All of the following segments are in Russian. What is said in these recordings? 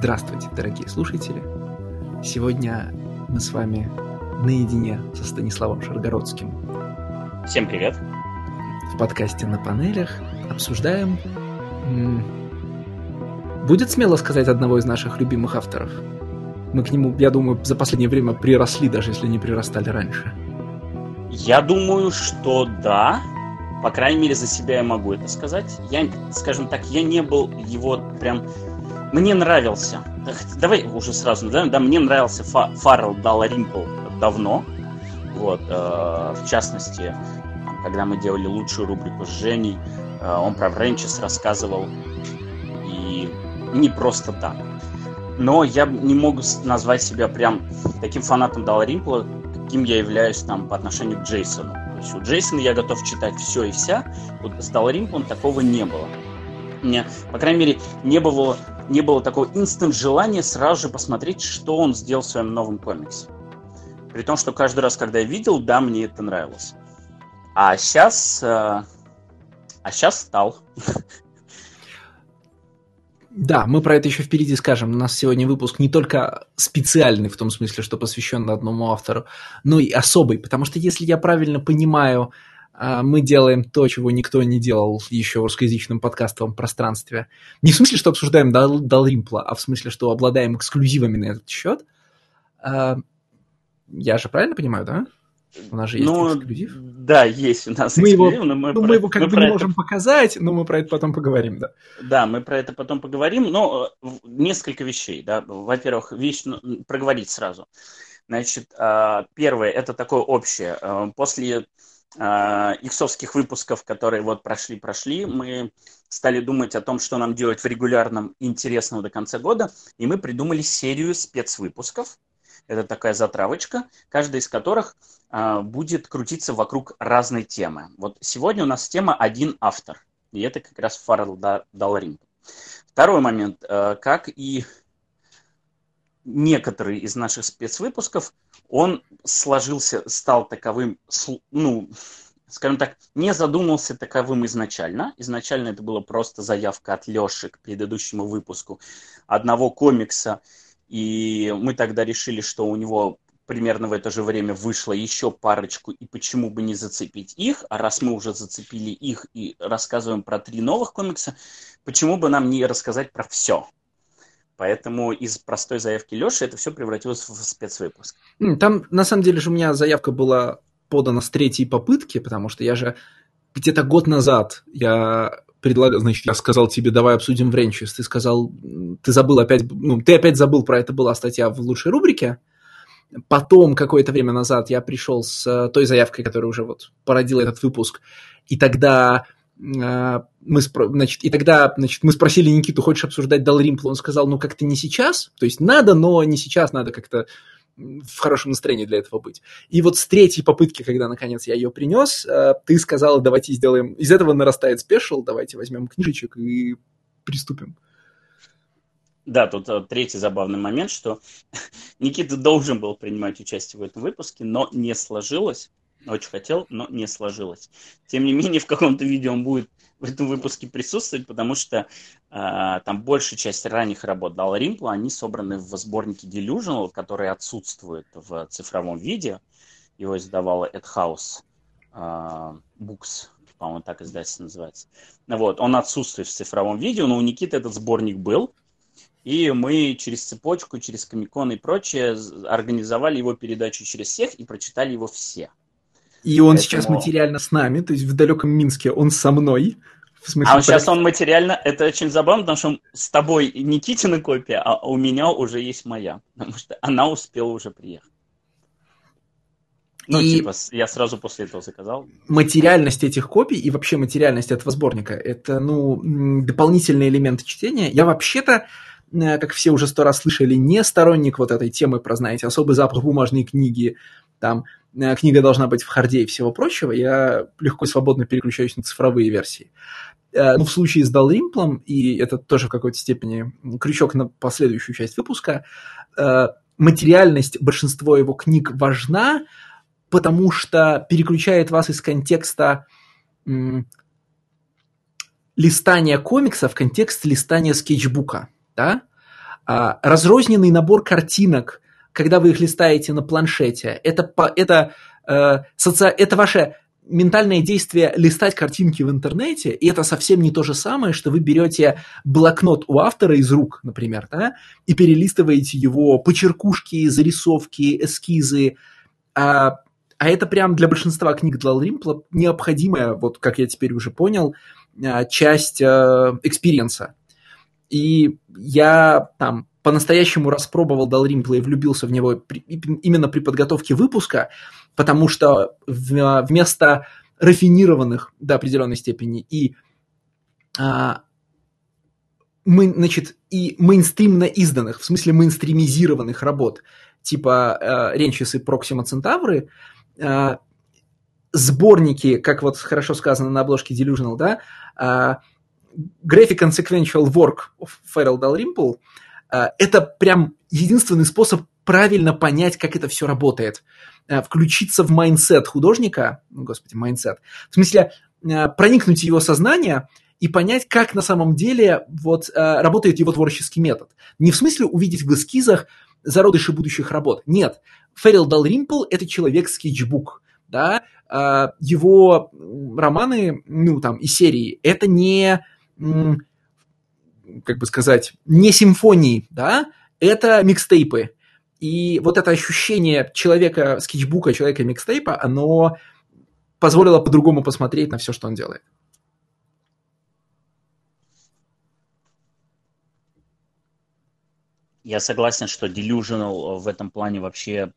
Здравствуйте, дорогие слушатели! Сегодня мы с вами наедине со Станиславом Шаргородским. Всем привет! В подкасте «На панелях» обсуждаем, будет смело сказать, одного из наших любимых авторов. Мы к нему, я думаю, за последнее время приросли, даже если не прирастали раньше. Я думаю, что да. По крайней мере, за себя я могу это сказать. Я, скажем так, я не был его прям... Мне нравился. Давай уже сразу, да, мне нравился Фаррелл Далримпл давно. Вот, в частности, когда мы делали лучшую рубрику с Женей, он про Вренчес рассказывал. И не просто так. Но я не могу назвать себя прям таким фанатом Далримпла, каким я являюсь там по отношению к Джейсону. То есть у Джейсона я готов читать все и вся. Вот с Далримплом такого не было. У меня, по крайней мере, не было такого инстант желания сразу же посмотреть, что он сделал в своем новом комиксе. При том, что каждый раз, когда я видел, да, мне это нравилось. А сейчас стал. Да, мы про это еще впереди скажем. У нас сегодня выпуск не только специальный, в том смысле, что посвящен одному автору, но и особый. Потому что, если я правильно понимаю, мы делаем то, чего никто не делал еще в русскоязычном подкастовом пространстве. Не в смысле, что обсуждаем Далримпла, а в смысле, что обладаем эксклюзивами на этот счет. Я же правильно понимаю, да? У нас же есть эксклюзив. Да, есть у нас эксклюзив. Мы его как бы не можем показать, но мы про это потом поговорим, да. Да, мы про это потом поговорим, но несколько вещей, да. Во-первых, проговорить сразу. Значит, первое, это такое общее. После иксовских выпусков, которые вот прошли, мы стали думать о том, что нам делать в регулярном интересного до конца года, и мы придумали серию спецвыпусков. Это такая затравочка, каждая из которых будет крутиться вокруг разной темы. Вот сегодня у нас тема «Один автор», и это как раз Фаррелл Далримпл. Второй момент, как и некоторые из наших спецвыпусков, он стал таковым, скажем так, не задумался таковым изначально. Изначально это была просто заявка от Леши к предыдущему выпуску одного комикса, и мы тогда решили, что у него примерно в это же время вышло еще парочку, и почему бы не зацепить их, а раз мы уже зацепили их и рассказываем про 3 новых комикса, почему бы нам не рассказать про все? Поэтому из простой заявки Леши это все превратилось в спецвыпуск. Там, на самом деле же, у меня заявка была подана с 3-й попытки, потому что я же где-то год назад я сказал тебе, давай обсудим Вренчес. Ты сказал, ты опять забыл про это, была статья в лучшей рубрике. Потом, какое-то время назад, я пришел с той заявкой, которая уже вот породила этот выпуск. И тогда мы спросили Никиту, хочешь обсуждать Далримпла? Он сказал, как-то не сейчас. То есть надо, но не сейчас, надо как-то в хорошем настроении для этого быть. И вот с 3-й попытки, когда, наконец, я ее принес, ты сказала, давайте сделаем... Из этого нарастает спешл, давайте возьмем книжечек и приступим. Да, тут 3-й забавный момент, что Никита должен был принимать участие в этом выпуске, но не сложилось. Очень хотел, но не сложилось. Тем не менее, в каком-то виде он будет в этом выпуске присутствовать, потому что там большая часть ранних работ Далримпла, они собраны в сборнике Delusional, который отсутствует в цифровом виде. Его издавала Ed House Books, по-моему, так издательство называется. Вот, он отсутствует в цифровом виде, но у Никиты этот сборник был. И мы через цепочку, через Комик-кон и прочее организовали его передачу через всех и прочитали его все. И он сейчас материально с нами, то есть в далеком Минске он со мной. Сейчас он материально, это очень забавно, потому что с тобой Никитина копия, а у меня уже есть моя, потому что она успела уже приехать. Я сразу после этого заказал. Материальность этих копий и вообще материальность этого сборника – это, дополнительные элементы чтения. Я вообще-то, как все уже 100 раз слышали, не сторонник вот этой темы про, знаете, особый запах бумажной книги, там, книга должна быть в харде и всего прочего, я легко и свободно переключаюсь на цифровые версии. Но в случае с Далримплом, и это тоже в какой-то степени крючок на последующую часть выпуска, материальность большинства его книг важна, потому что переключает вас из контекста листания комикса в контекст листания скетчбука, да? Разрозненный набор картинок, когда вы их листаете на планшете, это ваше ментальное действие листать картинки в интернете, и это совсем не то же самое, что вы берете блокнот у автора из рук, например, да, и перелистываете его почеркушки, зарисовки, эскизы. А это прям для большинства книг Далримпла необходимая, вот как я теперь уже понял, часть экспириенса. И я там по-настоящему распробовал Далримпла и влюбился в него именно при подготовке выпуска, потому что вместо рафинированных до определенной степени и мейнстримно изданных, в смысле мейнстримизированных работ, типа Ренчис и Проксима Центавры, сборники, как вот хорошо сказано на обложке Delusional, да, Graphic and Sequential Work of Farrell Dalrymple, это прям единственный способ правильно понять, как это все работает. Включиться в майндсет художника, майндсет, в смысле проникнуть в его сознание и понять, как на самом деле вот работает его творческий метод. Не в смысле увидеть в эскизах зародыши будущих работ. Нет. Farrell Dalrymple – это человек-скетчбук. Да? Его романы, и серии – это не, как бы сказать, не симфонии, да? Это микстейпы. И вот это ощущение человека-скетчбука, человека-микстейпа, оно позволило по-другому посмотреть на все, что он делает. Я согласен, что Delusional в этом плане вообще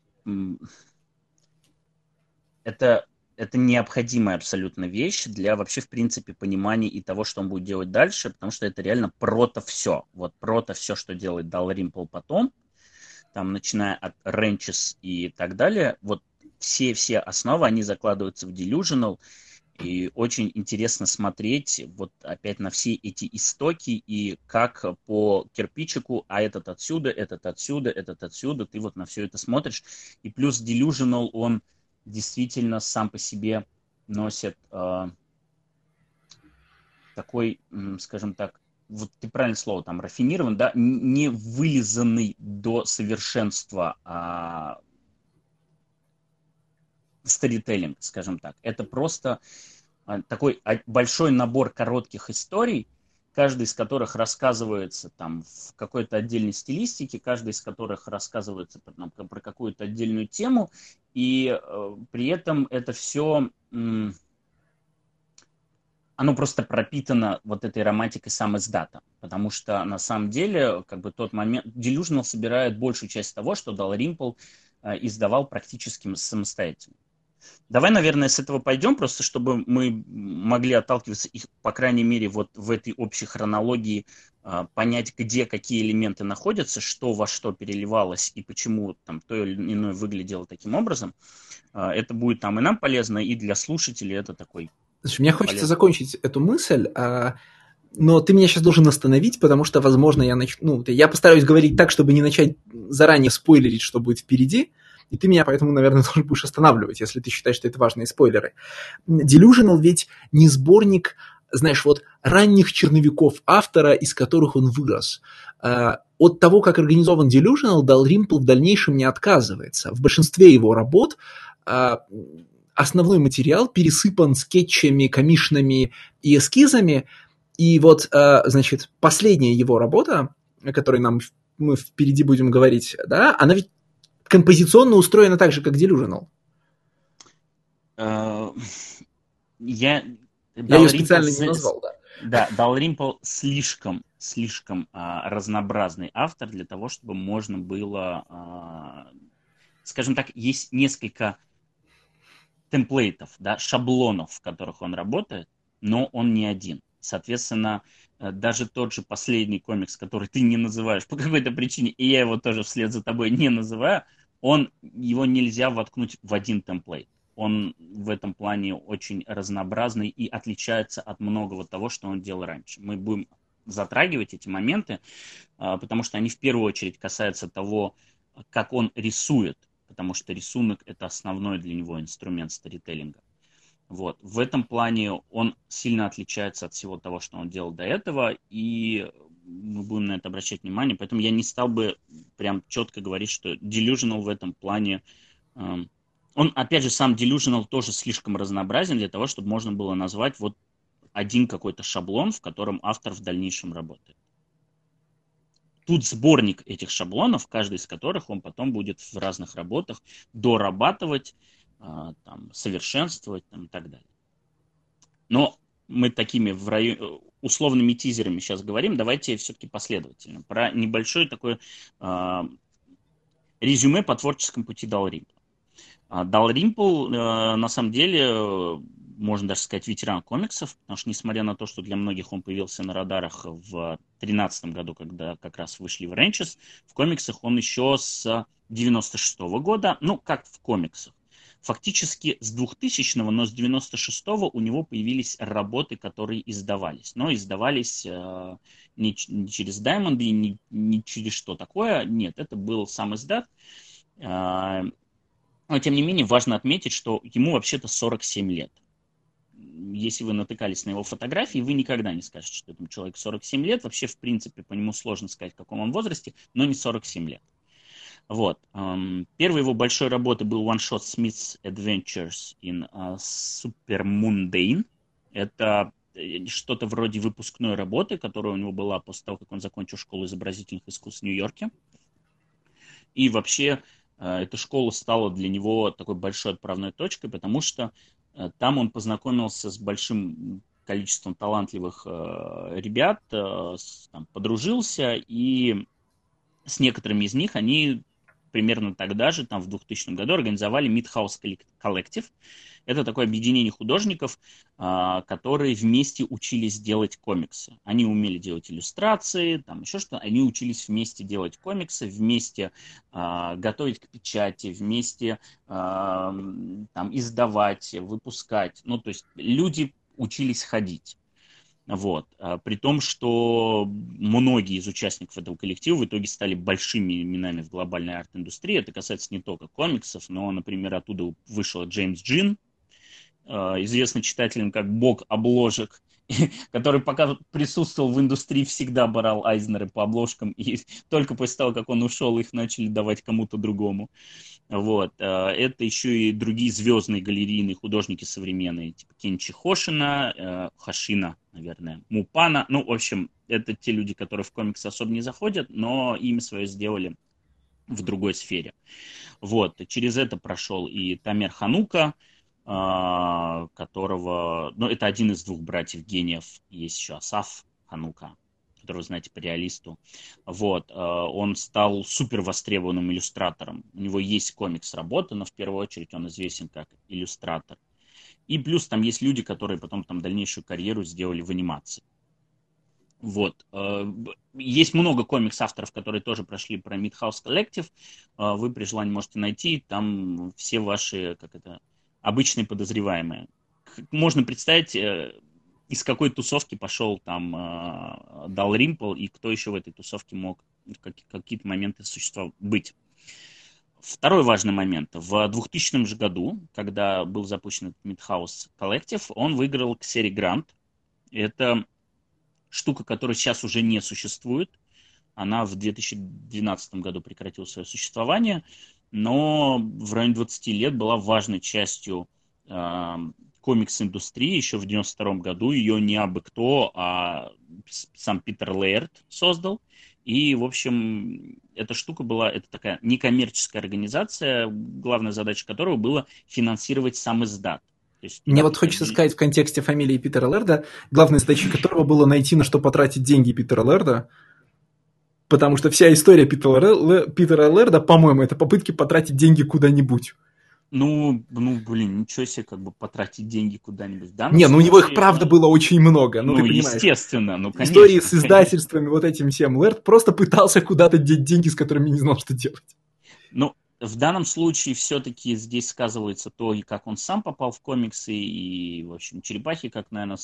это необходимая абсолютно вещь для вообще, в принципе, понимания и того, что он будет делать дальше, потому что это реально прото все. Вот прото все, что делает Dalrymple потом, там, начиная от Ranches и так далее, вот все основы, они закладываются в Delusional, и очень интересно смотреть вот опять на все эти истоки и как по кирпичику, этот отсюда, этот отсюда, этот отсюда, ты вот на все это смотришь. И плюс Delusional, он действительно сам по себе носит такой, скажем так, вот ты правильное слово, там, рафинирован, да, не вылизанный до совершенства сторителлинг, скажем так. Это просто такой большой набор коротких историй, каждый из которых рассказывается там в какой-то отдельной стилистике, каждый из которых рассказывается про какую-то отдельную тему, и при этом это все, оно просто пропитано вот этой романтикой сам-издата, потому что на самом деле как бы тот момент, Delusional собирает большую часть того, что Dalrymple издавал практически самостоятельно. Давай, наверное, с этого пойдем, просто чтобы мы могли отталкиваться, их, по крайней мере, вот в этой общей хронологии, понять, где какие элементы находятся, что во что переливалось и почему там то или иное выглядело таким образом. Это будет там и нам полезно, и для слушателей это такой... Слушай, мне хочется закончить эту мысль, но ты меня сейчас должен остановить, потому что, возможно, я постараюсь говорить так, чтобы не начать заранее спойлерить, что будет впереди. И ты меня поэтому, наверное, тоже будешь останавливать, если ты считаешь, что это важные спойлеры. Delusional ведь не сборник, знаешь, вот ранних черновиков автора, из которых он вырос. От того, как организован Delusional, Dalrymple в дальнейшем не отказывается. В большинстве его работ основной материал пересыпан скетчами, комишными и эскизами. И вот, значит, последняя его работа, о которой мы впереди будем говорить, да, она ведь композиционно устроена так же, как Delusional. Я ее специально не назвал, да. Да, Dalrymple слишком разнообразный автор для того, чтобы можно было, скажем так, есть несколько темплейтов, да, шаблонов, в которых он работает, но он не один. Соответственно, даже тот же последний комикс, который ты не называешь по какой-то причине, и я его тоже вслед за тобой не называю, его нельзя воткнуть в один темплейт. Он в этом плане очень разнообразный и отличается от многого того, что он делал раньше. Мы будем затрагивать эти моменты, потому что они в первую очередь касаются того, как он рисует, потому что рисунок – это основной для него инструмент сторителлинга. Вот. В этом плане он сильно отличается от всего того, что он делал до этого, и мы будем на это обращать внимание. Поэтому я не стал бы прям четко говорить, что Delusional в этом плане... Он, опять же, сам Delusional тоже слишком разнообразен для того, чтобы можно было назвать вот один какой-то шаблон, в котором автор в дальнейшем работает. Тут сборник этих шаблонов, каждый из которых он потом будет в разных работах дорабатывать, там, совершенствовать там, и так далее. Но мы такими условными тизерами сейчас говорим, давайте все-таки последовательно. Про небольшое такое резюме по творческому пути Далримпла. Далримпл, на самом деле, можно даже сказать, ветеран комиксов, потому что, несмотря на то, что для многих он появился на радарах в 2013 году, когда как раз вышли в Вренчес, в комиксах он еще с 96 года, ну, как в комиксах. Фактически с 2000-го, но с 96-го у него появились работы, которые издавались. Но издавались не через Diamond и не через что такое. Нет, это был сам издат. Но, тем не менее, важно отметить, что ему вообще-то 47 лет. Если вы натыкались на его фотографии, вы никогда не скажете, что этому человеку 47 лет. Вообще, в принципе, по нему сложно сказать, в каком он возрасте, но не 47 лет. Вот. Первой его большой работой был One Shot Smith's Adventures in Super Mundane. Это что-то вроде выпускной работы, которая у него была после того, как он закончил школу изобразительных искусств в Нью-Йорке. И вообще эта школа стала для него такой большой отправной точкой, потому что там он познакомился с большим количеством талантливых ребят, там, подружился, и с некоторыми из них они примерно тогда же, там в 2000 году, организовали Midhouse Collective. Это такое объединение художников, которые вместе учились делать комиксы. Они умели делать иллюстрации, там еще что-то. Они учились вместе делать комиксы, вместе готовить к печати, вместе там, издавать, выпускать. Ну, то есть люди учились ходить. Вот. При том, что многие из участников этого коллектива в итоге стали большими именами в глобальной арт-индустрии. Это касается не только комиксов, но, например, оттуда вышел Джеймс Джин, известный читателям как бог обложек, который пока присутствовал в индустрии, всегда брал Айзнеры по обложкам, и только после того, как он ушел, их начали давать кому-то другому. Вот. Это еще и другие звездные галерейные художники современные, типа Кенчи Хошина, наверное, Мупана. Ну, в общем, это те люди, которые в комиксы особо не заходят, но имя свое сделали в другой сфере. Вот. Через это прошел и Тамер Ханука, которого... Ну, это один из двух братьев-гениев. Есть еще Асаф Ханука, которого знаете по реалисту. Вот. Он стал супер востребованным иллюстратором. У него есть комикс-работа, но в первую очередь он известен как иллюстратор. И плюс там есть люди, которые потом там дальнейшую карьеру сделали в анимации. Вот. Есть много комикс-авторов, которые тоже прошли про Midhouse Collective. Вы при желании можете найти. Там все ваши, обычные подозреваемые. Можно представить, из какой тусовки пошел там Далримпл и кто еще в этой тусовке мог в какие-то моменты быть. Второй важный момент. В 2000 же году, когда был запущен Midhouse Collective, он выиграл к серии Грант. Это штука, которая сейчас уже не существует. Она в 2012 году прекратила свое существование, но в районе 20 лет была важной частью комикс-индустрии. Еще в 1992 году ее не абы кто, а сам Питер Лейерд создал. И, в общем, эта штука была, это такая некоммерческая организация, главная задача которой была финансировать сам издат. Мне вот хочется сказать в контексте фамилии Питера Лерда, главной задачей которого было найти, на что потратить деньги Питера Лерда, потому что вся история Питера Лерда, по-моему, это попытки потратить деньги куда-нибудь. Ну, блин, ничего себе, потратить деньги куда-нибудь. Не, ну у него их правда было очень много. Ну, ты понимаешь. Естественно, ну, конечно. Истории с издательствами, вот этим всем. Лерд просто пытался куда-то деть деньги, с которыми не знал, что делать. Ну, в данном случае все-таки здесь сказывается то, и как он сам попал в комиксы, и, в общем, Черепахи, как, наверное,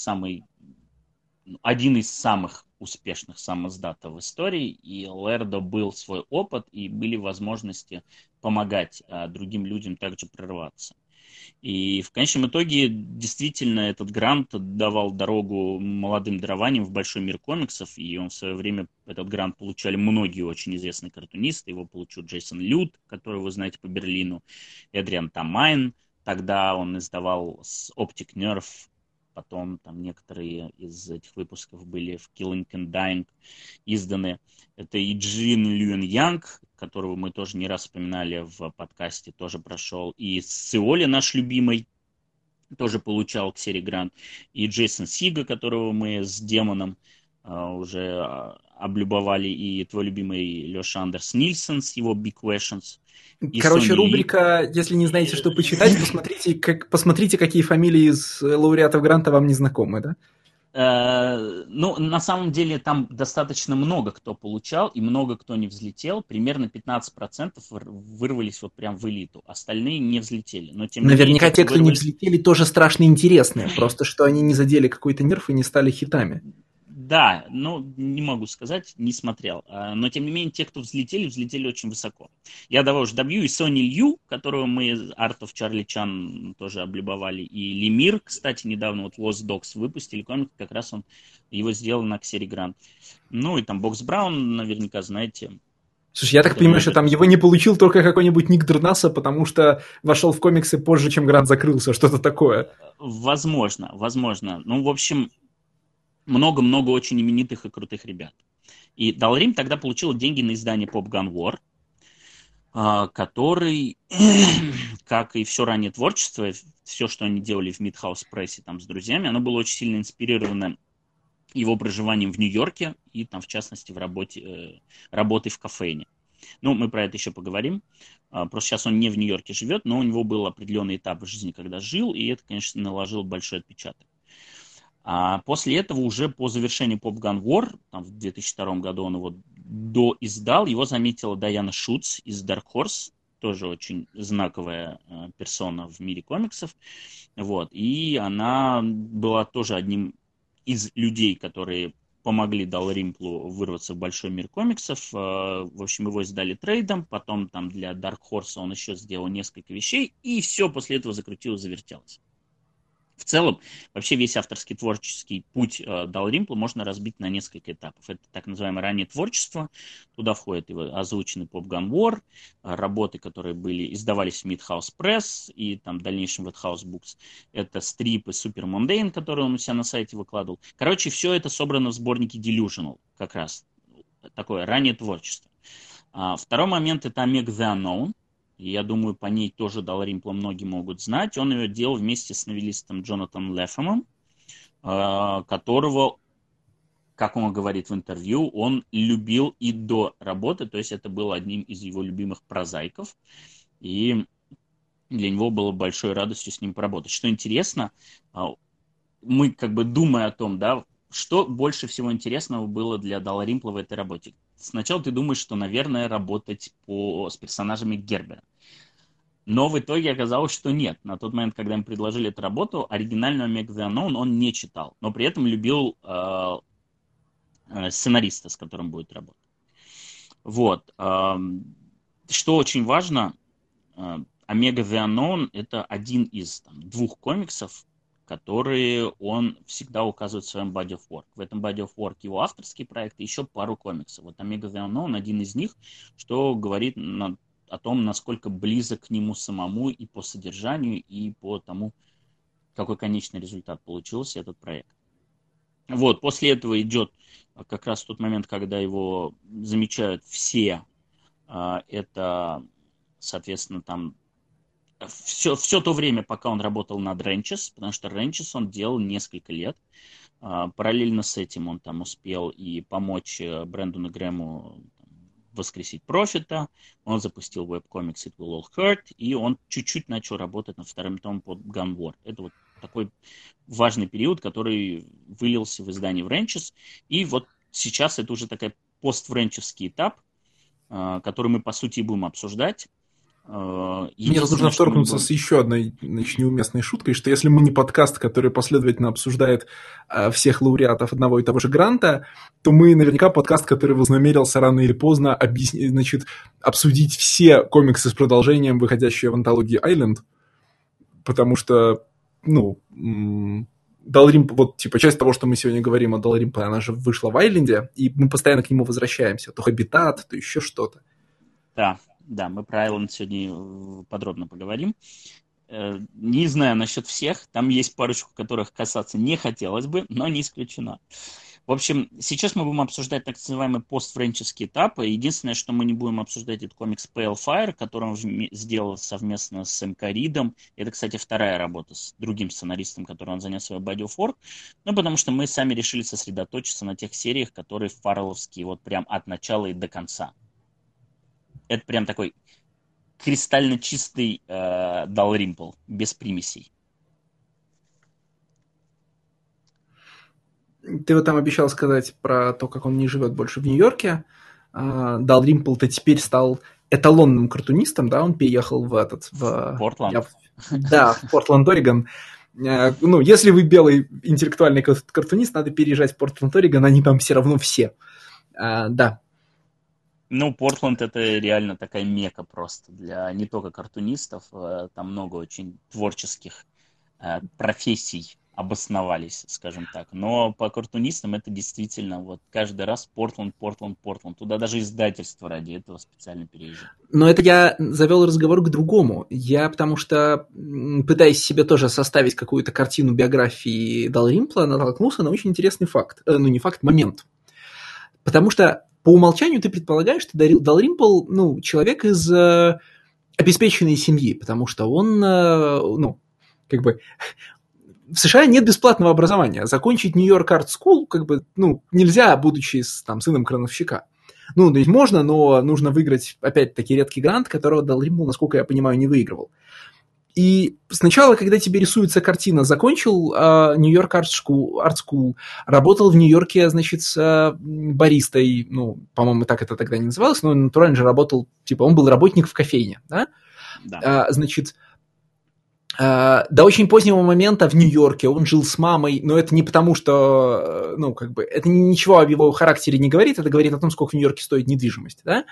один из самых успешных самоиздатов в истории, и у Лерда был свой опыт, и были возможности помогать другим людям также прорываться. И в конечном итоге действительно этот грант давал дорогу молодым дарованиям в большой мир комиксов, и он в свое время, этот грант получали многие очень известные картунисты, его получил Джейсон Люд, которого вы знаете по Берлину, Эдриан Тамайн, тогда он издавал с Optic Nerve, потом там некоторые из этих выпусков были в Killing and Dying изданы. Это и Джин Люен Янг, которого мы тоже не раз вспоминали в подкасте, тоже прошел. И Сциоли, наш любимый, тоже получал к серии грант. И Джейсон Сига, которого мы с Демоном уже облюбовали. И твой любимый Леша Андерс Нильсон с его Big Questions. Короче, рубрика «Если не знаете, что почитать, посмотрите, какие фамилии из лауреатов гранта вам не знакомы», да? Ну, на самом деле там достаточно много кто получал и много кто не взлетел. Примерно 15% вырвались вот прям в элиту. Остальные не взлетели. Но, тем наверняка те, кто не взлетели, тоже страшно интересные. Просто что они не задели какой-то нерв и не стали хитами. Да, ну, не могу сказать, не смотрел. Но, тем не менее, те, кто взлетели очень высоко. Я давай уже добью и Сони Лью, которого мы из Art of Charlie Chan тоже облюбовали, и Лемир, кстати, недавно вот Lost Dogs выпустили комик, как раз он его сделал на серии Грант. Ну, и там Бокс Браун, наверняка, знаете. Слушай, я так понимаю, что там его не получил только какой-нибудь Ник Дернаса, потому что вошел в комиксы позже, чем Грант закрылся, что-то такое. Возможно. Ну, в общем, много-много очень именитых и крутых ребят. И Dalrim тогда получил деньги на издание Pop Gun War, который, как и все раннее творчество, все, что они делали в Midhouse Press там с друзьями, оно было очень сильно инспирировано его проживанием в Нью-Йорке и там, в частности, работой в кофейне. Ну, мы про это еще поговорим. Просто сейчас он не в Нью-Йорке живет, но у него был определенный этап в жизни, когда жил, и это, конечно, наложило большой отпечаток. А после этого уже по завершении Pop Gun War, там, в 2002 году он его доиздал, его заметила Дайана Шутц из Dark Horse, тоже очень знаковая персона в мире комиксов. Вот. И она была тоже одним из людей, которые помогли Далримплу вырваться в большой мир комиксов. В общем, его издали трейдом, потом там для Dark Horse он еще сделал несколько вещей, и все после этого закрутилось, завертелось. В целом, вообще весь авторский творческий путь Далримпла можно разбить на несколько этапов. Это так называемое раннее творчество. Туда входит его озвученный Pop Gun War, работы, которые издавались в Midhouse Press и там в дальнейшем в House Books. Это стрипы Super Mundane, которые он у себя на сайте выкладывал. Короче, все это собрано в сборнике Delusional, как раз. Такое раннее творчество. Второй момент — это Omega the Unknown. И я думаю, по ней тоже Далримпла многие могут знать. Он ее делал вместе с новеллистом Джонатаном Лефемом, которого, как он говорит в интервью, он любил и до работы. То есть это был одним из его любимых прозаиков. И для него было большой радостью с ним поработать. Что интересно, мы как бы думая о том, да, что больше всего интересного было для Далримпла в этой работе. Сначала ты думаешь, что, наверное, работать с персонажами Гербера. Но в итоге оказалось, что нет. На тот момент, когда им предложили эту работу, оригинальную Omega the Unknown он не читал, но при этом любил сценариста, с которым будет работать. Вот. Что очень важно, Omega the Unknown — это один из двух комиксов, которые он всегда указывает в своем body of work. В этом body of work его авторский проект и еще пару комиксов. Вот Omega the Unknown — один из них, что говорит о том, насколько близок к нему самому и по содержанию, и по тому, какой конечный результат получился этот проект. Вот, после этого идет как раз тот момент, когда его замечают все. Это, соответственно, там все то время, пока он работал над Ренчес, потому что Ренчес он делал несколько лет. Параллельно с этим он там успел и помочь Брэндону Грэму воскресить Профита, он запустил веб-комикс It Will All Hurt, и он чуть-чуть начал работать над вторым томом под Gun War. Это вот такой важный период, который вылился в издание Вренчес, и вот сейчас это уже такой поствренчевский этап, который мы, по сути, и будем обсуждать. Мне нужно вторгнуться с еще одной, значит, неуместной шуткой, что если мы не подкаст, который последовательно обсуждает всех лауреатов одного и того же гранта, то мы наверняка подкаст, который вознамерился рано или поздно обсудить все комиксы с продолжением, выходящие в антологии Island. потому что, ну, Далримпл, вот, типа, часть того, что мы сегодня говорим о Далримпле, она же вышла в Айленде, и мы постоянно к нему возвращаемся. То Хабитат, то еще что-то. Да, мы про Айленд сегодня подробно поговорим. Не знаю насчет всех, там есть парочку, которых касаться не хотелось бы, но не исключено. В общем, сейчас мы будем обсуждать так называемые постфренческие этапы. Единственное, что мы не будем обсуждать, это комикс Pale Fire, который он сделал совместно с МК Ридом. Это, кстати, вторая работа с другим сценаристом, который он занес свой Body of Work. Ну, потому что мы сами решили сосредоточиться на тех сериях, которые фаррелловские вот прям от начала и до конца. Это прям такой кристально чистый Далримпл, без примесей. Ты вот там обещал сказать про то, как он не живет больше в Нью-Йорке. Далримпл-то теперь стал эталонным картунистом, да? Он переехал в Портланд. Да, в Портланд, Орегон. Ну, если вы белый интеллектуальный картунист, надо переезжать в Портланд, Орегон, они там все равно все. Да. Ну, Портланд это реально такая мека просто для не только картунистов, там много очень творческих профессий обосновались, скажем так. Но по картунистам это действительно вот каждый раз Портланд. Туда даже издательство ради этого специально переезжает. Но это я завел разговор к другому. Я потому что, пытаясь себе тоже составить какую-то картину биографии Далримпла, натолкнулся на очень интересный факт. Ну, не факт, момент. Потому что по умолчанию ты предполагаешь, что Далримпл, ну, человек из обеспеченной семьи, потому что он, ну, как бы... В США нет бесплатного образования. Закончить Нью-Йорк Арт Скул, как бы, ну, нельзя, будучи там, сыном крановщика. Ну, то есть можно, но нужно выиграть, опять-таки, редкий грант, которого Далримпл, насколько я понимаю, не выигрывал. И сначала, когда тебе рисуется картина, закончил Нью-Йорк Арт Скул, работал в Нью-Йорке, значит, с баристой, ну, по-моему, так это тогда не называлось, но натурально же работал, типа, он был работник в кофейне, да? Да. Значит, до очень позднего момента в Нью-Йорке он жил с мамой, но это не потому, что, ну, как бы, это ничего об его характере не говорит, это говорит о том, сколько в Нью-Йорке стоит недвижимость, да?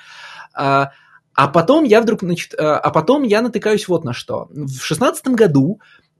А потом я натыкаюсь вот на что. В 2016 году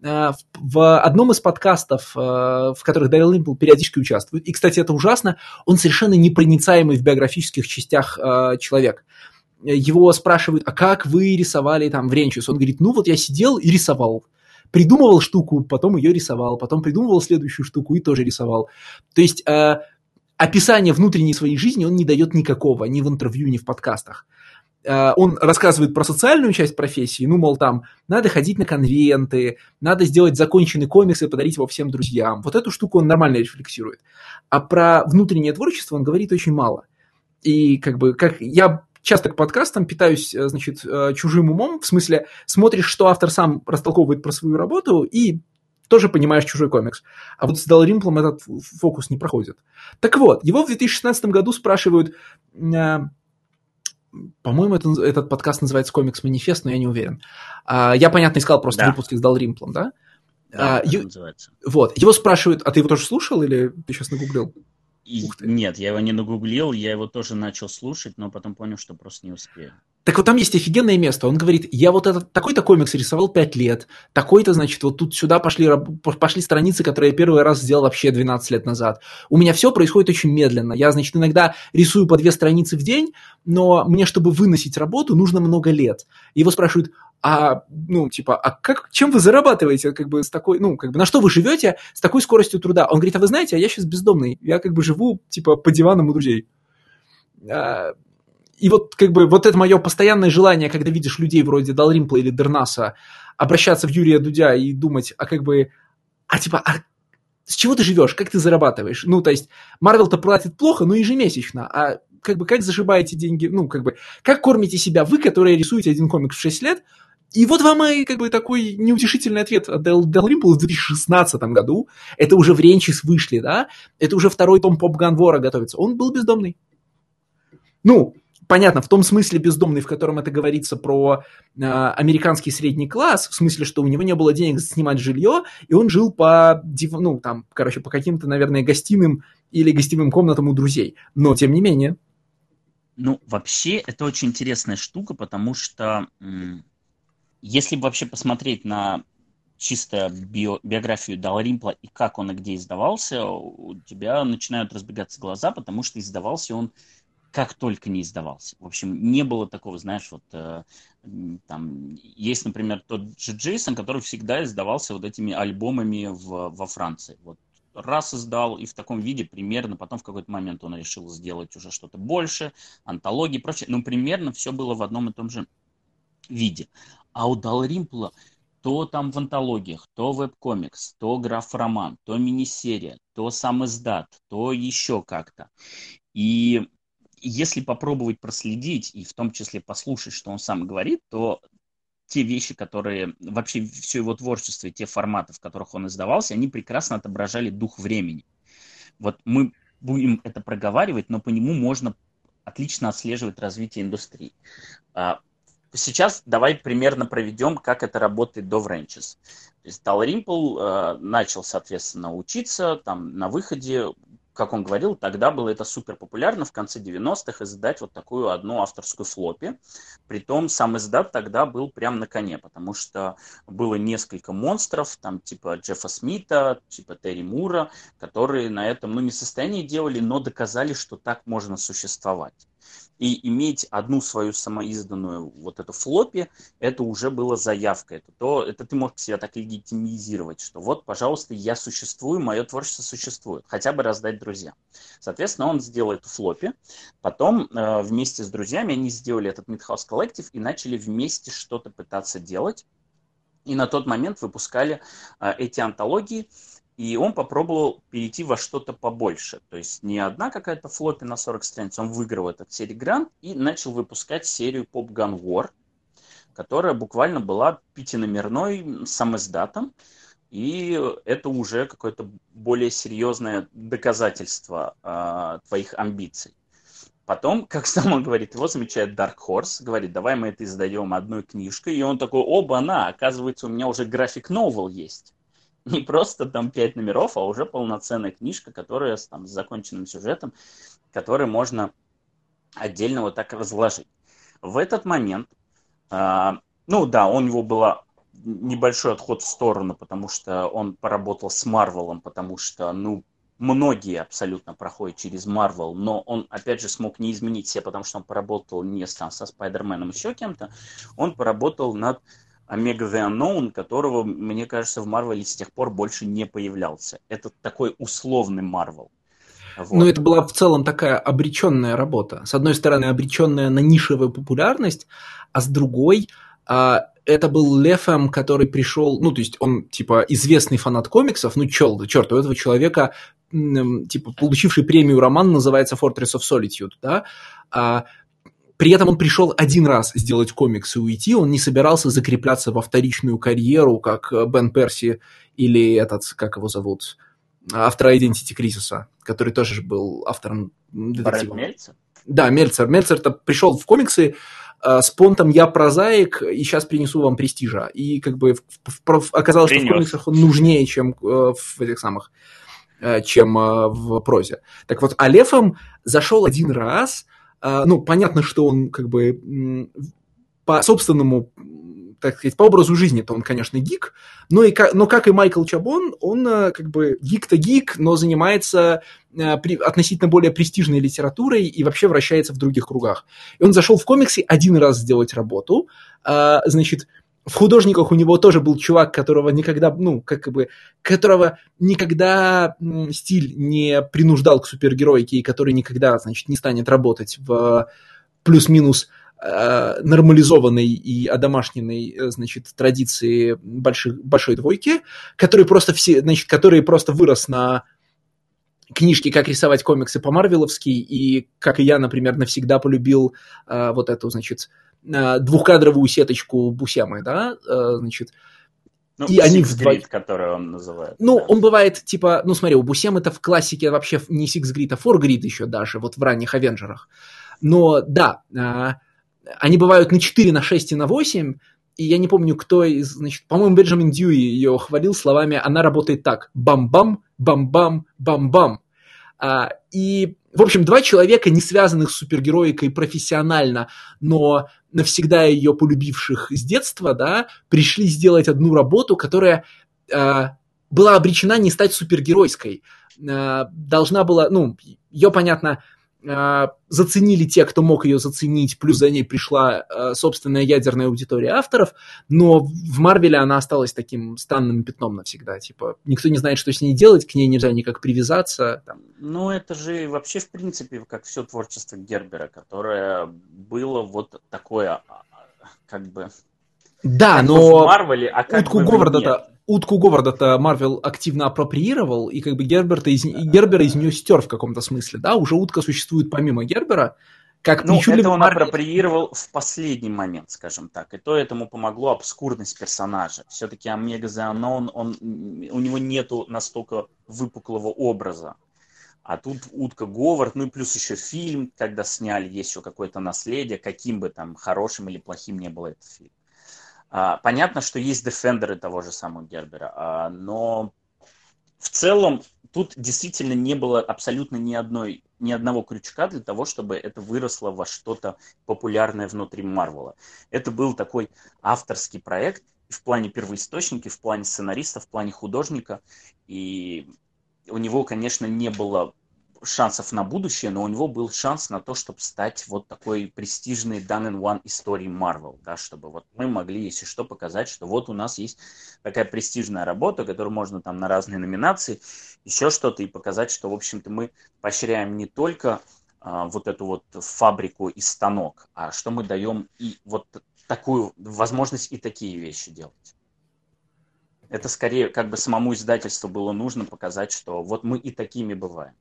в одном из подкастов, в которых Далримпл периодически участвует, и, кстати, это ужасно, он совершенно непроницаемый в биографических частях человек. Его спрашивают, а как вы рисовали там Вренчес? Он говорит, ну вот я сидел и рисовал. Придумывал штуку, потом ее рисовал, потом придумывал следующую штуку и тоже рисовал. То есть описания внутренней своей жизни он не дает никакого, ни в интервью, ни в подкастах. Он рассказывает про социальную часть профессии, ну, мол, там, надо ходить на конвенты, надо сделать законченный комикс и подарить его всем друзьям. Вот эту штуку он нормально рефлексирует. А про внутреннее творчество он говорит очень мало. И как бы, как я часто к подкастам питаюсь, значит, чужим умом, в смысле, смотришь, что автор сам растолковывает про свою работу, и тоже понимаешь чужой комикс. А вот с Далримплом этот фокус не проходит. Так вот, его в 2016 году спрашивают, по-моему, этот подкаст называется «Комикс-манифест», но я не уверен. Я, понятно, искал просто выпуски с Далримплом, да? Да, это называется. Вот, его спрашивают, а ты его тоже слушал или ты сейчас нагуглил? Нет, я его не нагуглил, я его тоже начал слушать, но потом понял, что просто не успею. Так вот там есть офигенное место. Он говорит, я вот этот такой-то комикс рисовал 5 лет, такой-то, значит, вот тут сюда пошли страницы, которые я первый раз сделал вообще 12 лет назад. У меня все происходит очень медленно. Я, значит, иногда рисую по 2 страницы в день, но мне, чтобы выносить работу, нужно много лет. Его спрашивают, чем вы зарабатываете, как бы, с такой, ну, как бы, на что вы живете с такой скоростью труда? Он говорит, а вы знаете, я сейчас бездомный, я, как бы, живу, типа, по диванам у друзей. И вот, как бы, вот это мое постоянное желание, когда видишь людей вроде Далримпла или Дернаса, обращаться в Юрия Дудя и думать, с чего ты живешь, как ты зарабатываешь? Ну, то есть, Марвел-то платит плохо, но ежемесячно, а как бы, как зашибаете деньги, ну, как бы, как кормите себя вы, которые рисуете один комикс в 6 лет, и вот вам и, как бы, такой неутешительный ответ от Далримпла в 2016 году, это уже в Вренчес вышли, да, это уже второй том Поп-Ган Вора готовится, он был бездомный. Ну, понятно, в том смысле бездомный, в котором это говорится про американский средний класс, в смысле, что у него не было денег снимать жилье, и он жил по каким-то, наверное, гостиным или гостевым комнатам у друзей. Но, тем не менее. Ну, вообще, это очень интересная штука, потому что если вообще посмотреть на чисто биографию Далримпла и как он и где издавался, у тебя начинают разбегаться глаза, потому что издавался он как только не издавался. В общем, не было такого, знаешь, вот там есть, например, тот же Джейсон, который всегда издавался вот этими альбомами во Франции. Вот раз издал и в таком виде примерно, потом в какой-то момент он решил сделать уже что-то больше, антологии и прочее. Но примерно все было в одном и том же виде. А у Далримпла то там в антологиях, то веб-комикс, то граф-роман, то мини-серия, то сам издат, то еще как-то. И если попробовать проследить, и в том числе послушать, что он сам говорит, то те вещи, которые, вообще все его творчество и те форматы, в которых он издавался, они прекрасно отображали дух времени. Вот мы будем это проговаривать, но по нему можно отлично отслеживать развитие индустрии. Сейчас давай примерно проведем, как это работает до Вренчес. То есть Далримпл начал, соответственно, учиться там на выходе. Как он говорил, тогда было это супер популярно в конце 90-х издать вот такую одну авторскую флоппи. Притом сам издат тогда был прям на коне, потому что было несколько монстров, там типа Джеффа Смита, типа Терри Мура, которые на этом, не состоянии делали, но доказали, что так можно существовать. И иметь одну свою самоизданную вот эту флоппи, это уже было заявкой. Это ты можешь себя так легитимизировать, что вот, пожалуйста, я существую, мое творчество существует. Хотя бы раздать друзьям. Соответственно, он сделал эту флоппи. Потом вместе с друзьями они сделали этот Midhouse Collective и начали вместе что-то пытаться делать. И на тот момент выпускали эти антологии. И он попробовал перейти во что-то побольше. То есть не одна какая-то флоппи на 40 страниц. Он выиграл этот серии грант и начал выпускать серию Pop Gun War, которая буквально была пятиномерной самоиздатом. И это уже какое-то более серьезное доказательство твоих амбиций. Потом, как сам он говорит, его замечает Dark Horse, говорит, давай мы это издаем одной книжкой. И он такой, оба-на, оказывается, у меня уже график новел есть. Не просто там 5 номеров, а уже полноценная книжка, которая с законченным сюжетом, который можно отдельно вот так разложить. В этот момент, у него был небольшой отход в сторону, потому что он поработал с Марвелом, потому что, многие абсолютно проходят через Марвел, но он, опять же, смог не изменить себя, потому что он поработал не со Спайдерменом, еще кем-то, он поработал над Омега The Unknown, которого, мне кажется, в Марвеле с тех пор больше не появлялся. Это такой условный Марвел. Вот. Это была в целом такая обреченная работа. С одной стороны, обреченная на нишевую популярность, а с другой, это был Лефэм, который пришел, то есть он, известный фанат комиксов, черт, у этого человека, получивший премию роман называется Fortress of Solitude, да, при этом он пришел один раз сделать комикс и уйти, он не собирался закрепляться во вторичную карьеру, как Бен Перси или как его зовут, автор Identity Crisis, который тоже был автором детектива. Мельцер? Да, Мельцер. Мельцер-то пришел в комиксы с понтом «Я прозаик, и сейчас принесу вам престижа». И оказалось, что в комиксах он нужнее, чем чем в прозе. Так вот, а Лефэм зашел один раз. Понятно, что он по собственному, так сказать, по образу жизни-то он, конечно, гик, но как и Майкл Чабон, он гик-то гик, но занимается относительно более престижной литературой и вообще вращается в других кругах. И он зашел в комиксы один раз сделать работу, в художниках у него тоже был чувак, которого никогда, которого никогда стиль не принуждал к супергеройке и который никогда, не станет работать в плюс-минус нормализованной и одомашненной, традиции большой двойки, который просто вырос на книжки «Как рисовать комиксы по-марвеловски», и, как и я, например, навсегда полюбил вот эту, двухкадровую сеточку Бусемы, да, и они Six-Grid, который он называет. Он бывает, смотри, у Бусемы это в классике вообще не Six-Grid, а 4-Grid еще даже, вот в ранних Авенджерах. Но, да, они бывают на 4, на 6 и на 8, и я не помню, кто из, по-моему, Бенджамин Дьюи ее хвалил словами «она работает так, бам-бам, бам-бам, бам-бам». И В общем, два человека, не связанных с супергероикой профессионально, но навсегда ее полюбивших с детства, да, пришли сделать одну работу, которая была обречена не стать супергеройской. Должна была, ее, понятно, заценили те, кто мог ее заценить, плюс за ней пришла собственная ядерная аудитория авторов, но в Марвеле она осталась таким странным пятном навсегда. Типа, никто не знает, что с ней делать, к ней нельзя никак привязаться. Там. Ну, это же вообще, в принципе, как все творчество Гербера, которое было вот такое, как бы... Да, как но бы в Марвеле, а как бы нет. Утку Говарда-то Марвел активно апроприировал, и как бы Гербера из нее стер в каком-то смысле, да? Уже утка существует помимо Гербера, как это он Марвел... апроприировал в последний момент, скажем так. И то этому помогло обскурность персонажа. Все-таки Омега The Unknown, у него нету настолько выпуклого образа. А тут утка Говард, ну и плюс еще фильм, когда сняли, есть еще какое-то наследие, каким бы там хорошим или плохим ни был этот фильм. Понятно, что есть дефендеры того же самого Гербера, но в целом тут действительно не было абсолютно ни одного крючка для того, чтобы это выросло во что-то популярное внутри Марвела. Это был такой авторский проект и в плане первоисточника, и в плане сценариста, в плане художника. И у него, конечно, не было шансов на будущее, но у него был шанс на то, чтобы стать вот такой престижной done in one историей Marvel, да, чтобы вот мы могли, если что, показать, что вот у нас есть такая престижная работа, которую можно там на разные номинации, еще что-то, и показать, что, в общем-то, мы поощряем не только вот эту вот фабрику и станок, а что мы даем и вот такую возможность и такие вещи делать. Это скорее как бы самому издательству было нужно показать, что вот мы и такими бываем.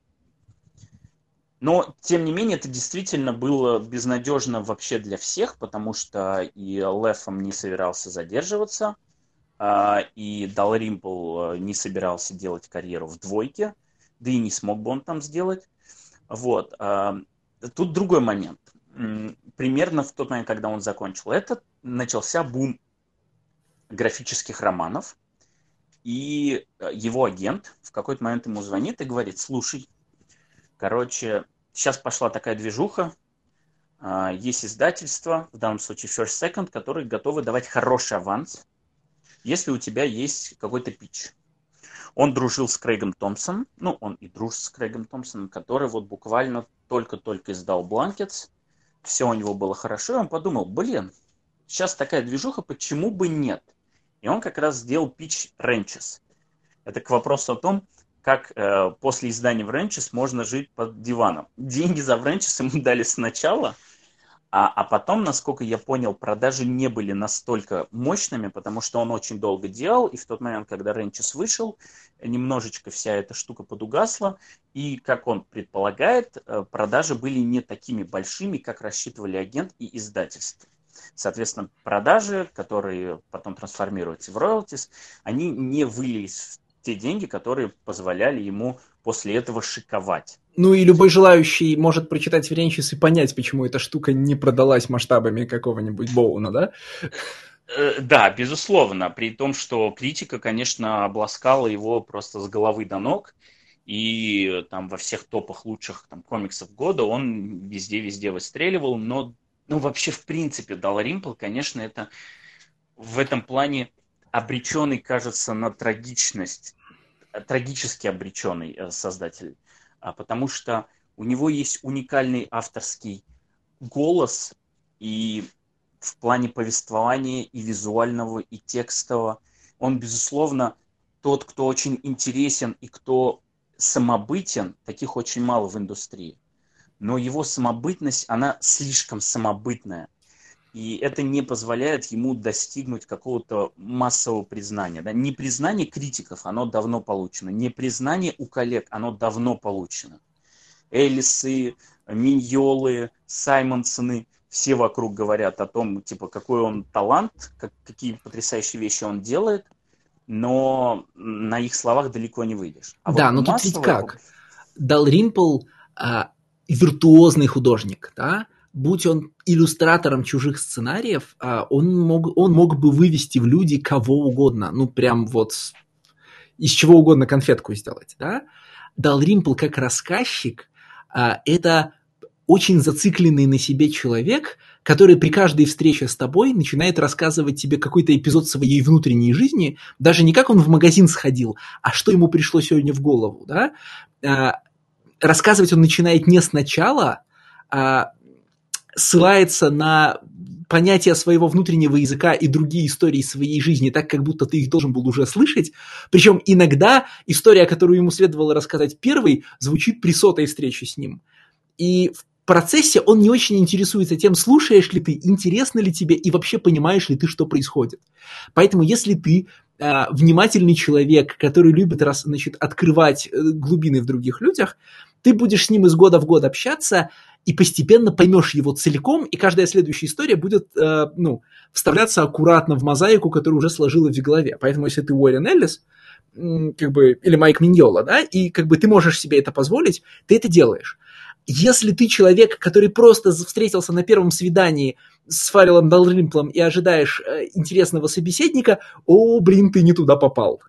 Но, тем не менее, это действительно было безнадежно вообще для всех, потому что и Лефом не собирался задерживаться, и Далримпл не собирался делать карьеру в двойке, да и не смог бы он там сделать. Вот. Тут другой момент. Примерно в тот момент, когда он закончил это, начался бум графических романов, и его агент в какой-то момент ему звонит и говорит: слушай, короче, сейчас пошла такая движуха, есть издательства, в данном случае First Second, которые готовы давать хороший аванс, если у тебя есть какой-то питч. Он дружил с Крейгом Томпсоном, он и дружит с Крейгом Томпсоном, который вот буквально только-только издал Blankets, все у него было хорошо, и он подумал: сейчас такая движуха, почему бы нет? И он как раз сделал питч Ranches. Это к вопросу о том, как после издания Ranches можно жить под диваном. Деньги за Ranches ему дали сначала, а потом, насколько я понял, продажи не были настолько мощными, потому что он очень долго делал, и в тот момент, когда Ranches вышел, немножечко вся эта штука подугасла, и, как он предполагает, продажи были не такими большими, как рассчитывали агент и издательство. Соответственно, продажи, которые потом трансформируются в royalties, они не вылились в те деньги, которые позволяли ему после этого шиковать. Ну и любой желающий может прочитать Ranches и понять, почему эта штука не продалась масштабами какого-нибудь Боуна, да? Да, безусловно. При том, что критика, конечно, обласкала его просто с головы до ног. И там во всех топах лучших комиксов года он везде выстреливал. Но вообще, в принципе, Далримпл, конечно, это в этом плане обреченный, кажется, на трагичность, трагически обреченный создатель, потому что у него есть уникальный авторский голос и в плане повествования и визуального, и текстового. Он, безусловно, тот, кто очень интересен и кто самобытен, таких очень мало в индустрии. Но его самобытность, она слишком самобытная. И это не позволяет ему достигнуть какого-то массового признания. Да? Не признание критиков, оно давно получено. Не признание у коллег, оно давно получено. Эллисы, Миньолы, Саймонсоны, все вокруг говорят о том, какой он талант, какие потрясающие вещи он делает, но на их словах далеко не выйдешь. Да, но тут ведь как? Далримпл виртуозный художник, да? Будь он иллюстратором чужих сценариев, он мог бы вывести в люди кого угодно. Прям вот из чего угодно конфетку сделать, да? Далримпл как рассказчик, это очень зацикленный на себе человек, который при каждой встрече с тобой начинает рассказывать тебе какой-то эпизод своей внутренней жизни, даже не как он в магазин сходил, а что ему пришло сегодня в голову, да? Рассказывать он начинает не сначала, а ссылается на понятия своего внутреннего языка и другие истории своей жизни, так как будто ты их должен был уже слышать. Причем иногда история, которую ему следовало рассказать первой, звучит при сотой встрече с ним. И в процессе он не очень интересуется тем, слушаешь ли ты, интересно ли тебе и вообще понимаешь ли ты, что происходит. Поэтому если ты внимательный человек, который любит открывать глубины в других людях, ты будешь с ним из года в год общаться и постепенно поймешь его целиком, и каждая следующая история будет вставляться аккуратно в мозаику, которую уже сложилась в голове. Поэтому если ты Уоррен Эллис, или Майк Миньола, да, и ты можешь себе это позволить, ты это делаешь. Если ты человек, который просто встретился на первом свидании с Фарреллом Далрymплом и ожидаешь интересного собеседника, ты не туда попал.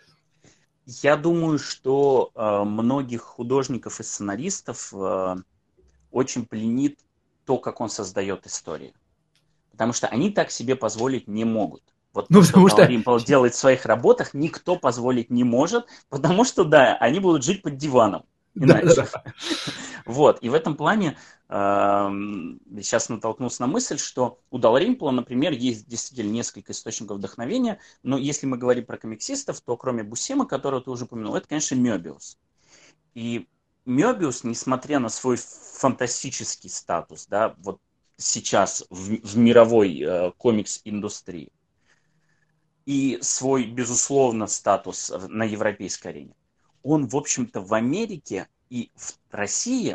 Я думаю, что многих художников и сценаристов очень пленит то, как он создает истории. Потому что они так себе позволить не могут. Вот то, что Далрymпл делает в своих работах, никто позволить не может, потому что, да, они будут жить под диваном. Иначе. Да. Вот. И в этом плане сейчас натолкнулся на мысль, что у Далрymпла, например, есть действительно несколько источников вдохновения, но если мы говорим про комиксистов, то кроме Бусцема, которого ты уже упомянул, это, конечно, Мёбиус. И Мёбиус, несмотря на свой фантастический статус, да, вот сейчас в мировой комикс-индустрии, и свой, безусловно, статус на европейской арене, он, в общем-то, в Америке и в России,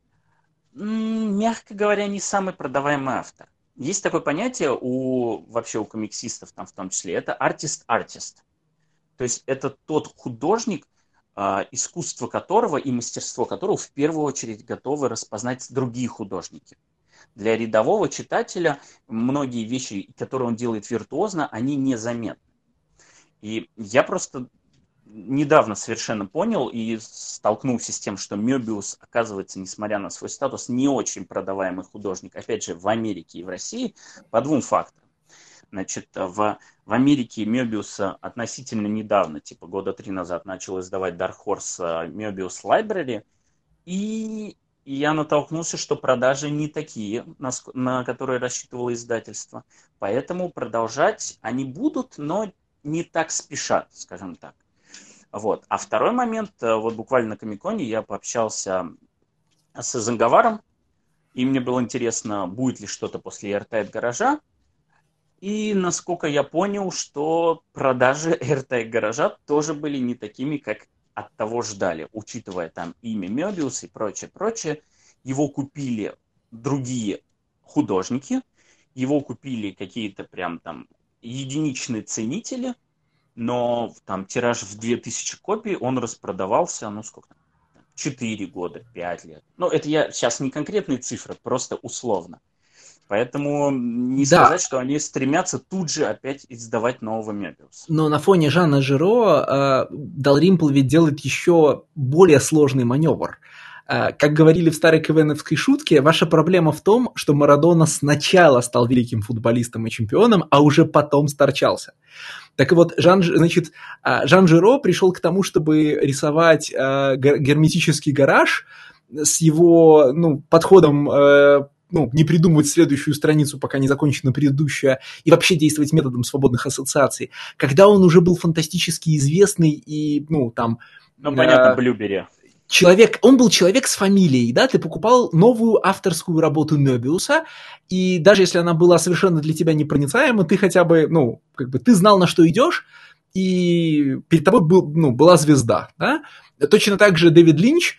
мягко говоря, не самый продаваемый автор. Есть такое понятие вообще у комиксистов, там в том числе, это артист-артист. То есть это тот художник, искусство которого и мастерство которого в первую очередь готовы распознать другие художники. Для рядового читателя многие вещи, которые он делает виртуозно, они незаметны. И я просто недавно совершенно понял и столкнулся с тем, что Мёбиус, оказывается, несмотря на свой статус, не очень продаваемый художник, опять же, в Америке и в России, по двум факторам. Значит, в Америке Мёбиуса относительно недавно, типа года 3 назад, начал издавать Dark Horse Мёбиус Library, и я натолкнулся, что продажи не такие, на которые рассчитывало издательство. Поэтому продолжать они будут, но не так спешат, скажем так. Вот. А второй момент, вот буквально на Комик-Коне я пообщался с Занговаром, и мне было интересно, будет ли что-то после Airtight гаража. И насколько я понял, что продажи Airtight гаража тоже были не такими, как от того ждали, учитывая там имя Мёбиус и прочее. Его купили другие художники, его купили какие-то прям там единичные ценители, но там тираж в 2000 копий, он распродавался, 4 года, 5 лет. Это я сейчас не конкретные цифры, просто условно. Поэтому не сказать, что они стремятся тут же опять издавать нового Мёбиуса. Но на фоне Жана Жиро Далрymпл ведь делает еще более сложный маневр. Как говорили в старой КВНовской шутке, ваша проблема в том, что Марадона сначала стал великим футболистом и чемпионом, а уже потом сторчался. Так вот, Жан Жиро пришел к тому, чтобы рисовать герметический гараж с его подходом не придумывать следующую страницу, пока не закончена предыдущая, и вообще действовать методом свободных ассоциаций. Когда он уже был фантастически известный и, понятно, Блюбери. Он был человек с фамилией, да, ты покупал новую авторскую работу Мёбиуса, и даже если она была совершенно для тебя непроницаема, ты хотя бы, ты знал, на что идешь, и перед тобой была звезда, да. Точно так же Дэвид Линч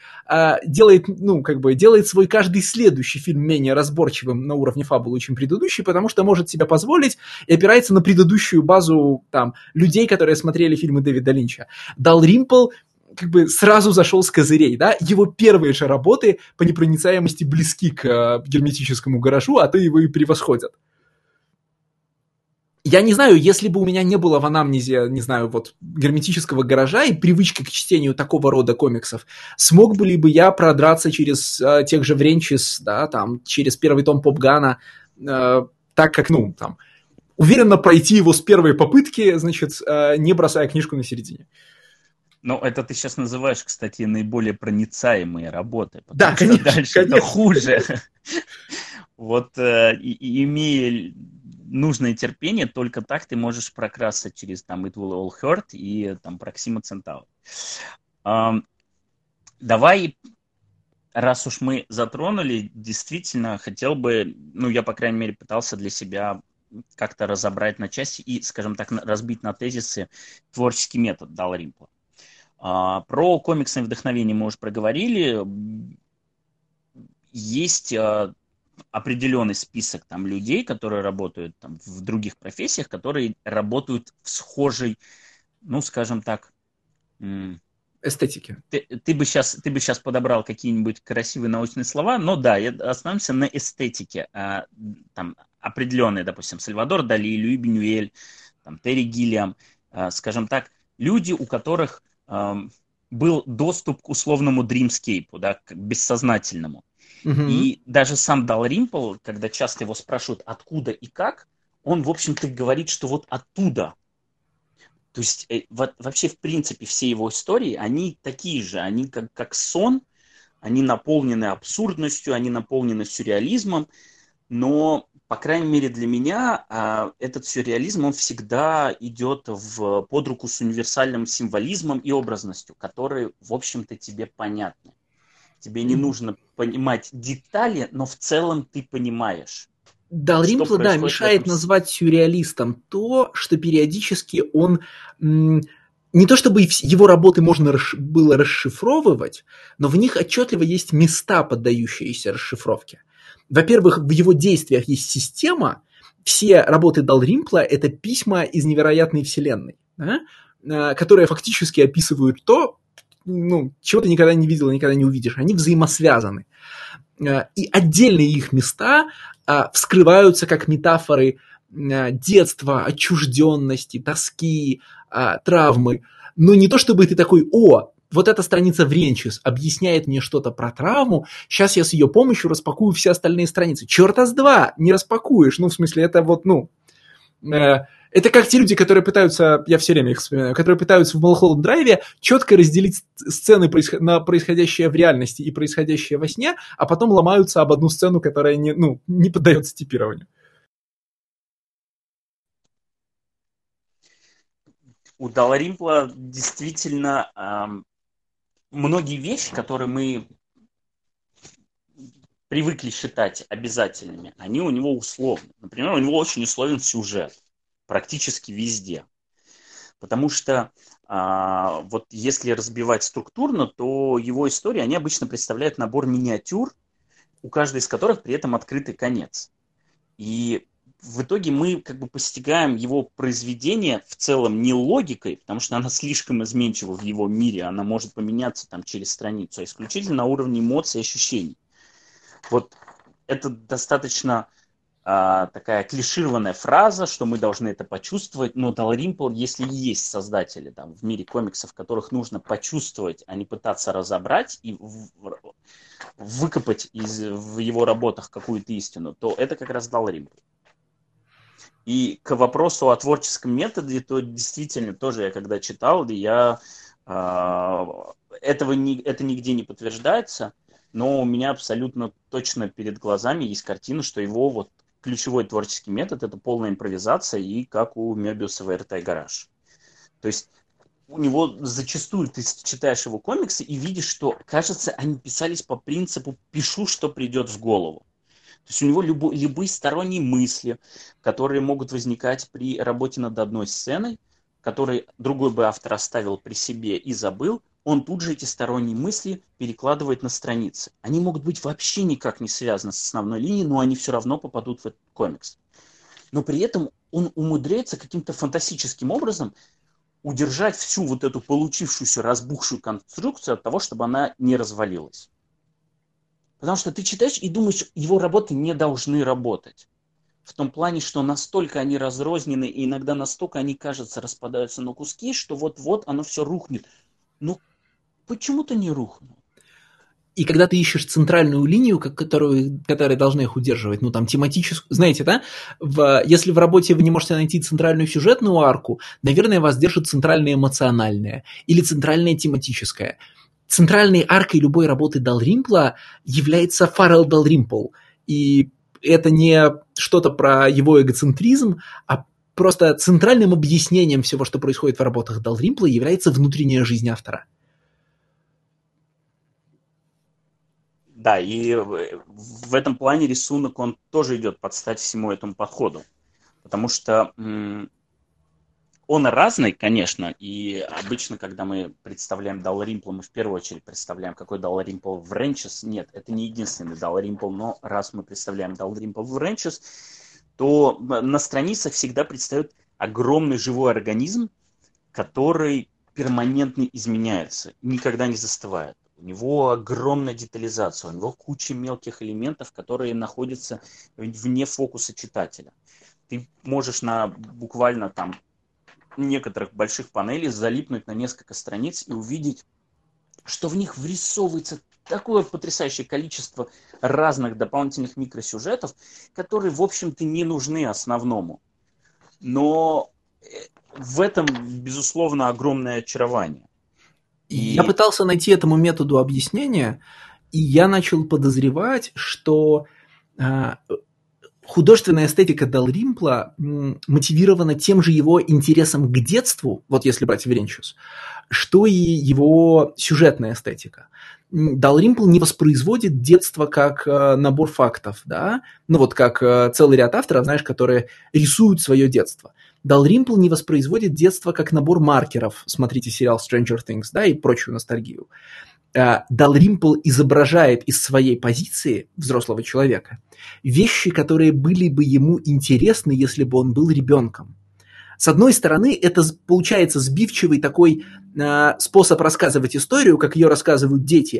делает свой каждый следующий фильм менее разборчивым на уровне фабулы, чем предыдущий, потому что может себе позволить и опирается на предыдущую базу людей, которые смотрели фильмы Дэвида Линча. Далрymпл сразу зашел с козырей, да, его первые же работы по непроницаемости близки к герметическому гаражу, а то его и превосходят. Я не знаю, если бы у меня не было в анамнезе, не знаю, вот герметического гаража и привычки к чтению такого рода комиксов, смог бы ли бы я продраться через тех же Вренчис, да, там, через первый том Попгана, так как, ну, там, уверенно пройти его с первой попытки, значит, не бросая книжку на середине. Ну, это ты сейчас называешь, кстати, наиболее проницаемые работы, Да, потому что конечно, дальше это конечно. хуже. Вот имея нужное терпение, только так ты можешь прокрасться через там It Will All Hurt и там Proxima Centauri. Давай, раз уж мы затронули, действительно хотел бы, ну, я, по крайней мере, пытался для себя как-то разобрать на части и, скажем так, разбить на тезисы творческий метод Далримпла. Про комиксное вдохновение мы уже проговорили. Есть определенный список там людей, которые работают там, в других профессиях, которые работают в схожей, ну, скажем так, Эстетики. ты бы сейчас подобрал какие-нибудь красивые научные слова, но да, остановимся на эстетике. Там определенные, допустим, Сальвадор Дали, Луи Бенюэль, там, Терри Гиллиам, скажем так, люди, у которых был доступ к условному дримскейпу, да, к бессознательному. Угу. И даже сам Далримпл, когда часто его спрашивают, откуда и как, он, в общем-то, говорит, что вот оттуда. То есть вообще, в принципе, все его истории, они такие же, они как сон, они наполнены абсурдностью, они наполнены сюрреализмом, но, по крайней мере, для меня этот сюрреализм, он всегда идет под руку с универсальным символизмом и образностью, которые, в общем-то, тебе понятны. Тебе не нужно понимать детали, но в целом ты понимаешь. Далримпла, да, мешает назвать сюрреалистом то, что периодически он... Не то чтобы его работы можно было расшифровывать, но в них отчетливо есть места, поддающиеся расшифровке. Во-первых, в его действиях есть система. Все работы Далримпла – это письма из невероятной вселенной, да, которые фактически описывают то, ну, чего ты никогда не видел, никогда не увидишь. Они взаимосвязаны. И отдельные их места вскрываются как метафоры детства, отчужденности, тоски, травмы. Но не то, чтобы ты такой, вот эта страница Вренчис объясняет мне что-то про травму, сейчас я с ее помощью распакую все остальные страницы. Черта с два, не распакуешь. Ну, в смысле, это вот, это как те люди, которые пытаются, я все время их вспоминаю, которые пытаются в Малхолланд Драйве четко разделить сцены на происходящее в реальности и происходящее во сне, а потом ломаются об одну сцену, которая не поддается типированию. У Далримпла действительно многие вещи, которые мы привыкли считать обязательными, они у него условны. Например, у него очень условен сюжет практически везде. Потому что вот если разбивать структурно, то его истории, они обычно представляют набор миниатюр, у каждой из которых при этом открытый конец. И в итоге мы как бы постигаем его произведение в целом не логикой, потому что она слишком изменчива в его мире, она может поменяться там через страницу, а исключительно на уровне эмоций и ощущений. Вот это достаточно такая клишированная фраза, что мы должны это почувствовать, но Далримпл, если и есть создатели там, в мире комиксов, которых нужно почувствовать, а не пытаться разобрать и выкопать в его работах какую-то истину, то это как раз Далримпл. И к вопросу о творческом методе, то действительно тоже я когда читал, это нигде не подтверждается, но у меня абсолютно точно перед глазами есть картина, что его вот ключевой творческий метод – это полная импровизация, и как у Мёбиуса в РТ Гараж. То есть у него зачастую ты читаешь его комиксы и видишь, что, кажется, они писались по принципу «пишу, что придет в голову». То есть у него любые сторонние мысли, которые могут возникать при работе над одной сценой, которые другой бы автор оставил при себе и забыл, он тут же эти сторонние мысли перекладывает на страницы. Они могут быть вообще никак не связаны с основной линией, но они все равно попадут в этот комикс. Но при этом он умудряется каким-то фантастическим образом удержать всю вот эту получившуюся разбухшую конструкцию от того, чтобы она не развалилась. Потому что ты читаешь и думаешь, его работы не должны работать. в том плане, что настолько они разрознены, и иногда настолько они, кажется, распадаются на куски, что вот-вот оно все рухнет. Ну, почему-то не рухнуло. И когда ты ищешь центральную линию, которая должна их удерживать, ну там тематическую, знаете, да, если в работе вы не можете найти центральную сюжетную арку, наверное, вас держит центральная эмоциональная или центральная тематическая. Центральной аркой любой работы Далримпла является Фаррелл Далримпл. И это не что-то про его эгоцентризм, а просто центральным объяснением всего, что происходит в работах Далримпла, является внутренняя жизнь автора. Да, и в этом плане рисунок, он тоже идет под стать всему этому подходу. Потому что он разный, конечно, и обычно, когда мы представляем Далримпла, мы в первую очередь представляем, какой Далримпл в Вренчес. Нет, это не единственный Далримпл, но раз мы представляем Далримпл в Вренчес, то на страницах всегда предстает огромный живой организм, который перманентно изменяется, никогда не застывает. У него огромная детализация, у него куча мелких элементов, которые находятся вне фокуса читателя. Ты можешь на буквально там некоторых больших панелей залипнуть на несколько страниц и увидеть, что в них врисовывается такое потрясающее количество разных дополнительных микросюжетов, которые, в общем-то, не нужны основному. Но в этом, безусловно, огромное очарование. Я пытался найти этому методу объяснения, и я начал подозревать, что художественная эстетика Далримпла мотивирована тем же его интересом к детству, вот если брать Вренчес, что и его сюжетная эстетика. Далримпл не воспроизводит детство как набор фактов, да, ну вот как целый ряд авторов, знаешь, которые рисуют свое детство. Далримпл не воспроизводит детство как набор маркеров, смотрите сериал Stranger Things, да, и прочую ностальгию. Далримпл изображает из своей позиции взрослого человека вещи, которые были бы ему интересны, если бы он был ребенком. С одной стороны, это получается сбивчивый такой способ рассказывать историю, как ее рассказывают дети,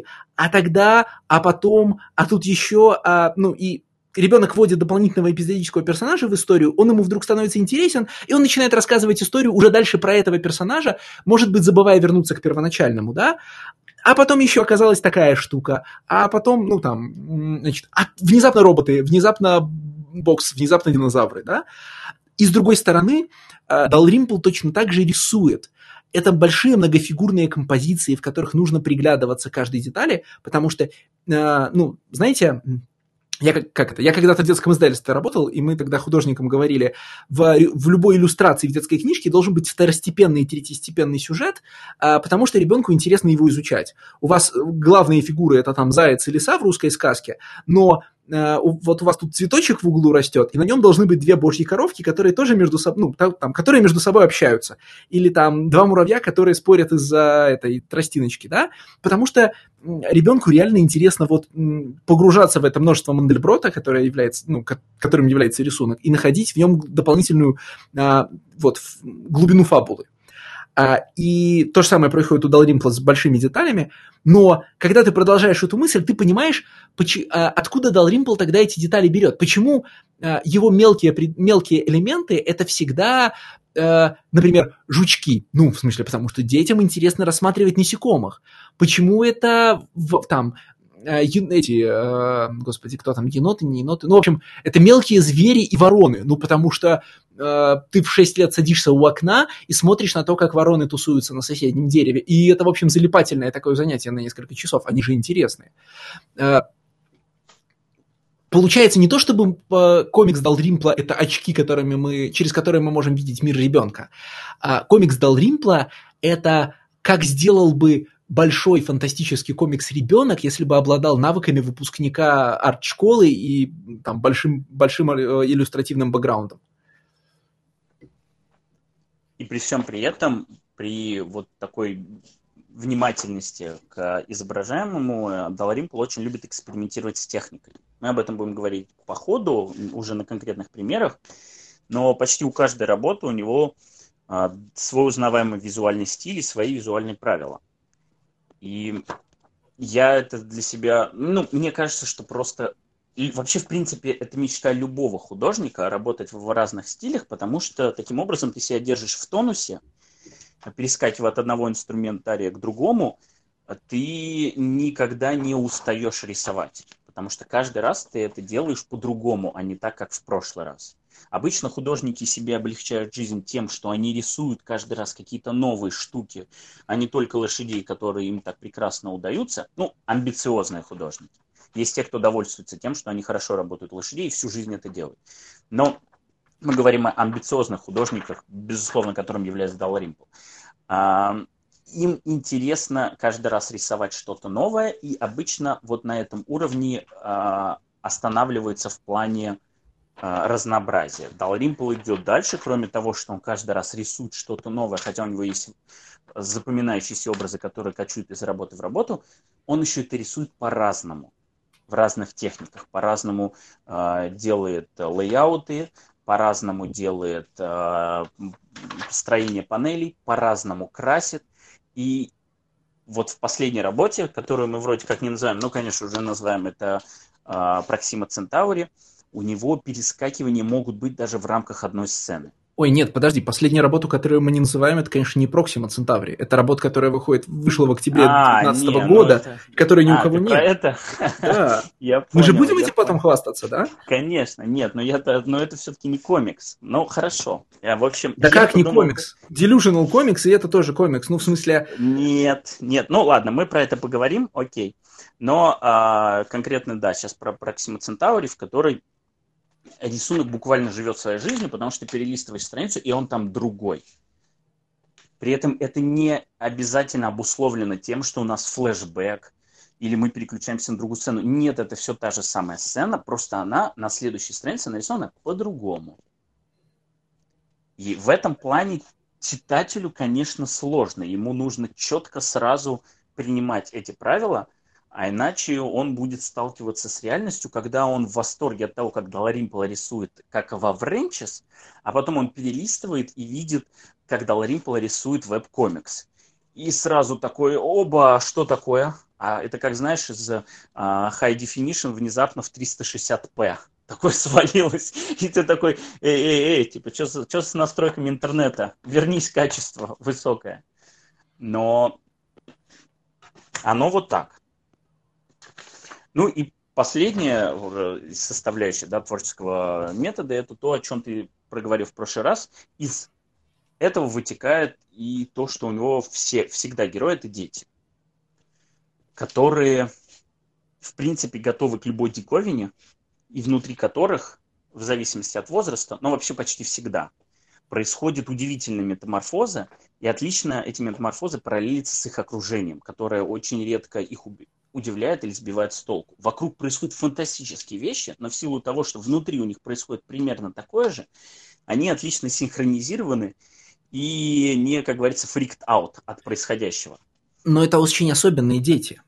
а потом, тут еще, и ребенок вводит дополнительного эпизодического персонажа в историю, он ему вдруг становится интересен, и он начинает рассказывать историю уже дальше про этого персонажа, может быть, забывая вернуться к первоначальному, да, а потом еще оказалась такая штука, а потом, внезапно роботы, внезапно бокс, внезапно динозавры, да. И с другой стороны, Далримпл точно так же рисует. Это большие многофигурные композиции, в которых нужно приглядываться к каждой детали, потому что, знаете, я когда-то в детском издательстве работал, и мы тогда художникам говорили, в любой иллюстрации в детской книжке должен быть второстепенный и третьестепенный сюжет, потому что ребенку интересно его изучать. У вас главные фигуры – это там заяц и лиса в русской сказке, но вот у вас тут цветочек в углу растет, и на нем должны быть две божьи коровки, которые тоже между собой, которые между собой общаются. Или там два муравья, которые спорят из-за этой тростиночки, да? Потому что ребенку реально интересно вот погружаться в это множество Мандельброта, которым является рисунок, и находить в нем дополнительную глубину фабулы. И то же самое происходит у Далримпла с большими деталями, но когда ты продолжаешь эту мысль, ты понимаешь, откуда Далримпл тогда эти детали берет, почему его мелкие элементы – это всегда, например, жучки, в смысле, потому что детям интересно рассматривать насекомых, почему это еноты, не еноты, в общем, это мелкие звери и вороны, потому что ты в 6 лет садишься у окна и смотришь на то, как вороны тусуются на соседнем дереве, и это, в общем, залипательное такое занятие на несколько часов, они же интересные. Получается не то, чтобы комикс Далримпла – это очки, через которые мы можем видеть мир ребенка, а комикс Далримпла – это как сделал бы большой фантастический комикс-ребенок, если бы обладал навыками выпускника арт-школы и там, большим иллюстративным бэкграундом. И при всем при этом, при вот такой внимательности к изображаемому, Далримпл очень любит экспериментировать с техникой. Мы об этом будем говорить по ходу, уже на конкретных примерах, но почти у каждой работы у него свой узнаваемый визуальный стиль и свои визуальные правила. И я это для себя... мне кажется, что просто И вообще, в принципе, это мечта любого художника работать в разных стилях, потому что таким образом ты себя держишь в тонусе, перескакивая от одного инструментария к другому, ты никогда не устаешь рисовать. Потому что каждый раз ты это делаешь по-другому, а не так, как в прошлый раз. Обычно художники себе облегчают жизнь тем, что они рисуют каждый раз какие-то новые штуки, а не только лошадей, которые им так прекрасно удаются. Ну, амбициозные художники. Есть те, кто довольствуется тем, что они хорошо работают лошадей и всю жизнь это делают. Но мы говорим о амбициозных художниках, безусловно, которым является Далримпл. Им интересно каждый раз рисовать что-то новое, и обычно вот на этом уровне останавливается в плане разнообразия. Далримпл идет дальше, кроме того, что он каждый раз рисует что-то новое, хотя у него есть запоминающиеся образы, которые кочуют из работы в работу, он еще это рисует по-разному, в разных техниках, по-разному делает лейауты, по-разному делает строение панелей, по-разному красит. И вот в последней работе, которую мы вроде как не называем, ну, конечно, уже называем это Proxima Centauri, у него перескакивания могут быть даже в рамках одной сцены. Ой, нет, подожди, последняя работа, которую мы не называем, это, конечно, не Proxima Centauri. Это работа, которая вышла в октябре 2019 года, которой ни у кого нет. Про это? Да. Я Мы же понял, будем этим потом хвастаться, да? Конечно, нет, но это все-таки не комикс. Ну, хорошо. В общем, да как подумал... не комикс? Delusional комикс, и это тоже комикс. Ну, в смысле... Нет. Ну, ладно, мы про это поговорим, окей. Но конкретно, да, сейчас про Proxima Centauri, в которой рисунок буквально живет своей жизнью, потому что ты перелистываешь страницу, и он там другой. При этом это не обязательно обусловлено тем, что у нас флешбэк, или мы переключаемся на другую сцену. Нет, это все та же самая сцена, просто она на следующей странице нарисована по-другому. И в этом плане читателю, конечно, сложно. Ему нужно четко сразу принимать эти правила, а иначе он будет сталкиваться с реальностью, когда он в восторге от того, как Далримпл рисует, как во Вренчес, а потом он перелистывает и видит, как Далримпл рисует веб-комикс. И сразу такой, оба, что такое? А это, как знаешь, из High Definition внезапно в 360p. Такое свалилось. И ты такой, типа, что с настройками интернета? Вернись, качество высокое. Но оно вот так. Ну и последняя составляющая, да, творческого метода, это то, о чем ты проговорил в прошлый раз. Из этого вытекает и то, что у него всегда герои – это дети, которые, в принципе, готовы к любой диковине, и внутри которых, в зависимости от возраста, но вообще почти всегда, происходят удивительные метаморфозы, и отлично эти метаморфозы параллелятся с их окружением, которое очень редко их удивляет или сбивает с толку. Вокруг происходят фантастические вещи, но в силу того, что внутри у них происходит примерно такое же, они отлично синхронизированы и не, как говорится, freaked out от происходящего. Но это очень особенные дети.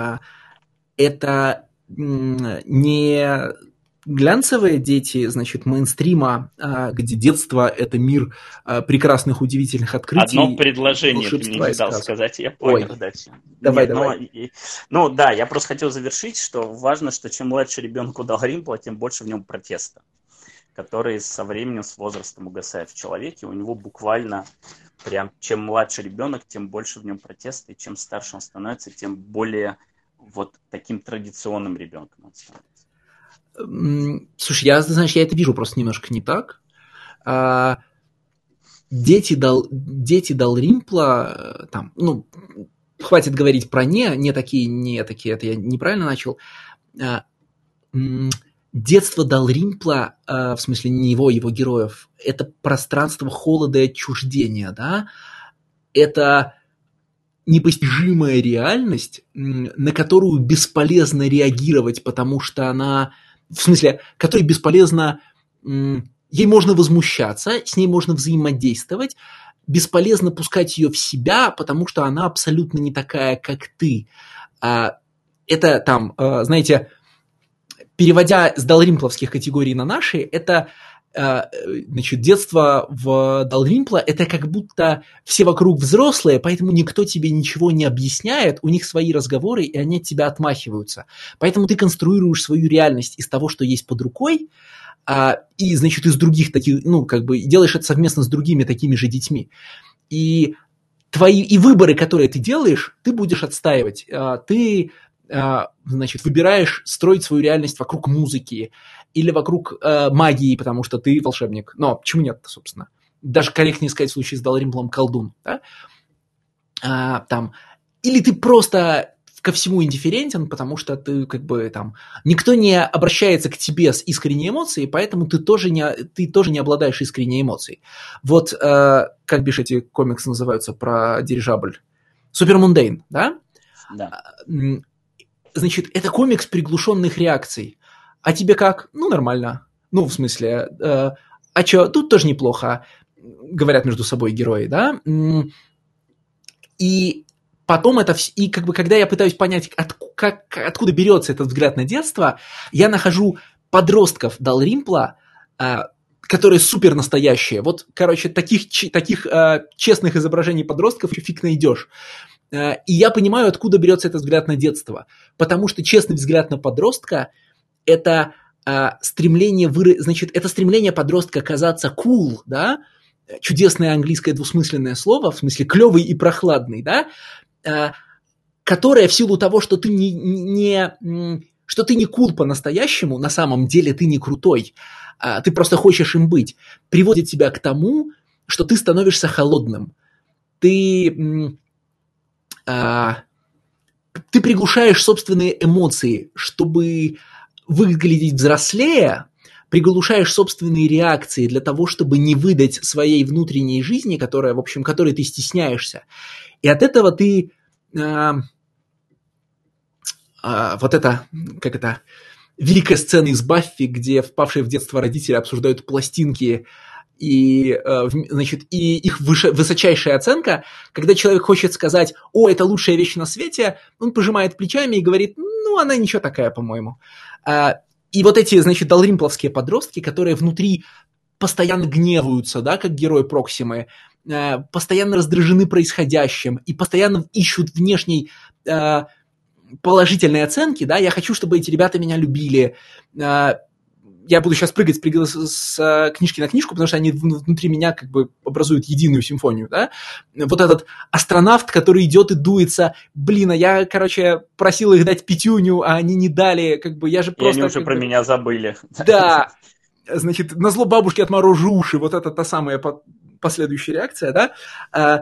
Это не глянцевые дети, значит, мейнстрима, где детство – это мир прекрасных, удивительных открытий. Одно предложение ты мне не дал сказать, я понял. Дальше. Давай. Ну да, я просто хотел завершить, что важно, что чем младше ребенку Далримпла, тем больше в нем протеста, который со временем, с возрастом угасает в человеке. У него буквально прям чем младше ребенок, тем больше в нем протеста, и чем старше он становится, тем более вот таким традиционным ребенком он становится. Слушай, я это вижу просто немножко не так. Дети Далримпла, там, ну, хватит говорить про не такие, это я неправильно начал. Детство Далримпла, в смысле не его героев, это пространство холода и отчуждения, да? Это непостижимая реальность, на которую бесполезно реагировать, потому что она... В смысле, которой бесполезно... Ей можно возмущаться, с ней можно взаимодействовать, бесполезно пускать ее в себя, потому что она абсолютно не такая, как ты. Это там, знаете, переводя с далримпловских категорий на наши, это значит, детство в Далримпла – это как будто все вокруг взрослые, поэтому никто тебе ничего не объясняет, у них свои разговоры, и они от тебя отмахиваются. Поэтому ты конструируешь свою реальность из того, что есть под рукой, и, значит, из других таких, ну, как бы, делаешь это совместно с другими такими же детьми. И твои выборы, которые ты делаешь, ты будешь отстаивать. Ты, значит, выбираешь строить свою реальность вокруг музыки или вокруг магии, потому что ты волшебник. Но почему нет, собственно? Даже корректнее сказать в случае с Далримплом колдун. Да? Там. Или ты просто ко всему индифферентен, потому что ты как бы там... Никто не обращается к тебе с искренней эмоцией, поэтому ты тоже не обладаешь искренней эмоцией. Вот, как бишь эти комиксы называются про дирижабль? Супермундейн, да? Да. Значит, это комикс приглушенных реакций. А тебе как? Ну, нормально. Ну, в смысле, а что, тут тоже неплохо, говорят между собой герои, да? И потом это... И как бы, когда я пытаюсь понять, откуда берется этот взгляд на детство, я нахожу подростков Далримпла, которые супер настоящие. Вот, короче, таких честных изображений подростков фиг найдешь. И я понимаю, откуда берется этот взгляд на детство. Потому что честный взгляд на подростка – это стремление это стремление подростка казаться cool, да? Чудесное английское двусмысленное слово, в смысле клевый и прохладный, да? Которое в силу того, что ты не cool по-настоящему, на самом деле ты не крутой, ты просто хочешь им быть, приводит тебя к тому, что ты становишься холодным. Ты приглушаешь собственные эмоции, чтобы выглядеть взрослее, приглушаешь собственные реакции для того, чтобы не выдать своей внутренней жизни, которой ты стесняешься. И от этого ты вот это, как это, великая сцена из Баффи, где впавшие в детство родители обсуждают пластинки, и, значит, и их высочайшая оценка, когда человек хочет сказать: «О, это лучшая вещь на свете», он пожимает плечами и говорит: «Ну, она ничего такая, по-моему». И вот эти, значит, далримпловские подростки, которые внутри постоянно гневаются, да, как герои Проксимы, постоянно раздражены происходящим и постоянно ищут внешней положительной оценки, да, я хочу, чтобы эти ребята меня любили. Я буду сейчас прыгать с книжки на книжку, потому что они внутри меня как бы образуют единую симфонию, да. Вот этот астронавт, который идет и дуется, блин, а я, короче, просил их дать пятюню, а они не дали, как бы, я же просто... И они уже про меня забыли. Да, значит, назло бабушке отморожу уши, вот это та самая последующая реакция, да.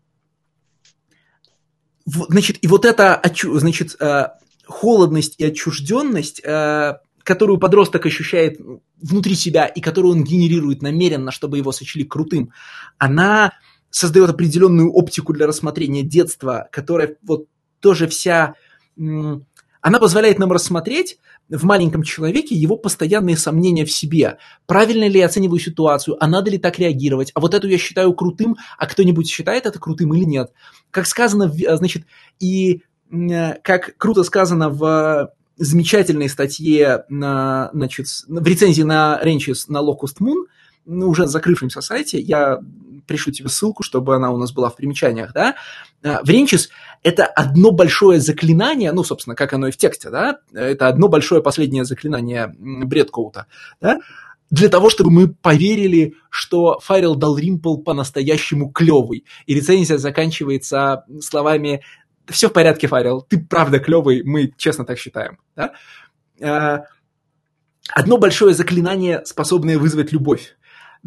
Значит, и вот эта, значит, холодность и отчужденность, которую подросток ощущает внутри себя и которую он генерирует намеренно, чтобы его сочли крутым, она создает определенную оптику для рассмотрения детства, которая вот тоже вся... Она позволяет нам рассмотреть в маленьком человеке его постоянные сомнения в себе. Правильно ли я оцениваю ситуацию, а надо ли так реагировать, а вот эту я считаю крутым, а кто-нибудь считает это крутым или нет. Как сказано, значит, и как круто сказано в замечательной статье значит, в рецензии на Ренчес на Locust Moon, уже закрывшемся сайте, я пришлю тебе ссылку, чтобы она у нас была в примечаниях, да, в Ренчес это одно большое заклинание, ну, собственно, как оно и в тексте, да, это одно большое последнее заклинание Бредкоута, да, для того, чтобы мы поверили, что Файрел Далримпл по-настоящему клевый. И рецензия заканчивается словами: «Все в порядке, Файрел, ты правда клевый, мы честно так считаем». Да? Одно большое заклинание, способное вызвать любовь.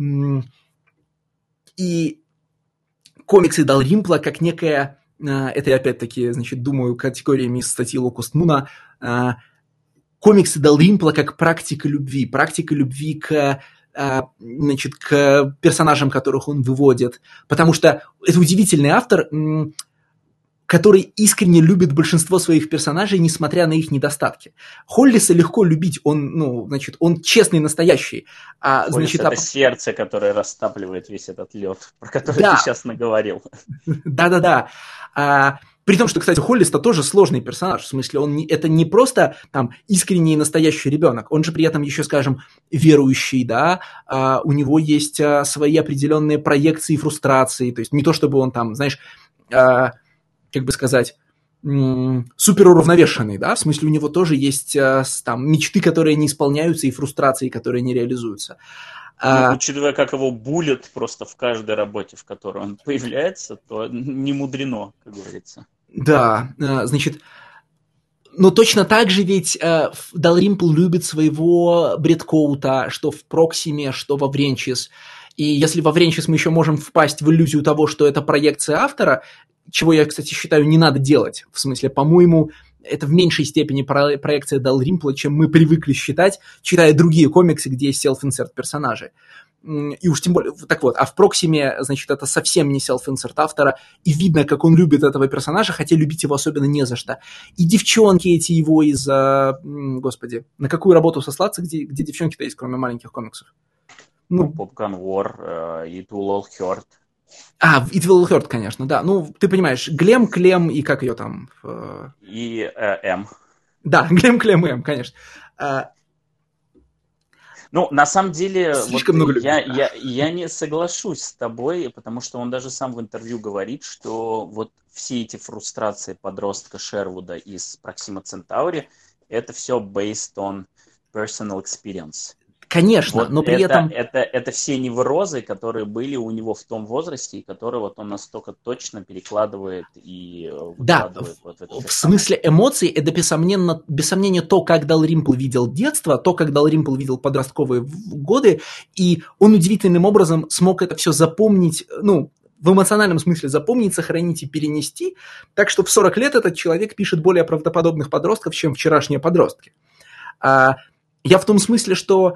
И комиксы Далримпла как некая, это я опять-таки, значит, думаю, категориями из статьи Локуст Муна, комиксы Далримпла как практика любви к, значит, к персонажам, которых он выводит. Потому что это удивительный автор, который искренне любит большинство своих персонажей, несмотря на их недостатки. Холлиса легко любить, он, ну, значит, он честный, настоящий. Холлис значит, это сердце, которое растапливает весь этот лед, про который ты сейчас наговорил. Да-да-да. При том, что, кстати, Холлис-то тоже сложный персонаж. В смысле, это не просто там искренний и настоящий ребенок. Он же при этом еще, скажем, верующий, да, у него есть свои определенные проекции и фрустрации. То есть не то, чтобы он там, знаешь, как бы сказать, супер уравновешенный, да, в смысле у него тоже есть там мечты, которые не исполняются, и фрустрации, которые не реализуются. Учитывая, как его булят просто в каждой работе, в которой он появляется, то не мудрено, как говорится. Да, значит, но точно так же ведь Далримпл любит своего Бредкоута, что в Проксиме, что во Вренчис. И если во Вренчис мы еще можем впасть в иллюзию того, что это проекция автора, чего я, кстати, считаю, не надо делать. В смысле, по-моему, это в меньшей степени проекция Далримпла, чем мы привыкли считать, читая другие комиксы, где есть селф-инсерт персонажи. И уж тем более, так вот, а в Проксиме, значит, это совсем не селф-инсерт автора, и видно, как он любит этого персонажа, хотя любить его особенно не за что. И девчонки эти его господи, на какую работу сослаться, где девчонки-то есть, кроме маленьких комиксов? Popgun War, It Will All Hurt. It Will Hurt, конечно, да. Ну, ты понимаешь, Глем, Клем и как ее там? И М. Да, Глем, Клем и М, конечно. На самом деле, слишком много любви. Я не соглашусь с тобой, потому что он даже сам в интервью говорит, что вот все эти фрустрации подростка Шервуда из Proxima Centauri, это все based on personal experience. Конечно, но при этом... Это все неврозы, которые были у него в том возрасте, и которые вот он настолько точно перекладывает и выкладывает. Да, в смысле эмоций, это без сомнения то, как Далримпл видел детство, то, как Далримпл видел подростковые годы, и он удивительным образом смог это все запомнить, в эмоциональном смысле запомнить, сохранить и перенести, так что в 40 лет этот человек пишет более правдоподобных подростков, чем вчерашние подростки. Я в том смысле, что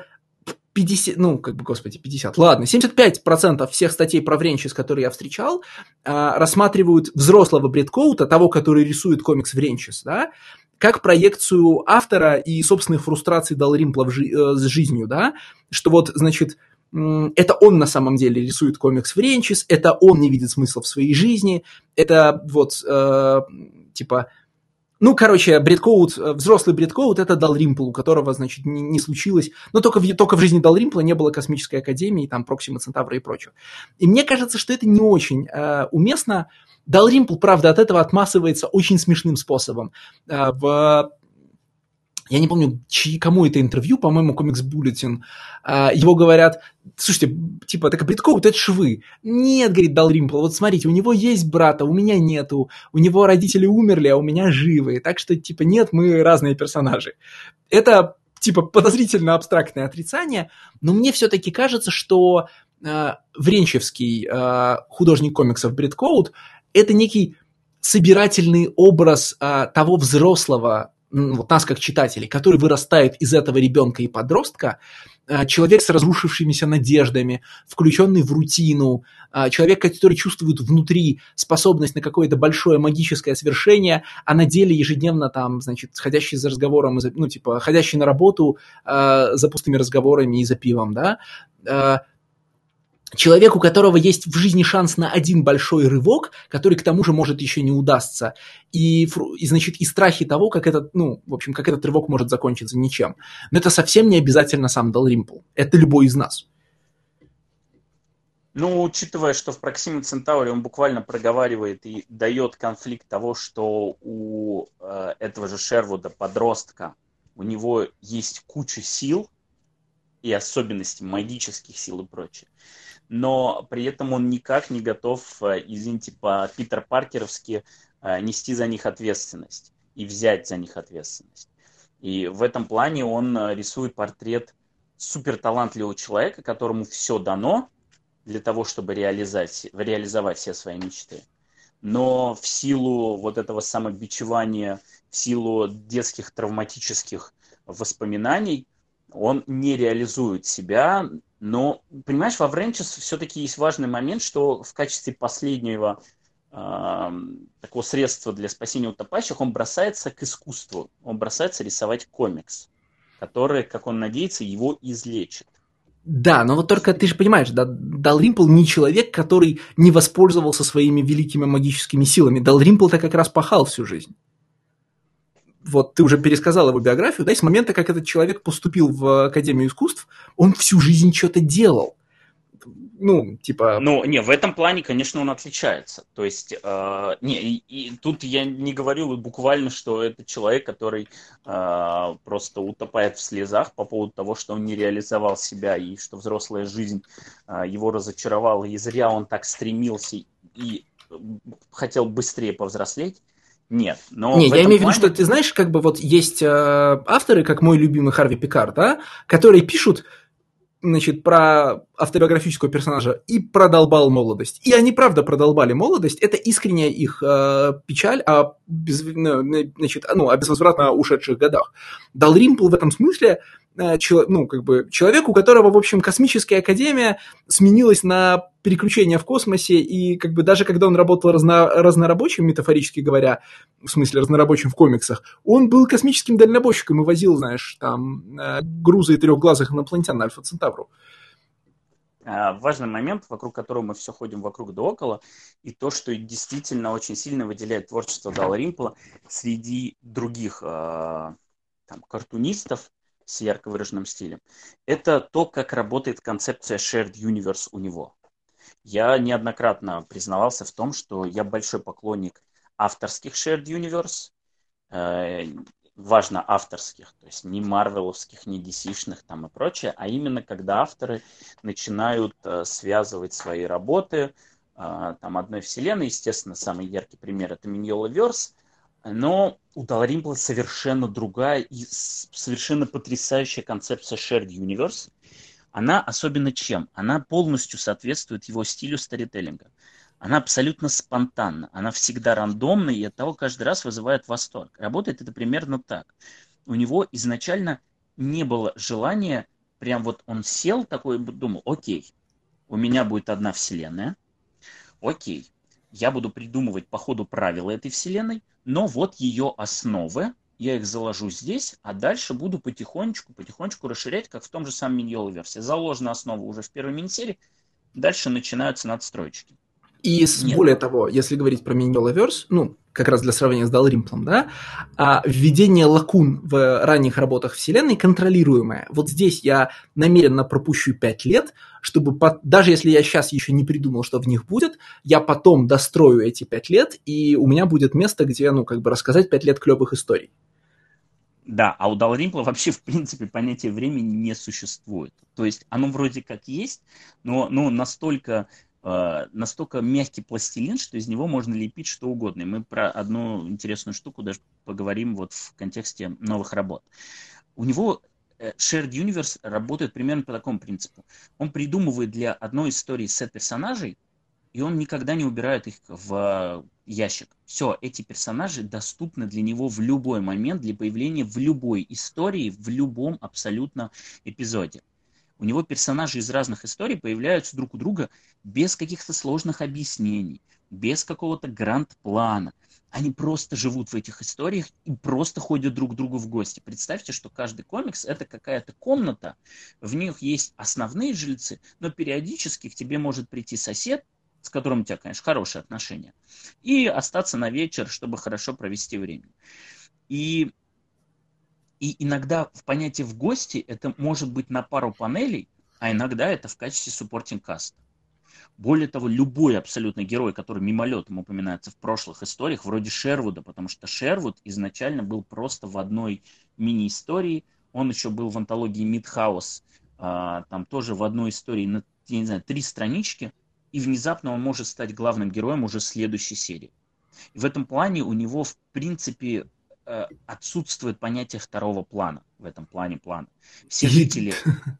75% всех статей про Вренчис, которые я встречал, рассматривают взрослого Бредкоута, того, который рисует комикс Вренчис, да, как проекцию автора и собственных фрустраций Далримпла с жизнью, да, что вот, значит, это он на самом деле рисует комикс Вренчис, это он не видит смысла в своей жизни, это вот, Бредкоут, взрослый Бредкоут, это Далримпл, у которого, значит, не случилось, но только в жизни Далримпла не было Космической Академии, там, Проксима Центавра и прочего. И мне кажется, что это не очень уместно. Далримпл, правда, от этого отмазывается очень смешным способом. Я не помню, кому это интервью, по-моему, Комикс Буллетин, его говорят, слушайте, так Бредкоут, это ж вы. Нет, говорит Далримпл, вот смотрите, у него есть брат, а у меня нету, у него родители умерли, а у меня живы, так что, нет, мы разные персонажи. Это, подозрительно абстрактное отрицание, но мне все-таки кажется, что вренчевский художник комиксов Бредкоут – это некий собирательный образ того взрослого, вот нас как читателей, который вырастает из этого ребенка и подростка, человек с разрушившимися надеждами, включенный в рутину, человек, который чувствует внутри способность на какое-то большое магическое свершение, а на деле ежедневно там, значит, ходящий за разговором, ходящий на работу за пустыми разговорами и за пивом, да, человек, у которого есть в жизни шанс на один большой рывок, который к тому же может еще не удастся, и страхи того, как этот рывок может закончиться ничем. Но это совсем не обязательно сам Далримпл. Это любой из нас. Учитывая, что в Proxima Centauri он буквально проговаривает и дает конфликт того, что у этого же Шервуда, подростка, у него есть куча сил и особенностей магических сил и прочее. Но при этом он никак не готов, извините, по-питер Паркеровски нести за них ответственность и взять за них ответственность. И в этом плане он рисует портрет суперталантливого человека, которому все дано для того, чтобы реализовать все свои мечты. Но в силу вот этого самобичевания, в силу детских травматических воспоминаний, он не реализует себя. Но, понимаешь, во Вренчис все-таки есть важный момент, что в качестве последнего такого средства для спасения утопающих он бросается к искусству. Он бросается рисовать комикс, который, как он надеется, его излечит. Да, но вот только ты же понимаешь, да, Далримпл не человек, который не воспользовался своими великими магическими силами. Далримпл-то как раз пахал всю жизнь. Вот ты уже пересказал его биографию, да, и с момента, как этот человек поступил в Академию искусств, он всю жизнь что-то делал. Ну, типа... Ну, не, в этом плане, конечно, он отличается. То есть, и тут я не говорю буквально, что это человек, который просто утопает в слезах по поводу того, что он не реализовал себя, и что взрослая жизнь его разочаровала, и зря он так стремился и хотел быстрее повзрослеть. Нет, но Не, в я этом имею в виду, плане... что ты знаешь, как бы вот есть авторы, как мой любимый Харви Пикар, да, которые пишут, значит, про автобиографического персонажа и продолбал молодость. И они, правда, продолбали молодость. Это искренняя их печаль о безвозвратно ушедших годах. Далримпл в этом смысле человек, у которого, в общем, космическая академия сменилась на переключение в космосе, и как бы даже когда он работал разнорабочим, метафорически говоря, в смысле разнорабочим в комиксах, он был космическим дальнобойщиком и возил, знаешь, там грузы трехглазых инопланетян на Альфа Центавру. Важный момент, вокруг которого мы все ходим вокруг да около, и то, что действительно очень сильно выделяет творчество Далримпла среди других картунистов с ярко выраженным стилем, это то, как работает концепция Shared Universe у него. Я неоднократно признавался в том, что я большой поклонник авторских Shared Universe, важно авторских, то есть не марвеловских, не DC-шных там и прочее, а именно когда авторы начинают связывать свои работы там одной вселенной. Естественно, самый яркий пример это Миньолаверс, но у Далримпла совершенно другая и совершенно потрясающая концепция Shared Universe. Она особенно чем? Она полностью соответствует его стилю сторителлинга. Она абсолютно спонтанна, она всегда рандомна и оттого каждый раз вызывает восторг. Работает это примерно так. У него изначально не было желания, прям вот он сел такой и думал, окей, у меня будет одна вселенная, окей, я буду придумывать по ходу правила этой вселенной, но вот ее основы, я их заложу здесь, а дальше буду потихонечку расширять, как в том же самом Миньолаверсе. Заложена основа уже в первой мини-серии, дальше начинаются надстроечки. И более того, если говорить про Миньолаверс, как раз для сравнения с Далримплом, да, введение лакун в ранних работах вселенной контролируемое. Вот здесь я намеренно пропущу 5 лет, чтобы, даже если я сейчас еще не придумал, что в них будет, я потом дострою эти 5 лет, и у меня будет место, где, рассказать 5 лет клевых историй. Да, а у Далримпла вообще, в принципе, понятия времени не существует. То есть оно вроде как есть, но настолько мягкий пластилин, что из него можно лепить что угодно. И мы про одну интересную штуку даже поговорим вот в контексте новых работ. У него Shared Universe работает примерно по такому принципу. Он придумывает для одной истории сет персонажей, и он никогда не убирает их в ящик. Все, эти персонажи доступны для него в любой момент, для появления в любой истории, в любом абсолютно эпизоде. У него персонажи из разных историй появляются друг у друга без каких-то сложных объяснений, без какого-то гранд-плана. Они просто живут в этих историях и просто ходят друг к другу в гости. Представьте, что каждый комикс – это какая-то комната, в них есть основные жильцы, но периодически к тебе может прийти сосед, с которым у тебя, конечно, хорошие отношения, и остаться на вечер, чтобы хорошо провести время. И иногда в понятии «в гости» это может быть на пару панелей, а иногда это в качестве supporting-каста. Более того, любой абсолютно герой, который мимолетом упоминается в прошлых историях, вроде Шервуда, потому что Шервуд изначально был просто в одной мини-истории, он еще был в антологии Мидхаус, там тоже в одной истории, 3 странички, и внезапно он может стать главным героем уже следующей серии. И в этом плане у него, в принципе, отсутствует понятие второго плана в этом плане. Все жители,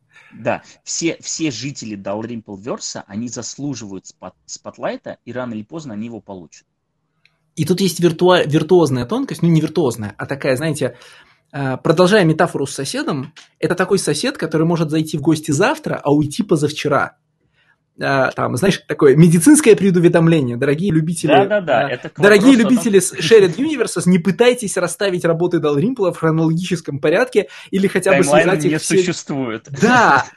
все жители Далримплверса, они заслуживают спотлайта, и рано или поздно они его получат. И тут есть виртуозная тонкость, не виртуозная, а такая, знаете, продолжая метафору с соседом, это такой сосед, который может зайти в гости завтра, а уйти позавчера. Знаешь, такое медицинское предуведомление, дорогие любители, дорогие любители Shared Universe, не пытайтесь расставить работы Далримпла в хронологическом порядке или хотя бы связать их не существует. Да,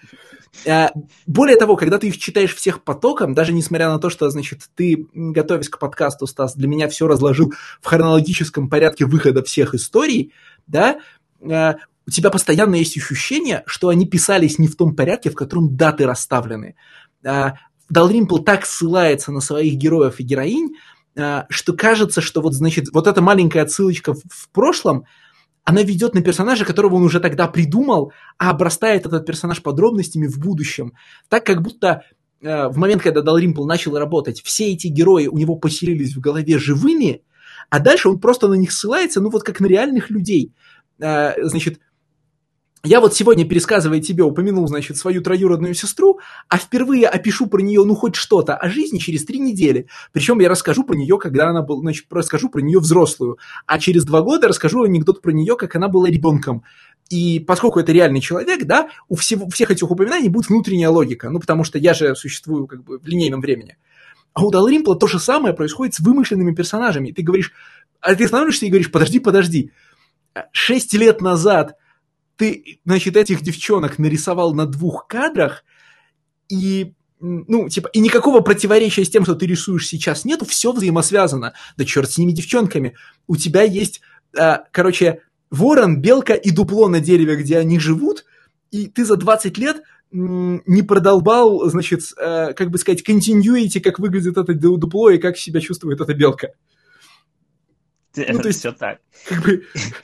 Более того, когда ты их читаешь всех потоком, даже несмотря на то, что, значит, ты, готовясь к подкасту, Стас, для меня все разложил в хронологическом порядке выхода всех историй, да, у тебя постоянно есть ощущение, что они писались не в том порядке, в котором даты расставлены. Далримпл так ссылается на своих героев и героинь, что кажется, что вот, значит, вот эта маленькая отсылочка в прошлом, она ведет на персонажа, которого он уже тогда придумал, а обрастает этот персонаж подробностями в будущем. Так, как будто в момент, когда Далримпл начал работать, все эти герои у него поселились в голове живыми, а дальше он просто на них ссылается, ну вот как на реальных людей. Значит, я вот сегодня, пересказывая тебе, упомянул, значит, свою троюродную сестру, а впервые опишу про нее, ну, хоть что-то о жизни через 3 недели. Причем я расскажу про нее, когда она была, значит, расскажу про нее взрослую. А через 2 года расскажу анекдот про нее, как она была ребенком. И поскольку это реальный человек, да, у всех этих упоминаний будет внутренняя логика. Ну, потому что я же существую как бы в линейном времени. А у Далримпла то же самое происходит с вымышленными персонажами. Ты говоришь, а ты становишься и говоришь, подожди. 6 лет назад ты, значит, этих девчонок нарисовал на 2 кадрах, и, ну, типа, и никакого противоречия с тем, что ты рисуешь сейчас, нету, все взаимосвязано. Да черт с ними девчонками. У тебя есть, короче, ворон, белка и дупло на дереве, где они живут, и ты за 20 лет не продолбал, значит, как бы сказать, continuity, как выглядит это дупло и как себя чувствует эта белка. Ну, то есть, все так. Как бы...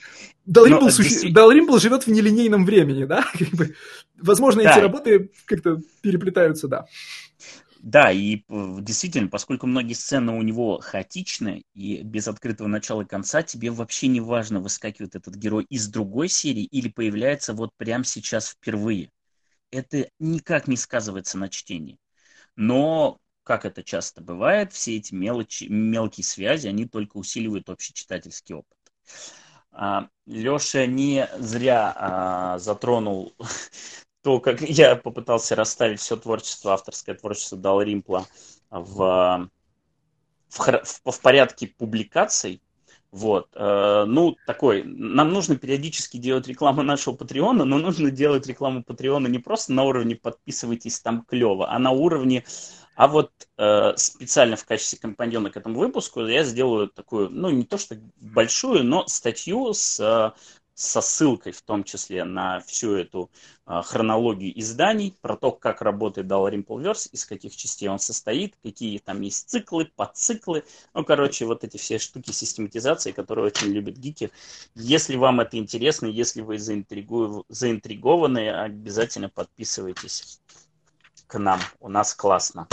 Далримпл живет в нелинейном времени, да? Возможно, эти работы как-то переплетаются, да. Да, и действительно, поскольку многие сцены у него хаотичны и без открытого начала и конца, тебе вообще не важно, выскакивает этот герой из другой серии или появляется вот прямо сейчас впервые. Это никак не сказывается на чтении. Но, как это часто бывает, все эти мелкие связи, они только усиливают общий читательский опыт. Леша не зря затронул то, как я попытался расставить все творчество, авторское творчество Далримпла в порядке публикаций. Вот. Ну, такой, нам нужно периодически делать рекламу нашего Патреона, но нужно делать рекламу Патреона не просто на уровне «подписывайтесь, там клево», а на уровне, а вот специально в качестве компаньона к этому выпуску я сделаю такую, ну, не то что большую, но статью со ссылкой в том числе на всю эту хронологию изданий, про то, как работает Dalrympleverse, из каких частей он состоит, какие там есть циклы, подциклы. Ну, короче, вот эти все штуки систематизации, которые очень любят гики. Если вам это интересно, если вы заинтригованы, обязательно подписывайтесь к нам. У нас классно.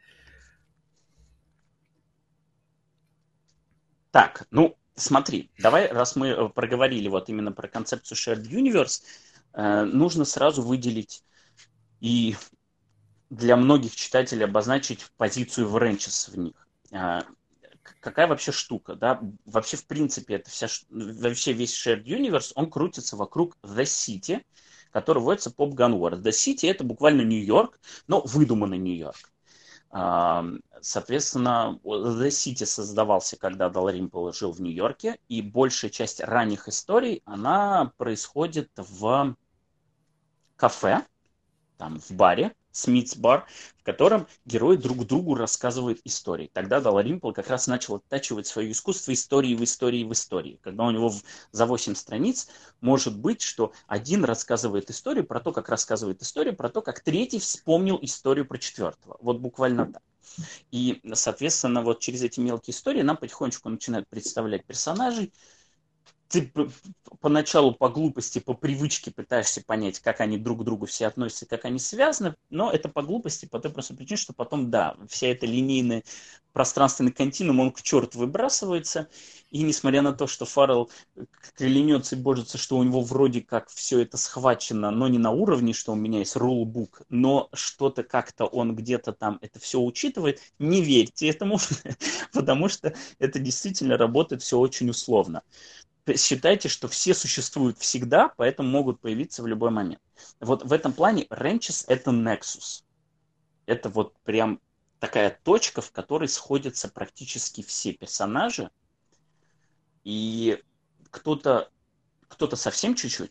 Так, ну, смотри, давай, раз мы проговорили вот именно про концепцию Shared Universe, нужно сразу выделить и для многих читателей обозначить позицию Вренчес в них. Какая вообще штука, да? Вообще, в принципе, это вообще весь Shared Universe, он крутится вокруг The City, который вводится Pop Gun Wars. The City — это буквально Нью-Йорк, но выдуманный Нью-Йорк. Соответственно, The City создавался, когда Далримпл жил в Нью-Йорке, и большая часть ранних историй, она происходит в кафе, там, в баре, Смитс бар, в котором герои друг другу рассказывают истории. Тогда Далримпл как раз начал оттачивать свое искусство истории в истории в истории. Когда у него за 8 страниц может быть, что один рассказывает историю про то, как рассказывает историю, про то, как третий вспомнил историю про четвертого. Вот буквально так. И, соответственно, вот через эти мелкие истории нам потихонечку начинают представлять персонажей. Ты поначалу по глупости, по привычке пытаешься понять, как они друг к другу все относятся, как они связаны, но это по глупости, по той простой причине, что потом, да, вся эта линейная пространственный континуум, он к черту выбрасывается, и несмотря на то, что Фаррелл клянется и божится, что у него вроде как все это схвачено, но не на уровне, что у меня есть рулбук, но что-то как-то он где-то там это все учитывает, не верьте этому, потому что это действительно работает все очень условно. Считайте, что все существуют всегда, поэтому могут появиться в любой момент. Вот в этом плане Вренчес — это Nexus. Это вот прям такая точка, в которой сходятся практически все персонажи. И кто-то совсем чуть-чуть,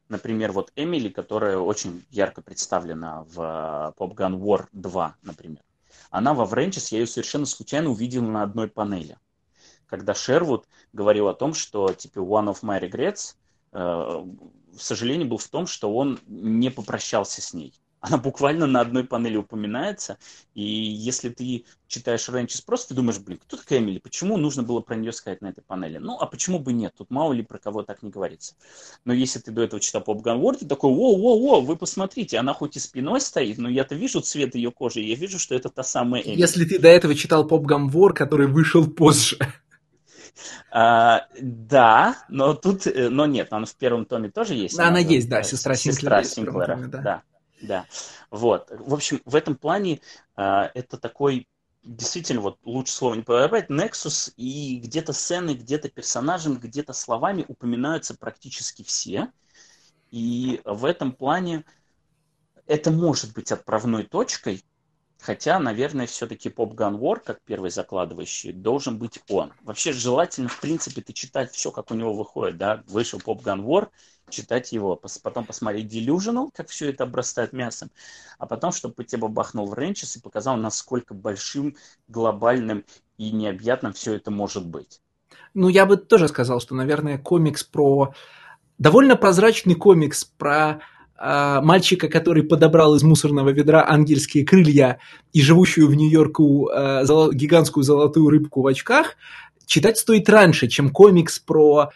Например, вот Эмили, которая очень ярко представлена в Pop Gun War 2, например. Она во Вренчес, я ее совершенно случайно увидел на одной панели. Когда Шервуд говорил о том, что типа one of my regrets, сожаление было в том, что он не попрощался с ней. Она буквально на одной панели упоминается, и если ты читаешь Ренчес просто, ты думаешь, блин, кто такая Эмили, почему нужно было про нее сказать на этой панели? Ну, а почему бы нет, тут мало ли про кого так не говорится. Но если ты до этого читал Pop Gun War, ты такой, воу, вы посмотрите, она хоть и спиной стоит, но я-то вижу цвет ее кожи, и я вижу, что это та самая Эмили. Если ты до этого читал Pop Gun War, который вышел позже. Да, но тут, но нет, она в первом томе тоже есть. Она есть, да, сестра Синклера. Сестра Синклера, да. Вот, в общем, в этом плане это такой, действительно, вот лучше слова не подобрать, Nexus, и где-то сцены, где-то персонажами, где-то словами упоминаются практически все. И в этом плане это может быть отправной точкой, хотя, наверное, все-таки Pop Gun War, как первый закладывающий, должен быть он. Вообще желательно, в принципе, ты читать все, как у него выходит, да, вышел Pop Gun War, читать его, потом посмотреть Delusional, как все это обрастает мясом, а потом, чтобы тебя бахнул в Ренчес и показал, насколько большим, глобальным и необъятным все это может быть. Ну, я бы тоже сказал, что, наверное, комикс про... Довольно прозрачный комикс про мальчика, который подобрал из мусорного ведра ангельские крылья и живущую в Нью-Йорку гигантскую золотую рыбку в очках, читать стоит раньше, чем комикс про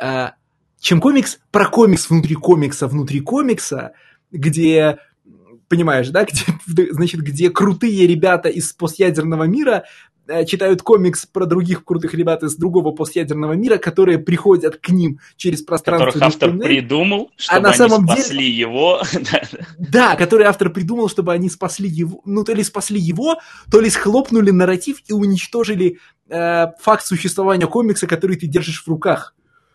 комикс внутри комикса, где, понимаешь, да, где крутые ребята из постъядерного мира читают комикс про других крутых ребят из другого постъядерного мира, которые приходят к ним через пространство. Которых автор придумал, чтобы на самом они спасли его. Да, который автор придумал, чтобы они спасли его, ну, то ли спасли его, то ли схлопнули нарратив и уничтожили факт существования комикса, который ты держишь в руках.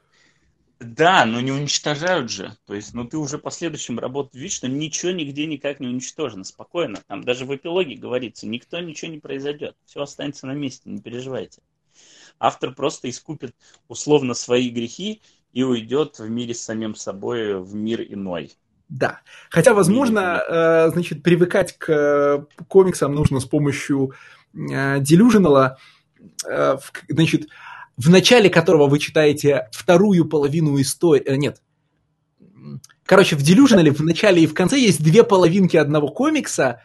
Да, но не уничтожают же. То есть, ну ты уже по следующим работам видишь, что ничего нигде никак не уничтожено. Спокойно. Там даже в эпилоге говорится, ничего не произойдет. Все останется на месте, не переживайте. Автор просто искупит условно свои грехи и уйдет в мире с самим собой, в мир иной. Да. Хотя, возможно, значит, привыкать к комиксам нужно с помощью Delusional. Значит, в начале которого вы читаете вторую половину истории... Нет. Короче, в Delusional в начале и в конце есть две половинки одного комикса,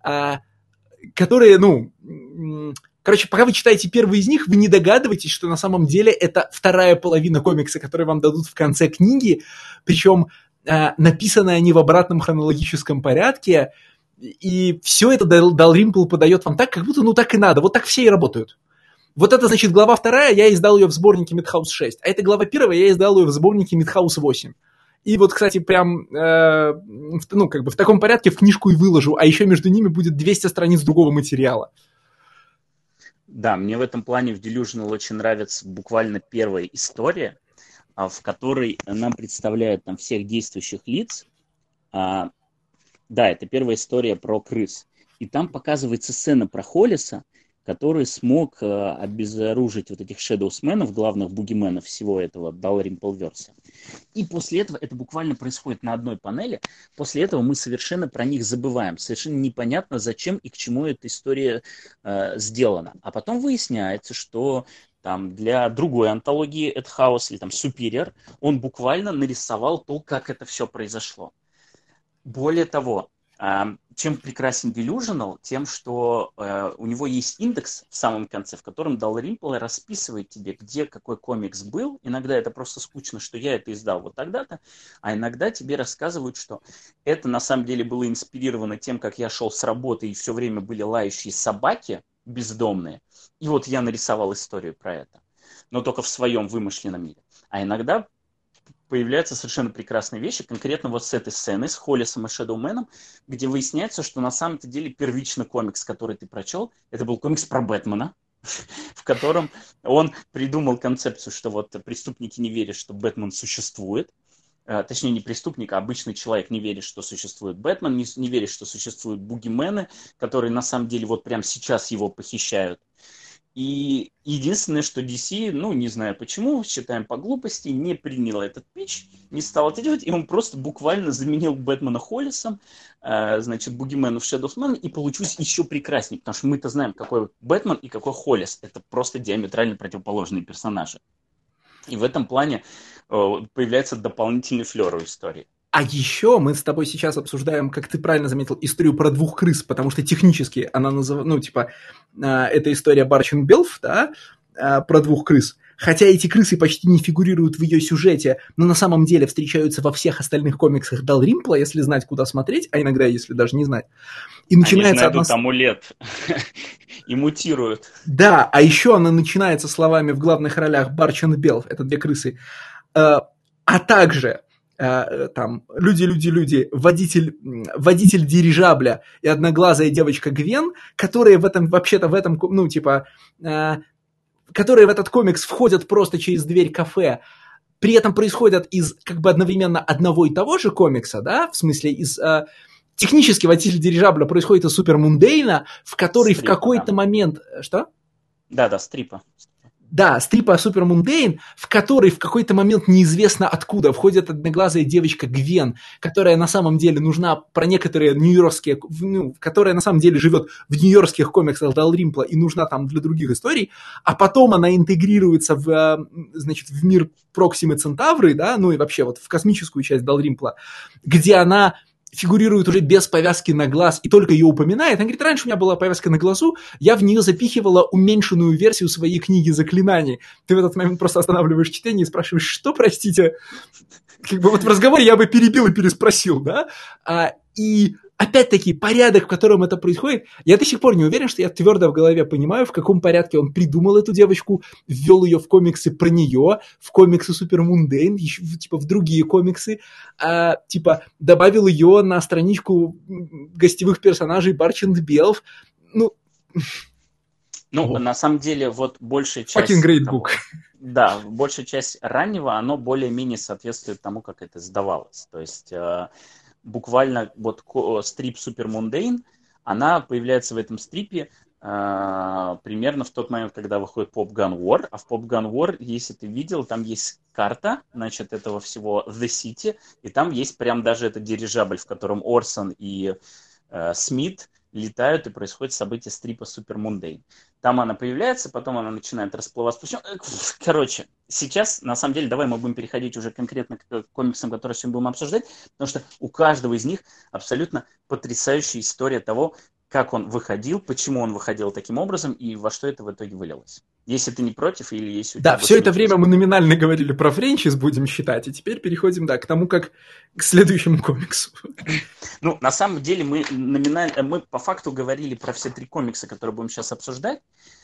которые, ну... Короче, пока вы читаете первый из них, вы не догадываетесь, что на самом деле это вторая половина комикса, которую вам дадут в конце книги, причем написаны они в обратном хронологическом порядке, и все это Далримпл подает вам так, как будто, ну, так и надо, вот так все и работают. Вот это, значит, глава 2, я издал ее в сборнике Мидхаус 6, а это глава 1, я издал ее в сборнике Мидхаус 8. И вот, кстати, прям, ну, как бы в таком порядке в книжку и выложу, а еще между ними будет 200 страниц другого материала. Да, мне в этом плане в Delusional очень нравится буквально первая история, в которой нам представляют там всех действующих лиц. Да, это первая история про крыс. И там показывается сцена про Холлиса, который смог обезоружить вот этих Шэдоусменов, главных бугименов всего этого Далримплверса. И после этого, это буквально происходит на одной панели, после этого мы совершенно про них забываем. Совершенно непонятно, зачем и к чему эта история сделана. А потом выясняется, что там для другой антологии Эд Хаус или там Superior он буквально нарисовал то, как это все произошло. Более того, чем прекрасен Delusional? Тем, что у него есть индекс в самом конце, в котором Далримпл расписывает тебе, где какой комикс был. Иногда это просто скучно, что я это издал вот тогда-то, а иногда тебе рассказывают, что это на самом деле было инспирировано тем, как я шел с работы, и все время были лающие собаки бездомные. И вот я нарисовал историю про это, но только в своем вымышленном мире. А иногда появляются совершенно прекрасные вещи, конкретно вот с этой сцены, с Холлисом и Шэдоуменом, где выясняется, что на самом-то деле первично комикс, который ты прочел, это был комикс про Бэтмена, в котором он придумал концепцию, что вот преступники не верят, что Бэтмен существует. Точнее, не преступник, а обычный человек не верит, что существует Бэтмен, не верит, что существуют бугимены, которые на самом деле вот прямо сейчас его похищают. И единственное, что DC, ну, не знаю почему, считаем по глупости, не принял этот питч, не стал это делать, и он просто буквально заменил Бэтмена Холлисом, значит, Бугимену в Shadow of Man, и получилось еще прекраснее, потому что мы-то знаем, какой Бэтмен и какой Холлис. Это просто диаметрально противоположные персонажи. И в этом плане появляется дополнительный флер у истории. А еще мы с тобой сейчас обсуждаем, как ты правильно заметил, историю про двух крыс, потому что технически она называется, ну, типа, это история Барчин Белф, да, про двух крыс. Хотя эти крысы почти не фигурируют в ее сюжете, но на самом деле встречаются во всех остальных комиксах Далримпла, если знать, куда смотреть, а иногда, если даже не знать. И начинается они найдут амулет и мутируют. Да, а еще она начинается словами в главных ролях Барчин Белф, это две крысы, а также... там, люди, водитель дирижабля и одноглазая девочка Гвен, которые в этом, вообще-то в этом, ну, типа, которые в этот комикс входят просто через дверь кафе, при этом происходят из, как бы, одновременно одного и того же комикса, да, в смысле, из... технически водитель дирижабля происходит из Супер Мундейна, в который Стрипа, в какой-то момент... Что? Да, стрипа. Да, стрипа Супер Мундейн, в который в какой-то момент неизвестно откуда входит одноглазая девочка Гвен, которая на самом деле нужна про некоторые нью-йоркские, ну, которая на самом деле живет в нью-йоркских комиксах Далримпла и нужна там для других историй, а потом она интегрируется в, значит, в мир Проксимы Центавры, да, ну и вообще вот в космическую часть Далримпла, где она фигурирует уже без повязки на глаз и только ее упоминает. Она говорит, раньше у меня была повязка на глазу, я в нее запихивала уменьшенную версию своей книги заклинаний. Ты в этот момент просто останавливаешь чтение и спрашиваешь, что, простите? Как бы вот в разговоре я бы перебил и переспросил, да? И опять-таки порядок, в котором это происходит, я до сих пор не уверен, что я твердо в голове понимаю, в каком порядке он придумал эту девочку, ввел ее в комиксы про нее, в комиксы Супер Мундейн, еще, типа в другие комиксы, типа добавил ее на страничку гостевых персонажей Барчин Белф. Ну, на самом деле, вот большая часть... Fucking great book. Да, большая часть раннего, оно более-менее соответствует тому, как это сдавалось. То есть... буквально вот стрип Супер Мундейн, она появляется в этом стрипе примерно в тот момент, когда выходит Pop Gun War. А в Pop Gun War, если ты видел, там есть карта, значит, этого всего The City, и там есть прям даже этот дирижабль, в котором Орсон и Смит летают, и происходит событие стрипа Супер Мундейн. Там она появляется, потом она начинает расплываться. Короче, сейчас, на самом деле, давай мы будем переходить уже конкретно к комиксам, которые сегодня будем обсуждать, потому что у каждого из них абсолютно потрясающая история того, как он выходил, почему он выходил таким образом и во что это в итоге вылилось. Если ты не против или если у тебя... Да, все это время мы номинально говорили про френчиз, будем считать, и теперь переходим, да, к тому, как к следующему комиксу. Ну, на самом деле мы по факту говорили про все три комикса, которые будем сейчас обсуждать,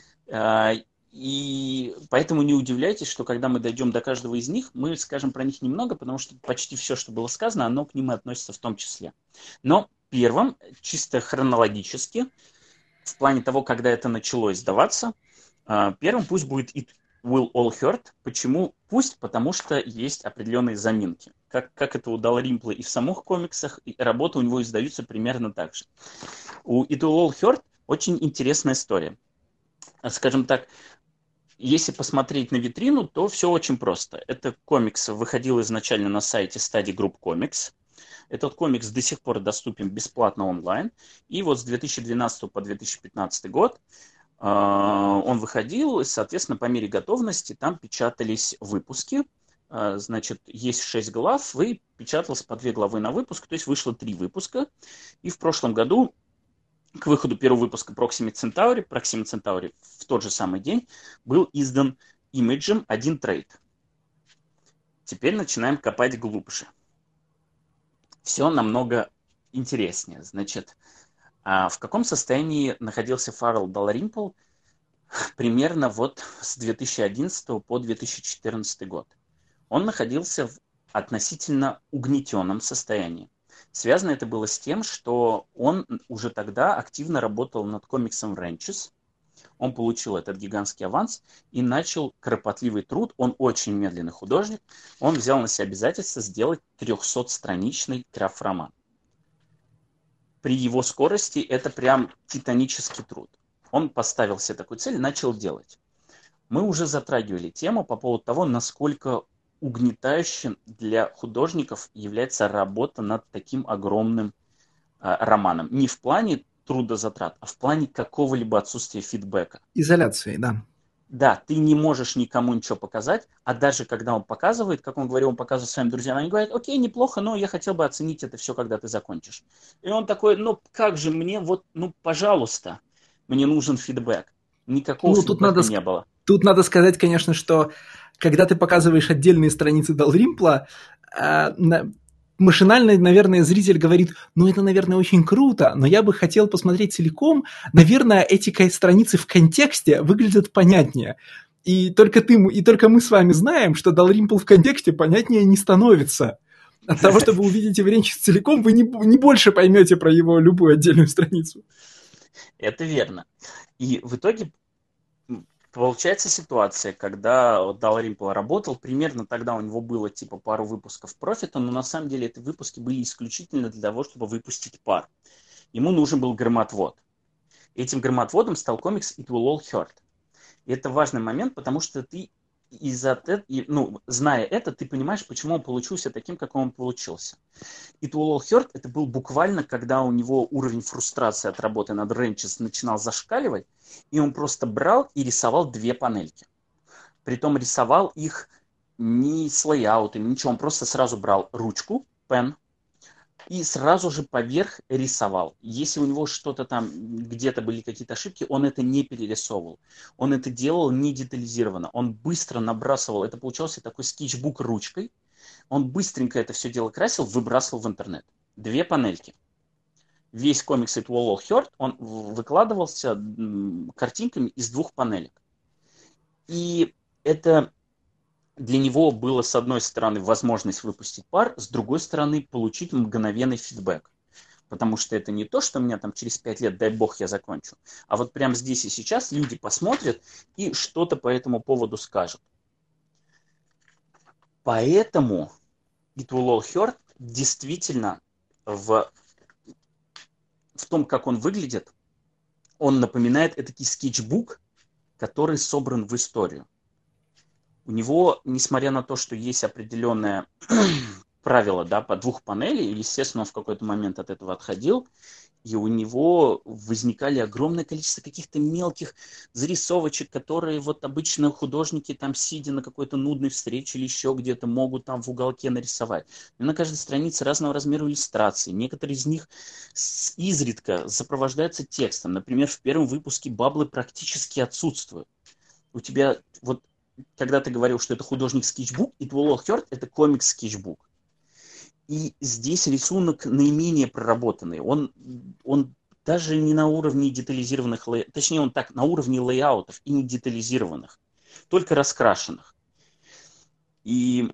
и поэтому не удивляйтесь, что когда мы дойдем до каждого из них, мы скажем про них немного, потому что почти все, что было сказано, оно к ним и относится в том числе. Но первым, чисто хронологически, в плане того, когда это началось сдаваться, первым пусть будет It Will All Hurt. Почему пусть? Потому что есть определенные заминки. Как это у Далримпла и в самих комиксах, и работы у него издаются примерно так же. У It Will All Hurt очень интересная история. Скажем так, если посмотреть на витрину, то все очень просто. Этот комикс выходил изначально на сайте Study Group Comics. Этот комикс до сих пор доступен бесплатно онлайн. И вот с 2012 по 2015 год он выходил, и, соответственно, по мере готовности там печатались выпуски. Значит, есть 6 глав, и печаталось по 2 главы на выпуск, то есть вышло 3 выпуска. И в прошлом году, к выходу первого выпуска Proxima Centauri в тот же самый день был издан Image один трейд. Теперь начинаем копать глубже. Все намного интереснее. Значит, в каком состоянии находился Фаррелл Далримпл примерно вот с 2011 по 2014 год? Он находился в относительно угнетенном состоянии. Связано это было с тем, что он уже тогда активно работал над комиксом Ranches. Он получил этот гигантский аванс и начал кропотливый труд. Он очень медленный художник. Он взял на себя обязательство сделать 300-страничный крафт-роман. При его скорости это прям титанический труд. Он поставил себе такую цель и начал делать. Мы уже затрагивали тему по поводу того, насколько угнетающим для художников является работа над таким огромным романом. Не в плане трудозатрат, а в плане какого-либо отсутствия фидбэка. Изоляции, да. Да, ты не можешь никому ничего показать, а даже когда он показывает, как он говорил, он показывает своим друзьям, они говорят, окей, неплохо, но я хотел бы оценить это все, когда ты закончишь. И он такой, ну как же мне, вот, ну пожалуйста, мне нужен фидбэк. Никакого Ну, фидбэка не было. тут надо сказать, конечно, что когда ты показываешь отдельные страницы Далримпла, машинально, наверное, зритель говорит, ну, это, наверное, очень круто, но я бы хотел посмотреть целиком. Наверное, эти страницы в контексте выглядят понятнее. И только мы с вами знаем, что Далримпл в контексте понятнее не становится. От того, что вы увидите Вренчес целиком, вы не больше поймете про его любую отдельную страницу. Это верно. И в итоге получается ситуация, когда Далримпл работал, примерно тогда у него было типа пару выпусков профита, но на самом деле эти выпуски были исключительно для того, чтобы выпустить пар. Ему нужен был громотвод. Этим громотводом стал комикс It Will All Hurt. И это важный момент, потому что ты зная это, ты понимаешь, почему он получился таким, как он получился. It Will All Hurt это был буквально, когда у него уровень фрустрации от работы над Ренчес начинал зашкаливать, и он просто брал и рисовал 2 панельки. Притом рисовал их не с лейаутами, ничего, он просто сразу брал ручку, пен, и сразу же поверх рисовал. Если у него что-то там, где-то были какие-то ошибки, он это не перерисовывал. Он это делал не детализированно. Он быстро набрасывал, это получался такой скетчбук ручкой. Он быстренько это все дело красил, выбрасывал в интернет. 2 панельки. Весь комикс It Will All Hurt, он выкладывался картинками из 2 панелек. И это для него было, с одной стороны, возможность выпустить пар, с другой стороны, получить мгновенный фидбэк. Потому что это не то, что меня там через 5 лет, дай бог, я закончу. А вот прямо здесь и сейчас люди посмотрят и что-то по этому поводу скажут. Поэтому It Will All Hurt действительно в том, как он выглядит, он напоминает этакий скетчбук, который собран в историю. У него, несмотря на то, что есть определенное правило, да, по 2 панелей, естественно, он в какой-то момент от этого отходил, и у него возникали огромное количество каких-то мелких зарисовочек, которые вот обычно художники там, сидя на какой-то нудной встрече или еще где-то, могут там в уголке нарисовать. И на каждой странице разного размера иллюстрации. Некоторые из них изредка сопровождаются текстом. Например, в первом выпуске баблы практически отсутствуют. У тебя вот когда ты говорил, что это художник-скетчбук, It Will All Hurt — это комикс-скетчбук. И здесь рисунок наименее проработанный. Он даже не на уровне детализированных, точнее, он так, на уровне лейаутов и не детализированных, только раскрашенных. И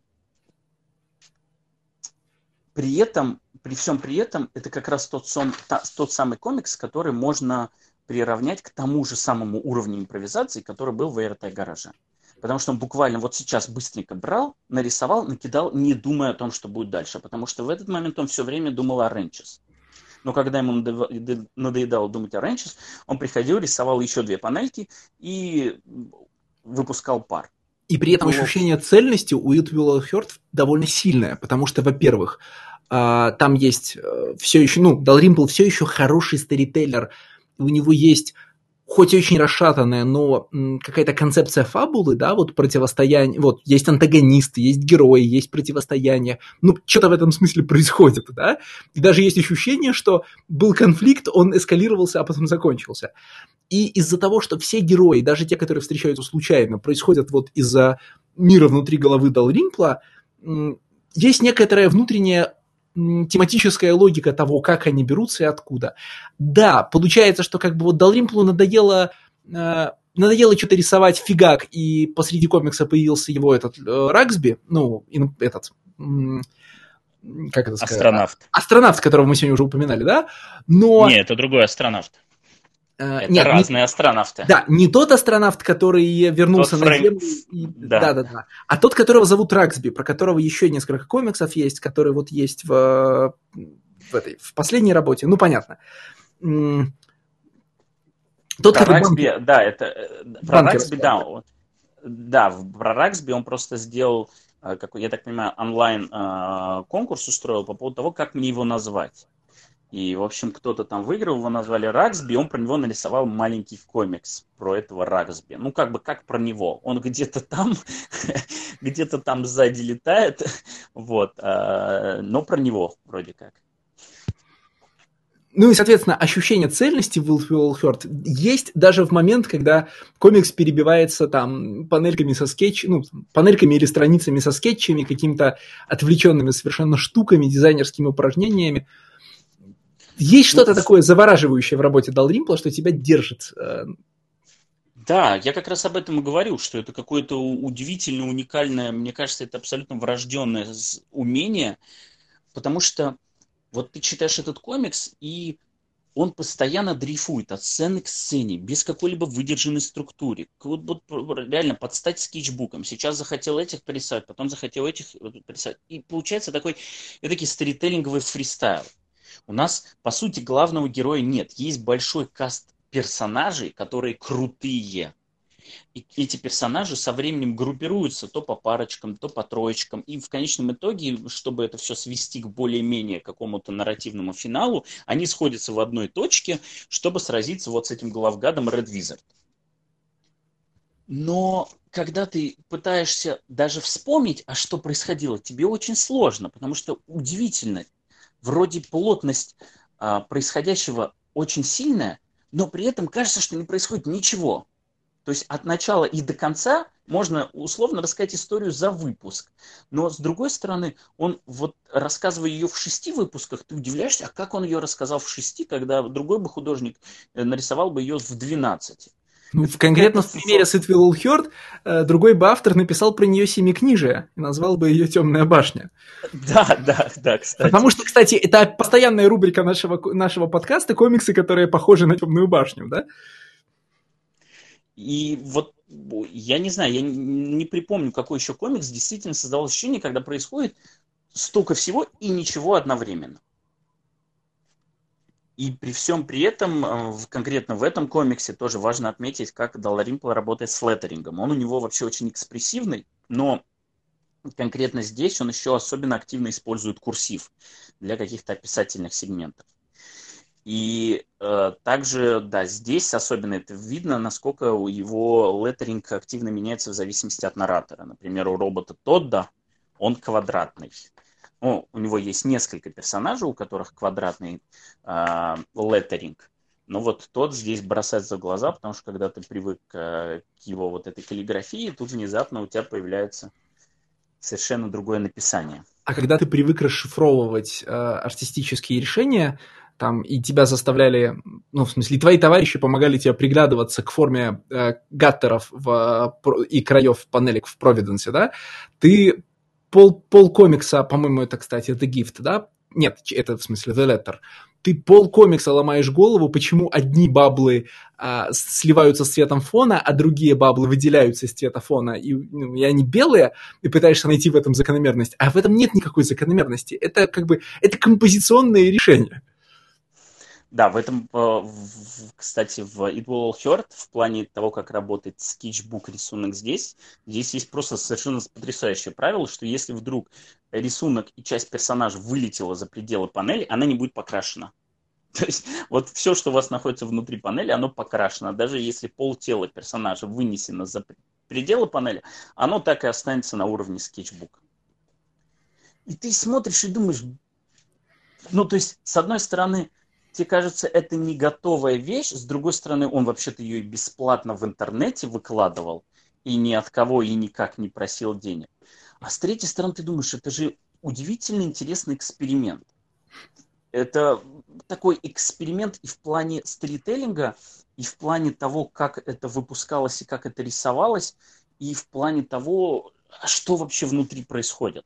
при всем при этом, это как раз тот самый комикс, который можно приравнять к тому же самому уровню импровизации, который был в РТ гараже. Потому что он буквально вот сейчас быстренько брал, нарисовал, накидал, не думая о том, что будет дальше. Потому что в этот момент он все время думал о Ренчес. Но когда ему надоедало думать о Ренчес, он приходил, рисовал еще 2 панельки и выпускал пар. И при этом ощущение цельности у It Will All Hurt довольно сильное. Потому что, во-первых, там есть все еще, Далримпл все еще хороший сторителлер. У него есть хоть и очень расшатанная, но какая-то концепция фабулы, да, вот противостояние, вот есть антагонисты, есть герои, есть противостояние, что-то в этом смысле происходит, да, и даже есть ощущение, что был конфликт, он эскалировался, а потом закончился. И из-за того, что все герои, даже те, которые встречаются случайно, происходят вот из-за мира внутри головы Далримпла, есть некоторая внутренняя тематическая логика того, как они берутся и откуда. Да, получается, что как бы вот Далримплу надоело что-то рисовать фигак, и посреди комикса появился его этот Раксби, как это сказать? Астронавт. Астронавт, которого мы сегодня уже упоминали, да? Но... Нет, это другой астронавт. Это разные астронавты. Да, не тот астронавт, который вернулся на Землю. Да. А тот, которого зовут Раксби, про которого еще несколько комиксов есть, который вот есть в последней работе. Понятно. Тот, Про который Раксби, да, это про банки Раксби, да, раскладывает. да, про Раксби он просто сделал, как я так понимаю, онлайн конкурс устроил по поводу того, как мне его назвать. И, в общем, кто-то там выиграл, его назвали Раксби, он про него нарисовал маленький комикс про этого Раксби. Ну, как бы, как про него. Он где-то там, где-то там сзади летает, вот, но про него вроде как. Ну и, соответственно, ощущение цельности в Wolf Will Hurt есть даже в момент, когда комикс перебивается там панельками со ну, панельками или страницами со скетчами, какими-то отвлеченными совершенно штуками, дизайнерскими упражнениями. Есть Ну, что-то такое завораживающее в работе Далримпла, что тебя держит. да, я как раз об этом и говорю, что это какое-то удивительно уникальное, мне кажется, это абсолютно врожденное умение, потому что вот ты читаешь этот комикс, и он постоянно дрейфует от сцены к сцене, без какой-либо выдержанной структуры. Вот реально под стать скетчбуком. Сейчас захотел этих порисовать, потом захотел этих порисовать. И получается такой эдакий сторителлинговый фристайл. У нас, по сути, главного героя нет. Есть большой каст персонажей, которые крутые. И эти персонажи со временем группируются то по парочкам, то по троечкам. И в конечном итоге, чтобы это все свести к более-менее какому-то нарративному финалу, они сходятся в одной точке, чтобы сразиться вот с этим главгадом Red Wizard. Но когда ты пытаешься даже вспомнить, а что происходило, тебе очень сложно, потому что удивительно, вроде плотность происходящего очень сильная, но при этом кажется, что не происходит ничего. То есть от начала и до конца можно условно рассказать историю за выпуск. Но с другой стороны, он вот рассказывая ее в 6 выпусках, ты удивляешься, а как он ее рассказал в 6, когда другой бы художник нарисовал бы ее в 12. Ну, Это конкретно какая-то... в примере с It Will Hurt другой бы автор написал про нее семикнижие и назвал бы ее «Темная башня». Да, да, да, кстати. Потому что, кстати, это постоянная рубрика нашего подкаста «Комиксы, которые похожи на «Темную башню», да? И вот я не знаю, я не припомню, какой еще комикс действительно создавал ощущение, когда происходит столько всего и ничего одновременно. И при всем при этом, конкретно в этом комиксе, тоже важно отметить, как Далримпл работает с леттерингом. Он у него вообще очень экспрессивный, но конкретно здесь он еще особенно активно использует курсив для каких-то описательных сегментов. И также, да, здесь особенно это видно, насколько его леттеринг активно меняется в зависимости от наратора. Например, у робота Тодда он квадратный. Ну, у него есть несколько персонажей, у которых квадратный леттеринг. Но вот тот здесь бросается в глаза, потому что когда ты привык к его вот этой каллиграфии, тут внезапно у тебя появляется совершенно другое написание. А когда ты привык расшифровывать артистические решения, там, и тебя заставляли, ну, в смысле, твои товарищи помогали тебе приглядываться к форме гаттеров и краев панелек в Провиденсе, да, ты пол комикса, по-моему, это, кстати, The Gift, да? Нет, это в смысле The Letter. Ты пол комикса ломаешь голову, почему одни баблы сливаются с цветом фона, а другие баблы выделяются из цвета фона, и они белые, и пытаешься найти в этом закономерность. А в этом нет никакой закономерности. Это как бы это композиционное решение. Да, в этом, кстати, в It Will Hurt, в плане того, как работает скетчбук рисунок здесь есть просто совершенно потрясающее правило, что если вдруг рисунок и часть персонажа вылетела за пределы панели, она не будет покрашена. То есть вот все, что у вас находится внутри панели, оно покрашено. Даже если полтела персонажа вынесено за пределы панели, оно так и останется на уровне скетчбука. И ты смотришь и думаешь, ну, то есть, с одной стороны, тебе кажется, это не готовая вещь, с другой стороны, он вообще-то ее и бесплатно в интернете выкладывал, и ни от кого и никак не просил денег. А с третьей стороны, ты думаешь, это же удивительно интересный эксперимент. Это такой эксперимент и в плане сторителлинга, и в плане того, как это выпускалось и как это рисовалось, и в плане того, что вообще внутри происходит.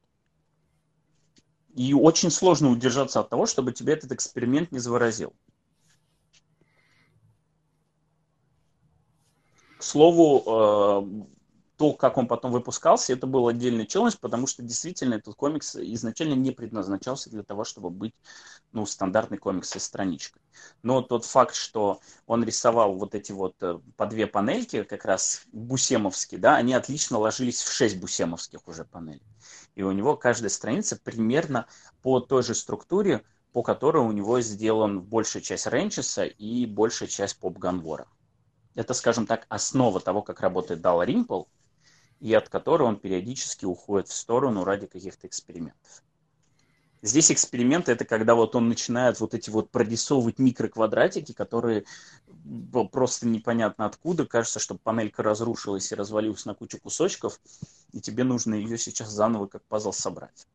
И очень сложно удержаться от того, чтобы тебя этот эксперимент не заворожил. К слову, то, как он потом выпускался, это был отдельный челлендж, потому что действительно этот комикс изначально не предназначался для того, чтобы быть, ну, стандартный комикс со страничкой. Но тот факт, что он рисовал вот эти вот по две панельки, как раз бусемовские, да, они отлично ложились в 6 бусемовских уже панелей. И у него каждая страница примерно по той же структуре, по которой у него сделан большая часть Ренчеса и большая часть Поп Ганвора. Это, скажем так, основа того, как работает Dalrymple, и от которой он периодически уходит в сторону ради каких-то экспериментов. Здесь эксперименты — это когда вот он начинает вот эти вот прорисовывать микроквадратики, которые просто непонятно откуда. Кажется, что панелька разрушилась и развалилась на кучу кусочков, и тебе нужно ее сейчас заново как пазл собрать.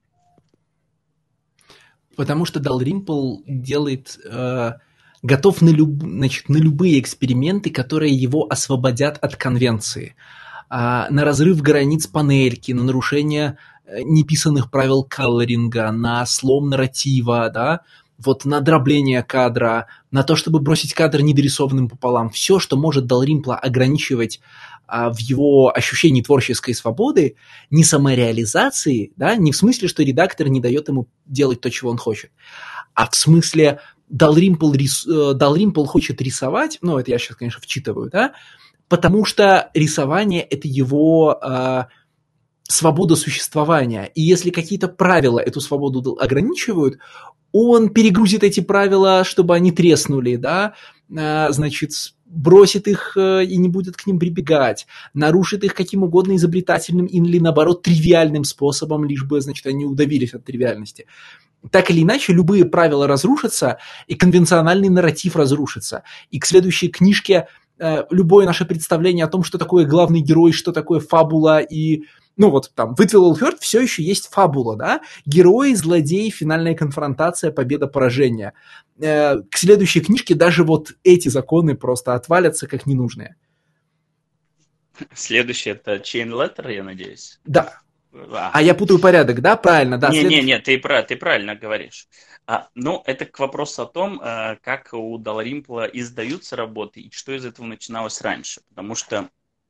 Потому что Dalrymple делает... готов на любые эксперименты, которые его освободят от конвенции. На разрыв границ панельки, на нарушение неписанных правил колоринга, на слом нарратива, да, вот на дробление кадра, на то, чтобы бросить кадр недорисованным пополам. Все, что может Dalrymple ограничивать в его ощущении творческой свободы, не самореализации, да, не в смысле, что редактор не дает ему делать то, чего он хочет, а в смысле Dalrymple хочет рисовать, ну, это я сейчас, конечно, вчитываю, да, потому что рисование – это его свобода существования. И если какие-то правила эту свободу ограничивают, он перегрузит эти правила, чтобы они треснули, да, значит, бросит их и не будет к ним прибегать, нарушит их каким угодно изобретательным или, наоборот, тривиальным способом, лишь бы, значит, они удавились от тривиальности. Так или иначе, любые правила разрушатся, и конвенциональный нарратив разрушится. И к следующей книжке любое наше представление о том, что такое главный герой, что такое фабула, и, ну вот там, в It Will All Hurt все еще есть фабула, да? Герои, злодеи, финальная конфронтация, победа, поражение. К следующей книжке даже вот эти законы просто отвалятся как ненужные. Следующее — это Chain Letter, я надеюсь? Да. А я путаю порядок, да? Правильно, да. Не, ты правильно говоришь. Ну, это к вопросу о том, как у Dalrymple издаются работы и что из этого начиналось раньше. Потому что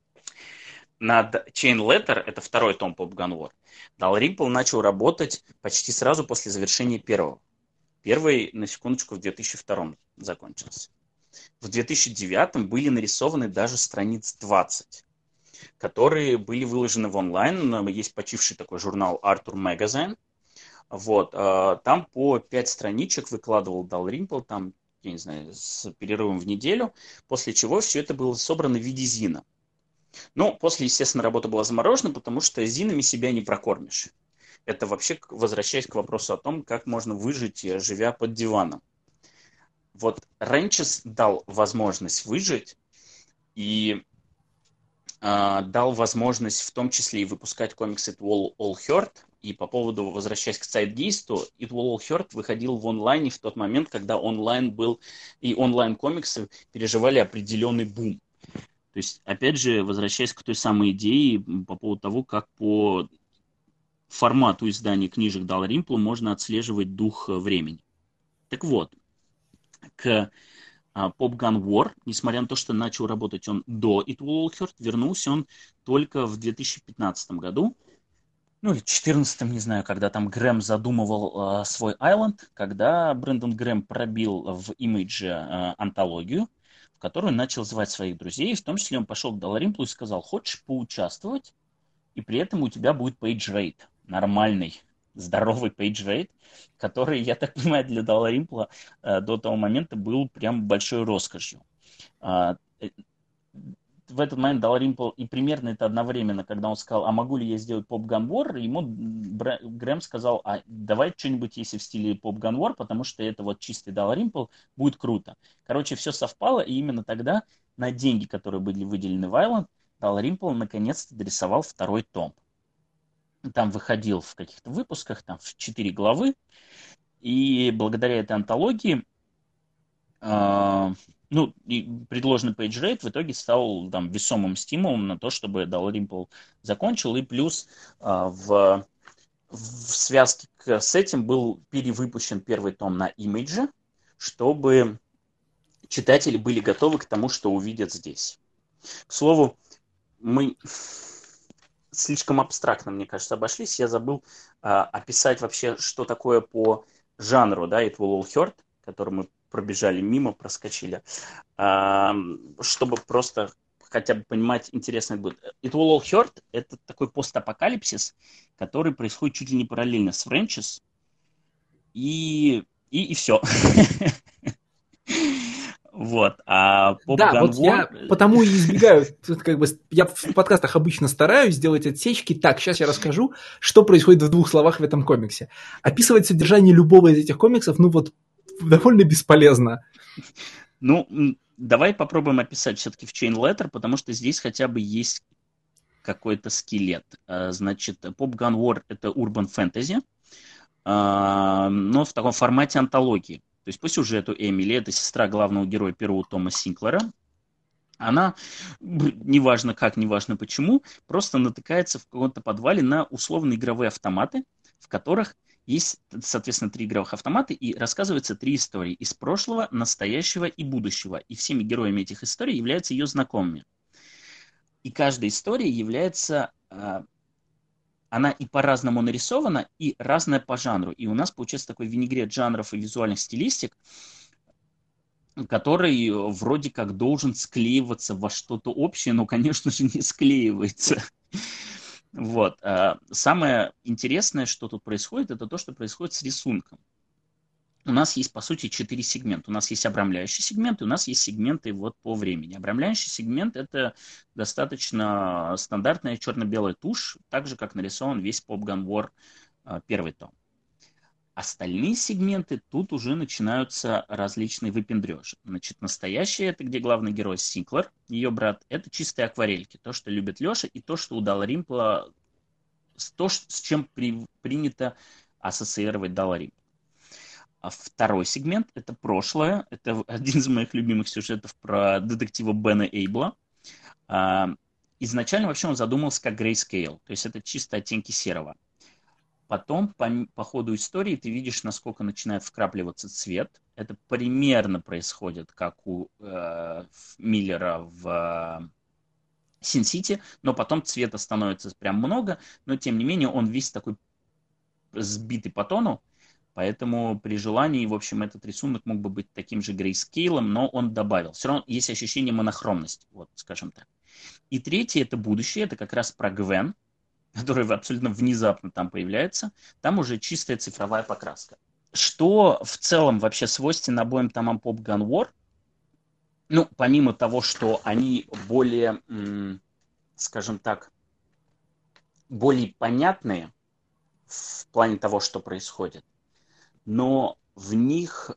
над Chain Letter, это второй том Поп Ганвор, Dalrymple начал работать почти сразу после завершения первого. Первый, на секундочку, в 2002 закончился. В 2009 были нарисованы даже страниц 20, которые были выложены в онлайн. Есть почивший такой журнал Arthur Magazine. Вот, там по 5 страничек выкладывал Dalrymple, там, я не знаю, с перерывом в неделю, после чего все это было собрано в виде зина. Ну, после, естественно, работа была заморожена, потому что зинами себя не прокормишь. Это вообще, возвращаясь к вопросу о том, как можно выжить, живя под диваном. Вот Ренчес дал возможность выжить и дал возможность в том числе и выпускать комиксы It Will All Hurt. И по поводу, возвращаясь к Zeitgeist, It Will All Hurt выходил в онлайне в тот момент, когда онлайн был, и онлайн-комиксы переживали определенный бум. То есть, опять же, возвращаясь к той самой идее по поводу того, как по формату издания книжек Dalrymple можно отслеживать дух времени. Так вот, к Поп Ганвор, несмотря на то, что начал работать он до It Will All Hurt, вернулся он только в 2015 году, ну или 2014, не знаю, когда там Грэм задумывал свой Island, когда Брэндон Грэм пробил в Image антологию, в которую начал звать своих друзей, в том числе он пошел к Dalrymple и сказал: хочешь поучаствовать, и при этом у тебя будет page rate, нормальный, здоровый page rate, который, я так понимаю, для Dalrymple до того момента был прям большой роскошью. В этот момент Dalrymple, и примерно это одновременно, когда он сказал: а могу ли я сделать Поп Ганвор, ему Грэм сказал: а давай что-нибудь, если в стиле Поп Ганвор, потому что это вот чистый Dalrymple, будет круто. Короче, все совпало, и именно тогда на деньги, которые были выделены в Island, Dalrymple наконец-то дорисовал второй том. Там выходил в каких-то выпусках, там в 4 главы, и благодаря этой антологии ну, и предложенный PageRate в итоге стал там весомым стимулом на то, чтобы Dalrymple закончил, и плюс в связке с этим был перевыпущен первый том на Image, чтобы читатели были готовы к тому, что увидят здесь. К слову, мы слишком абстрактно, мне кажется, обошлись. Я забыл описать вообще, что такое по жанру, да, It Will All Hurt, который мы пробежали мимо, проскочили, чтобы просто хотя бы понимать, интересно будет. It Will All Hurt — это такой постапокалипсис, который происходит чуть ли не параллельно с Вренчес, и все. Вот. А Pop Да, Gun вот я War... потому и избегаю, как бы, я в подкастах обычно стараюсь сделать отсечки. Так, сейчас я расскажу, что происходит в 2 словах в этом комиксе. Описывать содержание любого из этих комиксов, ну вот, довольно бесполезно. Ну, давай попробуем описать все-таки в Chain Letter, потому что здесь хотя бы есть какой-то скелет. Значит, Pop Gun War — это urban fantasy, но в таком формате антологии. То есть по сюжету Эмили, это сестра главного героя первого тома Синклера, она, неважно как, неважно почему, просто натыкается в каком-то подвале на условные игровые автоматы, в которых есть, соответственно, 3 игровых автомата, и рассказываются 3 истории из прошлого, настоящего и будущего. И всеми героями этих историй являются ее знакомыми. И каждая история является... Она и по-разному нарисована, и разная по жанру. И у нас получается такой винегрет жанров и визуальных стилистик, который вроде как должен склеиваться во что-то общее, но, конечно же, не склеивается. Вот. Самое интересное, что тут происходит, это то, что происходит с рисунком. У нас есть, по сути, 4 сегмента. У нас есть обрамляющий сегмент, и у нас есть сегменты вот по времени. Обрамляющий сегмент — это достаточно стандартная черно-белая тушь, так же, как нарисован весь Pop Gun War первый том. Остальные сегменты, тут уже начинаются различные выпендрежи. Значит, настоящее — это где главный герой Синклер, ее брат, это чистые акварельки, то, что любит Леша, и то, что у Даларимпла, то, с чем принято ассоциировать Даларимпла. А второй сегмент — это прошлое. Это один из моих любимых сюжетов про детектива Бена Эйбла. Изначально вообще он задумался как Грейскейл, то есть это чисто оттенки серого. Потом по ходу истории ты видишь, насколько начинает вкрапливаться цвет. Это примерно происходит, как у Миллера в Син-Сити, но потом цвета становится прям много, но тем не менее он весь такой сбитый по тону. Поэтому при желании, в общем, этот рисунок мог бы быть таким же грейскейлом, но он добавил. Все равно есть ощущение монохромности, вот, скажем так. И третье — это будущее, это как раз про Гвен, которая абсолютно внезапно там появляется. Там уже чистая цифровая покраска. Что в целом вообще свойственно обоим томам Pop Gun War? Ну, помимо того, что они более, скажем так, более понятные в плане того, что происходит, но в них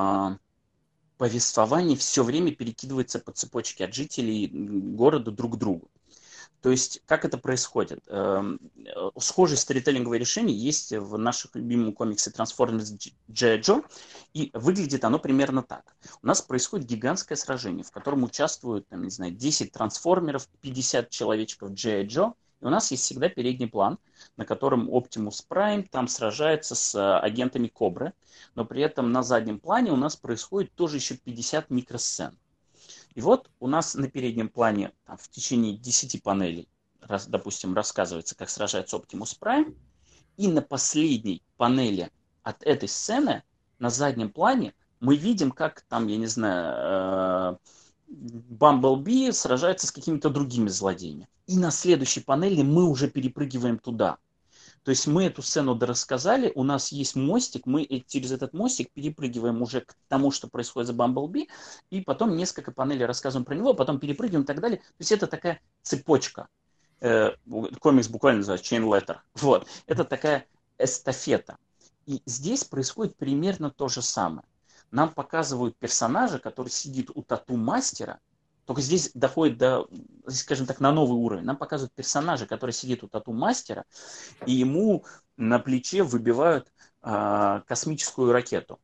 повествование все время перекидывается по цепочке от жителей города друг к другу. То есть, как это происходит? Схожие сторителлинговые решения есть в наших любимых комиксах Transformers G.I. Joe, и выглядит оно примерно так. У нас происходит гигантское сражение, в котором участвуют, там, не знаю, 10 трансформеров, 50 человечков G.I. Joe, и у нас есть всегда передний план, на котором Optimus Prime там сражается с агентами Кобры, но при этом на заднем плане у нас происходит тоже еще 50 микросцен. И вот у нас на переднем плане там, в течение 10 панелей, допустим, рассказывается, как сражается Optimus Prime, и на последней панели от этой сцены на заднем плане мы видим, как там, я не знаю, Бамблби сражается с какими-то другими злодеями. И на следующей панели мы уже перепрыгиваем туда. То есть мы эту сцену дорассказали, у нас есть мостик, мы через этот мостик перепрыгиваем уже к тому, что происходит с Бамблби, и потом несколько панелей рассказываем про него, потом перепрыгиваем и так далее. То есть это такая цепочка. Комикс буквально называется Chain Letter. Вот. Это такая эстафета. И здесь происходит примерно то же самое. Нам показывают персонажа, который сидит у тату-мастера, только здесь доходит до, скажем так, на новый уровень. Нам показывают персонажа, который сидит у тату-мастера, и ему на плече выбивают космическую ракету.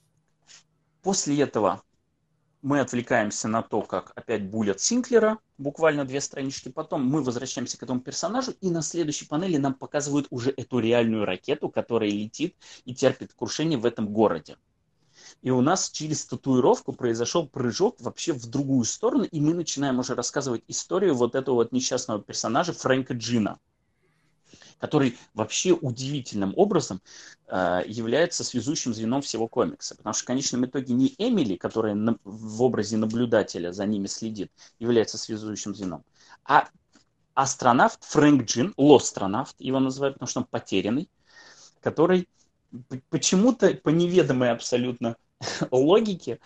После этого мы отвлекаемся на то, как опять булят Синклера, буквально 2 странички. Потом мы возвращаемся к этому персонажу, и на следующей панели нам показывают уже эту реальную ракету, которая летит и терпит крушение в этом городе. И у нас через татуировку произошел прыжок вообще в другую сторону, и мы начинаем уже рассказывать историю вот этого вот несчастного персонажа Фрэнка Джина. который вообще удивительным образом является связующим звеном всего комикса. Потому что в конечном итоге не Эмили, которая в образе наблюдателя за ними следит, является связующим звеном, а астронавт Фрэнк Джин, лостронавт его называют, потому что он потерянный, который почему-то по неведомой абсолютно логике,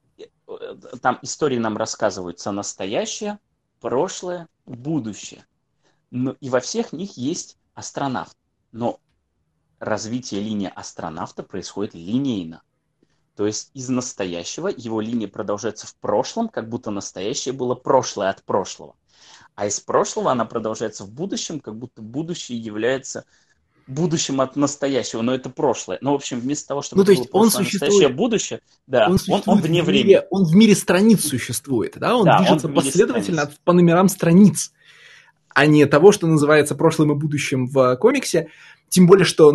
там истории нам рассказываются настоящее, прошлое, будущее. И во всех них есть астронавт. Но развитие линии астронавта происходит линейно. То есть из настоящего его линия продолжается в прошлом, как будто настоящее было прошлое от прошлого. А из прошлого она продолжается в будущем, как будто будущее является будущим от настоящего, но это прошлое. Но, в общем, вместо того, чтобы то есть было прошлое, настоящее, будущее, да, он вне времени. Он в мире страниц существует, да? Он движется последовательно по номерам страниц, а не того, что называется прошлым и будущим в комиксе. Тем более, что,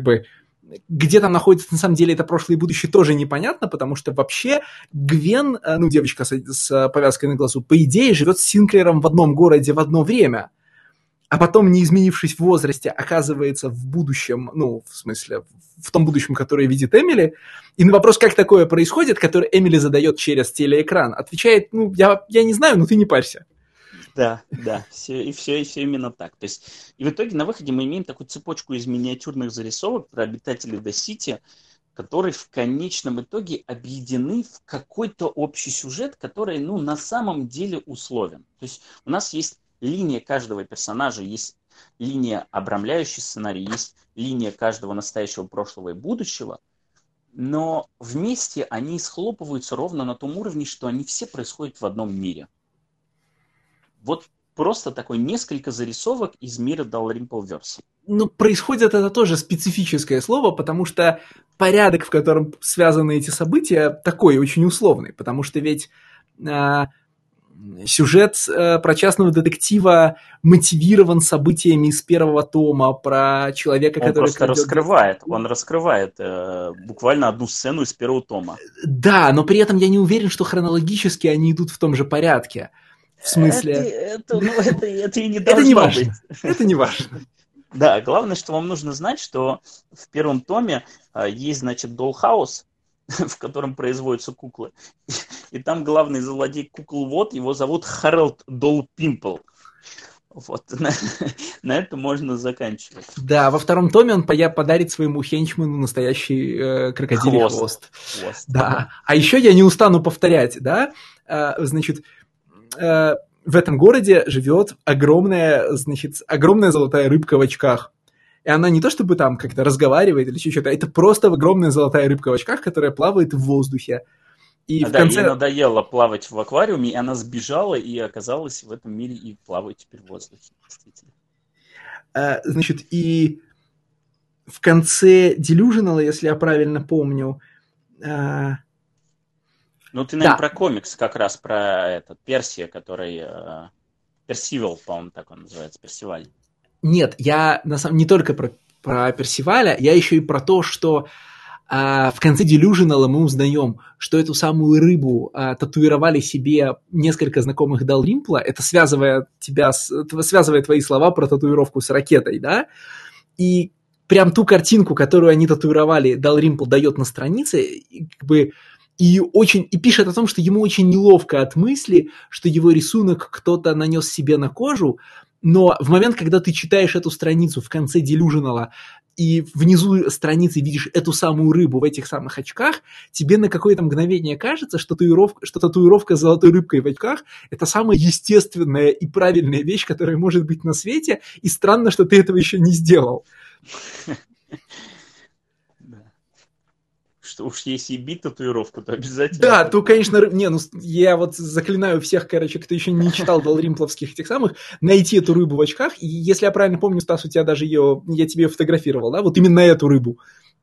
где там находится на самом деле это прошлое и будущее, тоже непонятно, потому что вообще Гвен, девочка с повязкой на глазу, по идее, живет с Синклером в одном городе в одно время, а потом, не изменившись в возрасте, оказывается в будущем, в смысле, в том будущем, которое видит Эмили, и на вопрос, как такое происходит, который Эмили задает через телеэкран, отвечает, я не знаю, но ты не парься. Да, все именно так. То есть, и в итоге на выходе мы имеем такую цепочку из миниатюрных зарисовок про обитателей The-City, которые в конечном итоге объединены в какой-то общий сюжет, который, на самом деле условен. То есть у нас есть линия каждого персонажа, есть линия обрамляющий сценарий, есть линия каждого настоящего, прошлого и будущего, но вместе они схлопываются ровно на том уровне, что они все происходят в одном мире. Вот просто такой несколько зарисовок из мира Dalrympleverse. Происходит это тоже специфическое слово, потому что порядок, в котором связаны эти события, такой очень условный, потому что ведь сюжет про частного детектива мотивирован событиями из первого тома, про человека, который... Он раскрывает буквально одну сцену из первого тома. Да, но при этом я не уверен, что хронологически они идут в том же порядке. В смысле... Это и не должно быть. Это не важно. Да, главное, что вам нужно знать, что в первом томе есть, значит, Dollhouse, в котором производятся куклы. И там главный злодей кукол-вод, его зовут Харалд Долпимпл. Вот, на это можно заканчивать. Да, во втором томе он подарит своему хенчману настоящий крокодилий хвост. Да. А еще я не устану повторять, да, значит, в этом городе живет огромная золотая рыбка в очках. И она не то чтобы там как-то разговаривает или что-то, это просто огромная золотая рыбка в очках, которая плавает в воздухе. И в конце... ей надоело плавать в аквариуме, и она сбежала и оказалась в этом мире и плавает теперь в воздухе. Значит, и в конце Delusional, если я правильно помню... ты, наверное, про комикс как раз, про Персия, который... Персивал, по-моему, так он называется, Персиваль. Нет, я не только про Персиваля, я еще и про то, что в конце Delusional мы узнаем, что эту самую рыбу татуировали себе несколько знакомых Далримпла. Это связывает твои слова про татуировку с ракетой, да? И прям ту картинку, которую они татуировали, Далримпл дает на странице, и пишет о том, что ему очень неловко от мысли, что его рисунок кто-то нанес себе на кожу, но в момент, когда ты читаешь эту страницу в конце Delusional, и внизу страницы видишь эту самую рыбу в этих самых очках, тебе на какое-то мгновение кажется, что татуировка с золотой рыбкой в очках – это самая естественная и правильная вещь, которая может быть на свете, и странно, что ты этого еще не сделал. Что уж если бить татуировку, то обязательно... Да, то, конечно, я вот заклинаю всех, кто еще не читал далримпловских этих самых, найти эту рыбу в очках, и если я правильно помню, Стас, у тебя даже я тебе ее фотографировал, да, вот именно эту рыбу.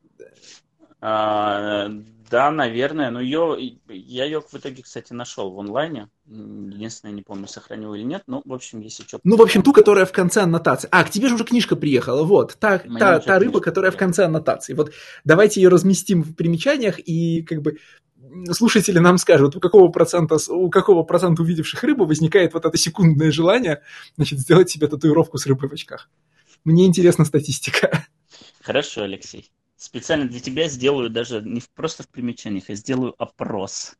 Да, наверное, но я ее в итоге, кстати, нашел в онлайне. Единственное, не помню, сохранил или нет, но, в общем, если что... в общем, ту, которая в конце аннотации. К тебе же уже книжка приехала, вот, та рыба, которая в конце аннотации. Вот, давайте ее разместим в примечаниях, и, слушатели нам скажут, у какого процента увидевших рыбу возникает вот это секундное желание, значит, сделать себе татуировку с рыбой в очках. Мне интересна статистика. Хорошо, Алексей. Специально для тебя сделаю даже не просто в примечаниях, а сделаю опрос.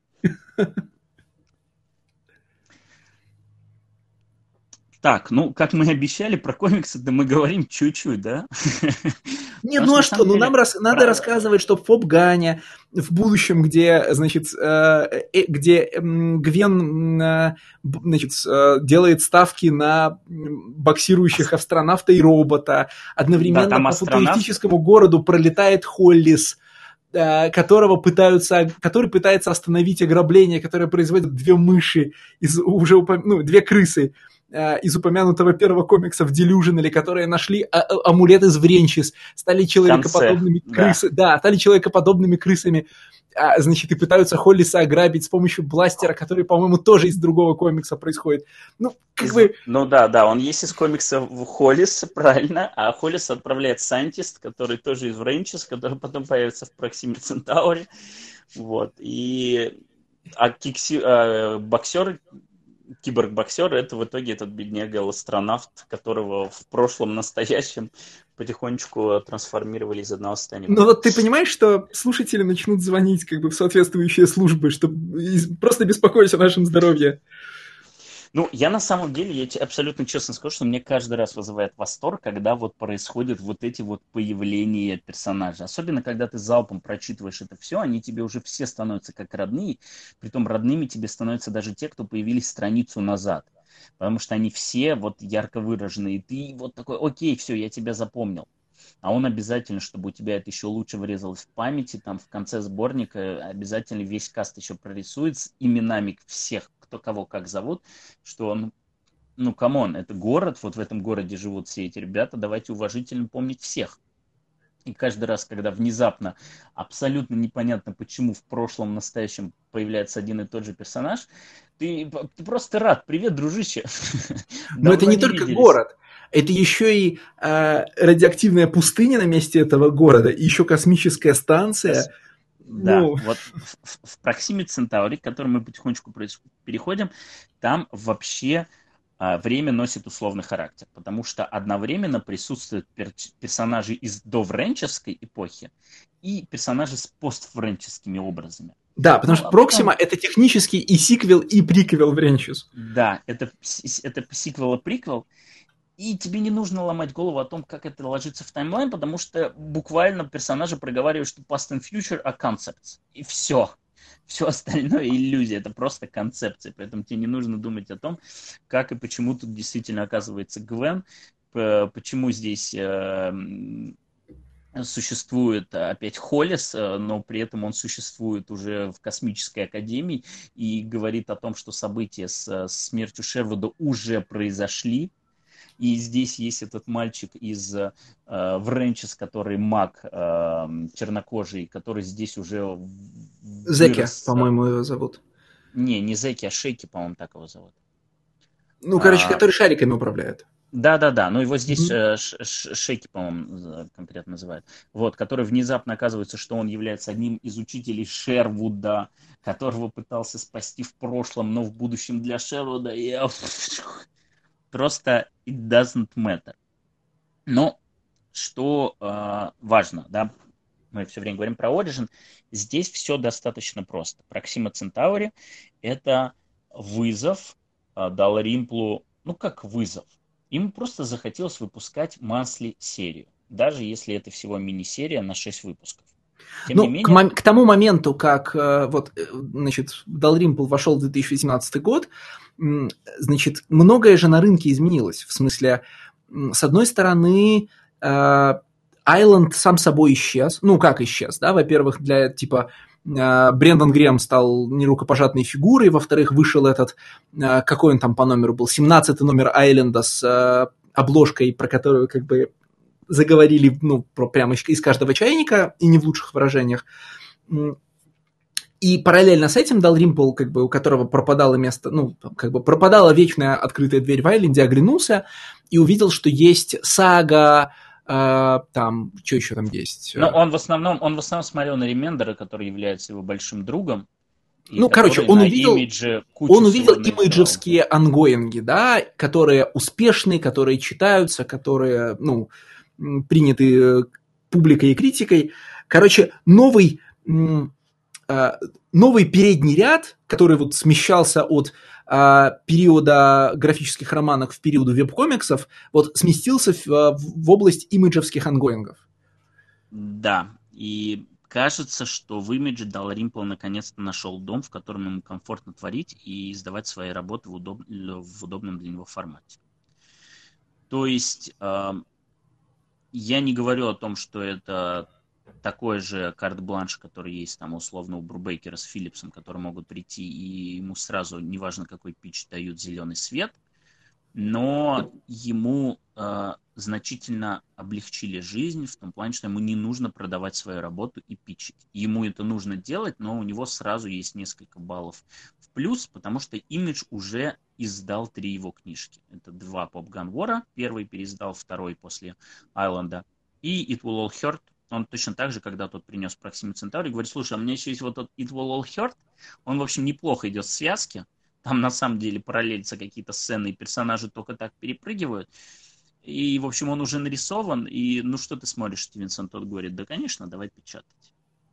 Так, ну, как мы и обещали, про комиксы, да мы говорим чуть-чуть, да? Не, Потому ну что а на что? самом Ну нам деле надо рассказывать, что в Фобгане в будущем, где, значит, где Гвен, значит, делает ставки на боксирующих астронавта и робота, Да, одновременно там по астронавт. футуристическому городу пролетает Холлис, который пытается остановить ограбление, которое производят две мыши, две крысы из упомянутого первого комикса в Delusional, которые нашли амулет из Вренчис, стали В конце, человекоподобными да. стали человекоподобными крысами, значит, и пытаются Холлиса ограбить с помощью бластера, который, по-моему, тоже из другого комикса происходит. Ну, как бы... Ну да, он есть из комикса Холлис, правильно, а Холлис отправляет Сантист, который тоже из Вренчес, который потом появится в Проксиме Центауре. Вот. Боксер, киборг-боксер, это в итоге этот бедняга-астронавт, которого в прошлом, настоящем потихонечку трансформировали из одного состояния в Ну другое. вот ты понимаешь, что слушатели начнут звонить как бы в соответствующие службы, чтобы просто беспокоиться о нашем здоровье. Ну, я на самом деле, я тебе абсолютно честно скажу, что мне каждый раз вызывает восторг, когда вот происходят вот эти вот появления персонажей. Особенно, когда ты залпом прочитываешь это все, они тебе уже все становятся как родные. Притом родными тебе становятся даже те, кто появились страницу назад. Потому что они все вот ярко выраженные. И ты вот такой, окей, все, я тебя запомнил. А он обязательно, чтобы у тебя это еще лучше врезалось в памяти, там в конце сборника обязательно весь каст еще прорисует с именами всех, кто кого как зовут, что он, ну, камон, это город, вот в этом городе живут все эти ребята, давайте уважительно помнить всех. И каждый раз, когда внезапно, абсолютно непонятно, почему в прошлом, настоящем появляется один и тот же персонаж, ты просто рад. Привет, дружище. Но это Давно не не только виделись. город, это еще и радиоактивная пустыня на месте этого города, и еще космическая станция. Да, Ну, вот в Проксиме Центаури, к которому мы потихонечку переходим, там вообще время носит условный характер, потому что одновременно присутствуют персонажи из довренческой эпохи и персонажи с поствренческими образами. да, потому Ну, что об Проксима этом, это технически и сиквел, и приквел в Ренчес. да, это сиквел-приквел, и тебе не нужно ломать голову о том, как это ложится в таймлайн, потому что буквально персонажи проговаривают, что past and future are concepts. И все. Все остальное иллюзия, это просто концепция. Поэтому тебе не нужно думать о том, как и почему тут действительно оказывается Гвен, почему здесь существует опять Холлис, но при этом он существует уже в космической академии и говорит о том, что события с смертью Шервуда уже произошли. И здесь есть этот мальчик из Вренчес, который маг чернокожий, который здесь уже Зеки, вырос. по-моему, его зовут. Не Зеки, а Шейки, по-моему, так его зовут. Ну, короче, который шариками управляет. Да, но его здесь Мгм. Шейки, по-моему, конкретно называют. Вот, который внезапно оказывается, что он является одним из учителей Шервуда, которого пытался спасти в прошлом, но в будущем для Шервуда. И просто it doesn't matter. Но что важно, да, мы все время говорим про Origin, здесь все достаточно просто. Проксима Центаури — это вызов Далримплу, ну как вызов. Ему просто захотелось выпускать monthly серию, даже если это всего мини-серия на 6 выпусков. Тем не Ну, менее, к тому моменту, как значит, Dalrymple вошел в 2018 год, значит, многое же на рынке изменилось. В смысле, с одной стороны, Айленд сам собой исчез. Ну, как исчез, да? Во-первых, для, типа, Брендан Грэм стал нерукопожатной фигурой, во-вторых, вышел этот, какой он там по номеру был, 17-й номер Айленда с обложкой, про которую как бы заговорили, ну, прямо из каждого чайника, и не в лучших выражениях. И параллельно с этим Далримпл, как бы, у которого пропадало место, ну, как бы пропадала вечная открытая дверь в Айленде, оглянулся и увидел, что есть сага, там, что еще там есть? но он в основном смотрел на Ремендера, который является его большим другом. И который он на увидел имидже кучу всего наиграл. имиджевские ангоинги, да, которые успешные, которые читаются, которые, приняты публикой и критикой. Короче, новый передний ряд, который вот смещался от периода графических романов в период веб-комиксов, вот сместился в область имиджевских ангоингов. Да, и кажется, что в имидже Далримпл наконец-то нашел дом, в котором ему комфортно творить и издавать свои работы в удобном для него формате. То есть я не говорю о том, что это такой же карт-бланш, который есть там условно у Брубейкера с Филлипсом, которые могут прийти и ему сразу, неважно какой питч, дают зеленый свет, но ему значительно облегчили жизнь в том плане, что ему не нужно продавать свою работу и питчить. Ему это нужно делать, но у него сразу есть несколько баллов в плюс, потому что Image уже издал 3 его книжки. Это 2 Pop Gun War, первый переиздал, второй после Айленда, и It Will All Hurt. Он точно так же, когда тот принес Proxima Centauri, говорит: слушай, а у меня еще есть вот тот It Will All Hurt, он, в общем, неплохо идет в связке, там на самом деле параллелятся какие-то сцены, и персонажи только так перепрыгивают. И, в общем, он уже нарисован, и ну что ты смотришь, Стивенсон? Тот говорит: да, конечно, давай печатать.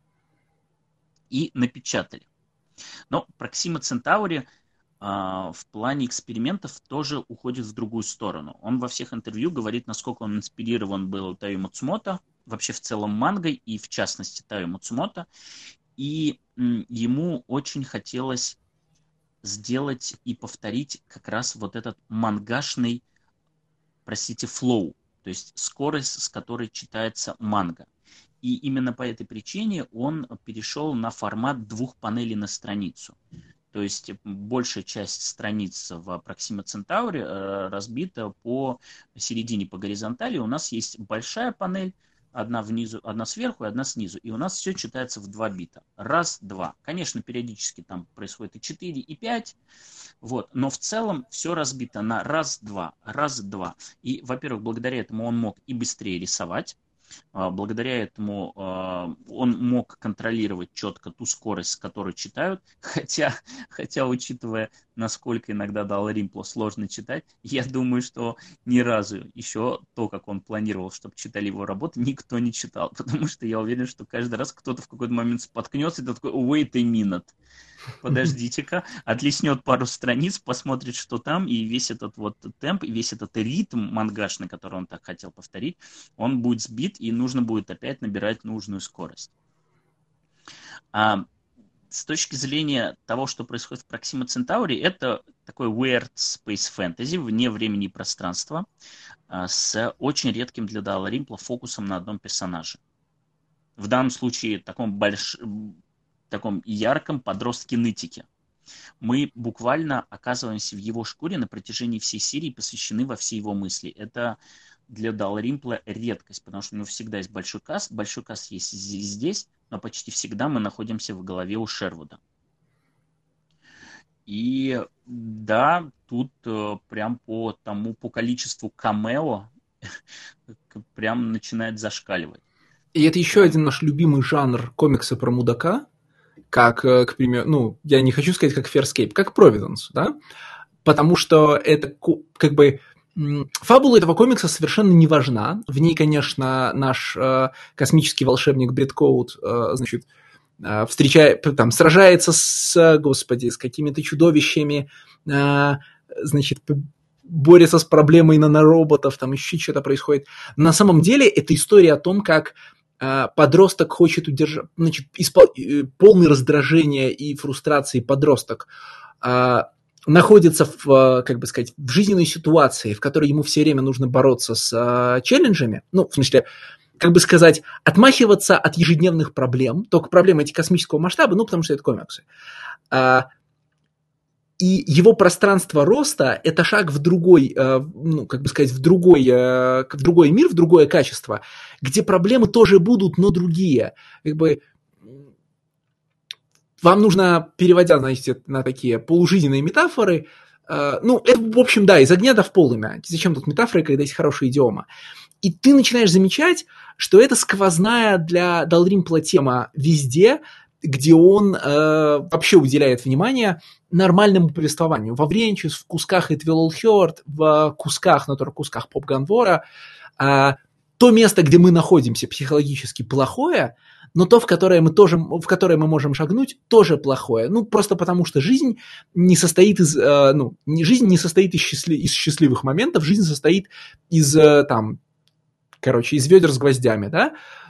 И напечатали. Но Proxima Centauri в плане экспериментов тоже уходит в другую сторону. Он во всех интервью говорит, насколько он инспирирован был Тайо Мацумото, вообще в целом мангой, и в частности Тайо Мацумото. И ему очень хотелось сделать и повторить как раз вот этот мангашный, флоу, то есть скорость, с которой читается манга. И именно по этой причине он перешел на формат 2 панелей на страницу. То есть большая часть страниц в Proxima Centauri разбита по середине, по горизонтали. У нас есть большая панель, одна внизу, одна сверху и одна снизу. И у нас все читается в 2 бита. Раз, два. Конечно, периодически там происходит и 4, и 5. Вот. Но в целом все разбито на раз, два, раз, два. И, во-первых, благодаря этому он мог и быстрее рисовать. Благодаря этому он мог контролировать четко ту скорость, с которой читают, хотя учитывая, насколько иногда Далримплу сложно читать, я думаю, что ни разу еще то, как он планировал, чтобы читали его работы, никто не читал, потому что я уверен, что каждый раз кто-то в какой-то момент споткнется и такой: wait a minute, подождите-ка, отлеснет пару страниц, посмотрит, что там, и весь этот вот темп, и весь этот ритм мангашный, который он так хотел повторить, он будет сбит, и нужно будет опять набирать нужную скорость. С точки зрения того, что происходит в Proxima Centauri, это такой weird space fantasy, вне времени и пространства, с очень редким для Далримпла фокусом на одном персонаже. В данном случае таком ярком подростке-нытике. Мы буквально оказываемся в его шкуре на протяжении всей серии, посвящены во все его мысли. Это для Далримпла редкость, потому что у него всегда есть большой каст. Большой каст есть здесь, но почти всегда мы находимся в голове у Шервуда. И да, тут прям по количеству камео прям начинает зашкаливать. И это еще один наш любимый жанр комикса про мудака, как, к примеру, я не хочу сказать как Farscape, как Providence, да? Потому что это как бы фабула этого комикса совершенно не важна. В ней, конечно, наш космический волшебник Бредкоут, сражается с какими-то чудовищами, борется с проблемой нанороботов, там еще что-то происходит. На самом деле это история о том, как подросток хочет удержать, полный раздражения и фрустрации подросток находится в жизненной ситуации, в которой ему все время нужно бороться с челленджами, отмахиваться от ежедневных проблем, только проблемы эти космического масштаба, потому что это комиксы. И его пространство роста – это шаг в другой, в другой мир, в другое качество, где проблемы тоже будут, но другие. Вам нужно, переводя, на такие полужизненные метафоры, это, в общем, да, из огня до в полымя. Зачем тут метафоры, когда есть хорошая идиома? И ты начинаешь замечать, что это сквозная для Далримпла тема везде, где он вообще уделяет внимание нормальному повествованию. Во Вренчес, в кусках It Will All Hurt, в кусках, на кусках Поп Ганвора, то место, где мы находимся, психологически плохое, но то, в которое мы можем шагнуть, тоже плохое. Ну, просто потому что жизнь не состоит из счастливых моментов, жизнь состоит из ведер с гвоздями, да?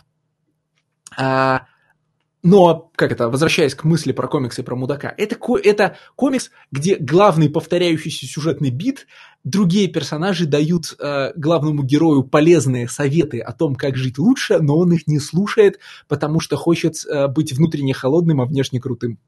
Но, возвращаясь к мысли про комиксы и про мудака, это комикс, где главный повторяющийся сюжетный бит, другие персонажи дают главному герою полезные советы о том, как жить лучше, но он их не слушает, потому что хочет быть внутренне холодным, а внешне крутым.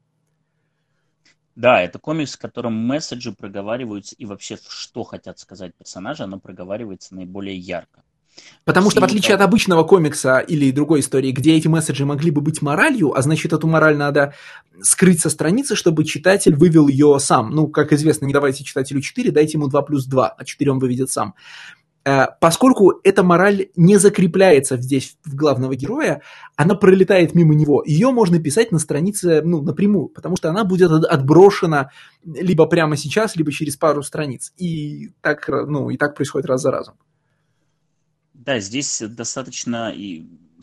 Да, это комикс, в котором месседжи проговариваются, и вообще, что хотят сказать персонажи, оно проговаривается наиболее ярко. Потому что, в отличие от обычного комикса или другой истории, где эти месседжи могли бы быть моралью, а значит, эту мораль надо скрыть со страницы, чтобы читатель вывел ее сам. Ну, как известно, не давайте читателю 4, дайте ему 2+2, а 4 он выведет сам. Поскольку эта мораль не закрепляется здесь в главного героя, она пролетает мимо него. Ее можно писать на странице напрямую, потому что она будет отброшена либо прямо сейчас, либо через пару страниц. И так происходит раз за разом. Да, здесь достаточно и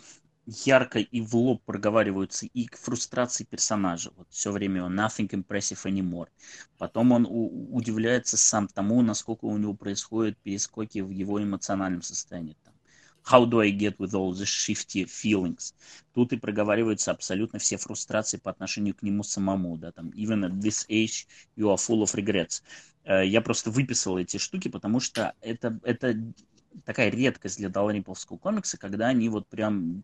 ярко и в лоб проговариваются и фрустрации персонажа. Вот все время он nothing impressive anymore. Потом он удивляется сам тому, насколько у него происходят перескоки в его эмоциональном состоянии. How do I get with all the shifty feelings? Тут и проговариваются абсолютно все фрустрации по отношению к нему самому. Да, там, even at this age you are full of regrets. Я просто выписал эти штуки, потому что это такая редкость для далриповского комикса, когда они вот прям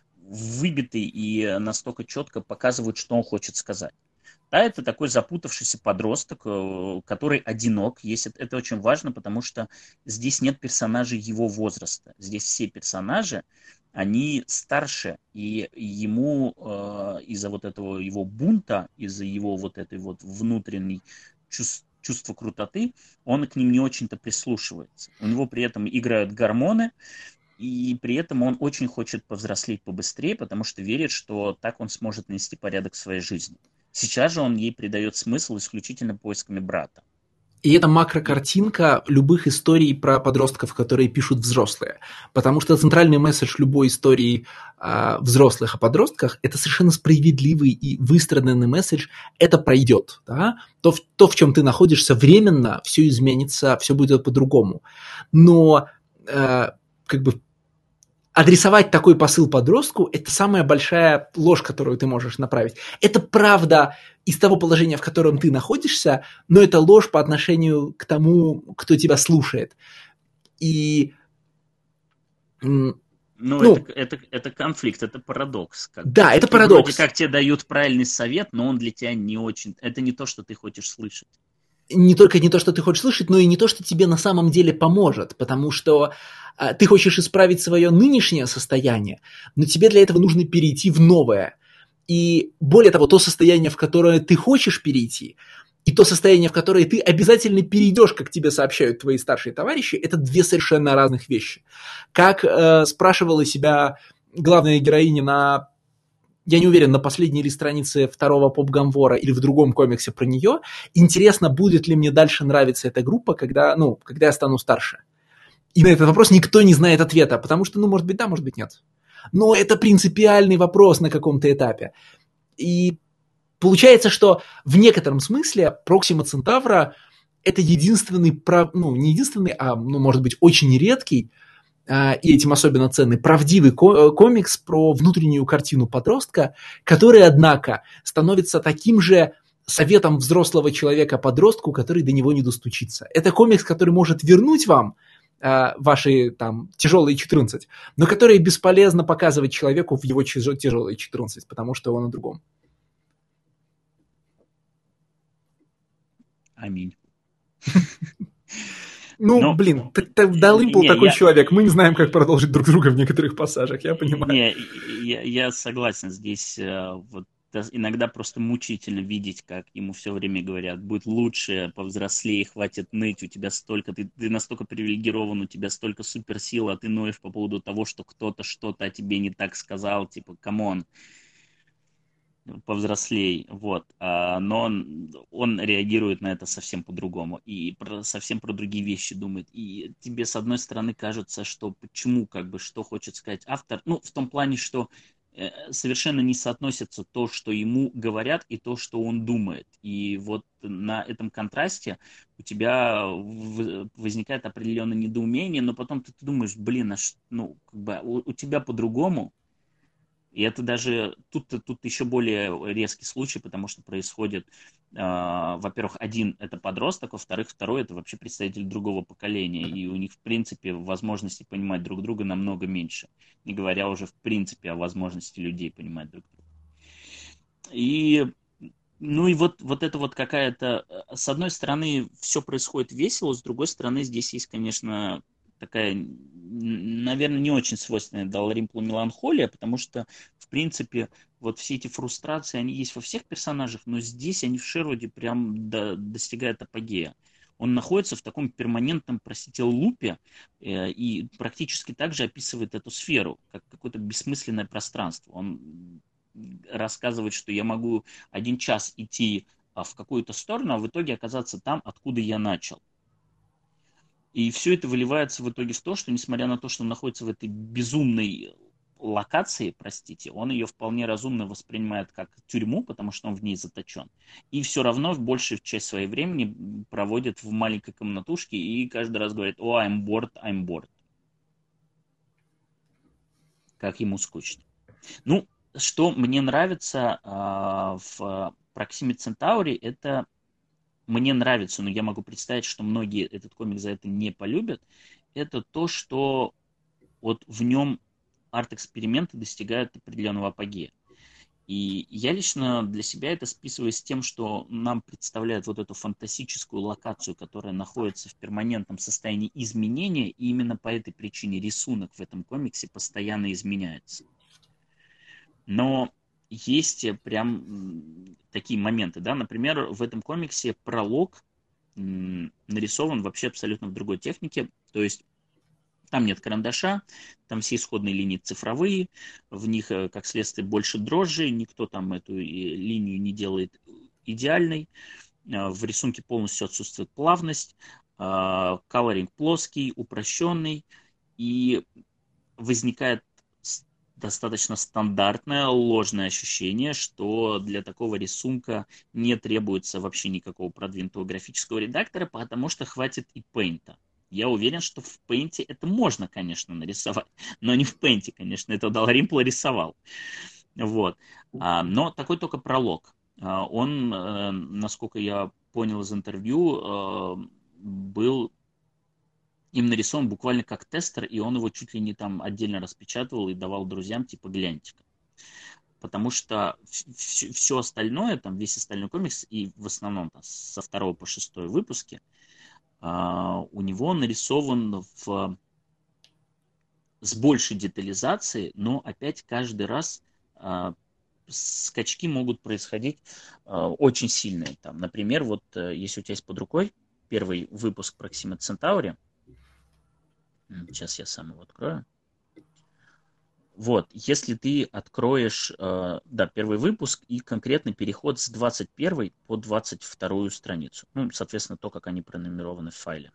выбиты и настолько четко показывают, что он хочет сказать. Да, это такой запутавшийся подросток, который одинок. Это очень важно, потому что здесь нет персонажей его возраста. Здесь все персонажи, они старше, и ему из-за вот этого его бунта, из-за его вот этой вот внутренней чувство крутоты, он к ним не очень-то прислушивается. У него при этом играют гормоны, и при этом он очень хочет повзрослеть побыстрее, потому что верит, что так он сможет навести порядок в своей жизни. Сейчас же он ей придает смысл исключительно поисками брата. И это макрокартинка любых историй про подростков, которые пишут взрослые. Потому что центральный месседж любой истории взрослых о подростках – это совершенно справедливый и выстраданный месседж. Это пройдет. Да? То, в чем ты находишься временно, все изменится, все будет по-другому. Но адресовать такой посыл подростку – это самая большая ложь, которую ты можешь направить. Это правда из того положения, в котором ты находишься, но это ложь по отношению к тому, кто тебя слушает. И это конфликт, это парадокс. Да, это парадокс. Вроде как тебе дают правильный совет, но он для тебя не очень. Это не то, что ты хочешь слышать. Не только не то, что ты хочешь слышать, но и не то, что тебе на самом деле поможет, потому что ты хочешь исправить свое нынешнее состояние, но тебе для этого нужно перейти в новое. И более того, то состояние, в которое ты хочешь перейти, и то состояние, в которое ты обязательно перейдешь, как тебе сообщают твои старшие товарищи, это две совершенно разных вещи. Как спрашивала себя главная героиня я не уверен, на последней ли странице второго поп-гамвора или в другом комиксе про нее, интересно, будет ли мне дальше нравиться эта группа, когда я стану старше. И на этот вопрос никто не знает ответа, потому что, может быть, да, может быть, нет. Но это принципиальный вопрос на каком-то этапе. И получается, что в некотором смысле Проксима Центавра это единственный, не единственный, а, может быть, очень редкий, и этим особенно ценный, правдивый комикс про внутреннюю картину подростка, который, однако, становится таким же советом взрослого человека подростку, который до него не достучится. Это комикс, который может вернуть вам ваши тяжелые 14, но который бесполезно показывать человеку в его тяжелые 14, потому что он о другом. Аминь. Далрипл такой человек, мы не знаем, как продолжить друг друга в некоторых пассажах, я понимаю. Я согласен, здесь вот иногда просто мучительно видеть, как ему все время говорят, будет лучше, повзрослее, хватит ныть, у тебя столько, ты настолько привилегирован, у тебя столько суперсил, а ты ноешь по поводу того, что кто-то что-то о тебе не так сказал, типа, камон. повзрослей, вот, но он реагирует на это совсем по-другому и совсем про другие вещи думает. И тебе, с одной стороны, кажется, что почему, как бы, что хочет сказать автор, ну, в том плане, что совершенно не соотносится то, что ему говорят, и то, что он думает. И вот на этом контрасте у тебя возникает определенное недоумение, но потом ты думаешь, блин, ну, как бы у тебя по-другому. И это даже тут еще более резкий случай, потому что происходит, во-первых, один это подросток, во-вторых, второй это вообще представитель другого поколения, и у них, в принципе, возможности понимать друг друга намного меньше, не говоря уже, в принципе, о возможности людей понимать друг друга. И, ну и вот это вот какая-то, с одной стороны, все происходит весело, с другой стороны, здесь есть, конечно, такая, наверное, не очень свойственная Далримплу меланхолия, потому что, в принципе, вот все эти фрустрации, они есть во всех персонажах, но здесь они в Шервуде прям достигают апогея. Он находится в таком перманентном, простите, лупе и практически так же описывает эту сферу, как какое-то бессмысленное пространство. Он рассказывает, что я могу 1 час идти в какую-то сторону, а в итоге оказаться там, откуда я начал. И все это выливается в итоге в то, что, несмотря на то, что он находится в этой безумной локации, простите, он ее вполне разумно воспринимает как тюрьму, потому что он в ней заточен. И все равно большую часть своего времени проводит в маленькой комнатушке и каждый раз говорит: «О, I'm bored, I'm bored». Как ему скучно. Ну, что мне нравится в Proxima Centauri, это мне нравится, но я могу представить, что многие этот комик за это не полюбят, это то, что вот в нем арт-эксперименты достигают определенного апогея. И я лично для себя это списываю с тем, что нам представляют вот эту фантастическую локацию, которая находится в перманентном состоянии изменения, и именно по этой причине рисунок в этом комиксе постоянно изменяется. Но есть прям такие моменты, да, например, в этом комиксе пролог нарисован вообще абсолютно в другой технике, то есть там нет карандаша, там все исходные линии цифровые, в них, как следствие, больше дрожжи, никто там эту линию не делает идеальной, в рисунке полностью отсутствует плавность, колоринг плоский, упрощенный, и возникает достаточно стандартное ложное ощущение, что для такого рисунка не требуется вообще никакого продвинутого графического редактора, потому что хватит и пейнта. Я уверен, что в пейнте это можно, конечно, нарисовать, но не в пейнте, конечно, это Далримпл рисовал. Вот. Но такой только пролог. Он, насколько я понял из интервью, был им нарисован буквально как тестер, и он его чуть ли не там отдельно распечатывал и давал друзьям, типа, гляньте-ка. Потому что все остальное, там весь остальной комикс, и в основном там, со 2 по 6 выпуски, у него нарисован с большей детализацией, но опять каждый раз скачки могут происходить очень сильные. Там, например, вот если у тебя есть под рукой первый выпуск Proxima Centauri, сейчас я сам его открою. Вот, если ты откроешь, да, первый выпуск и конкретный переход с 21 по 22 страницу. Ну, соответственно, то, как они пронумерованы в файле.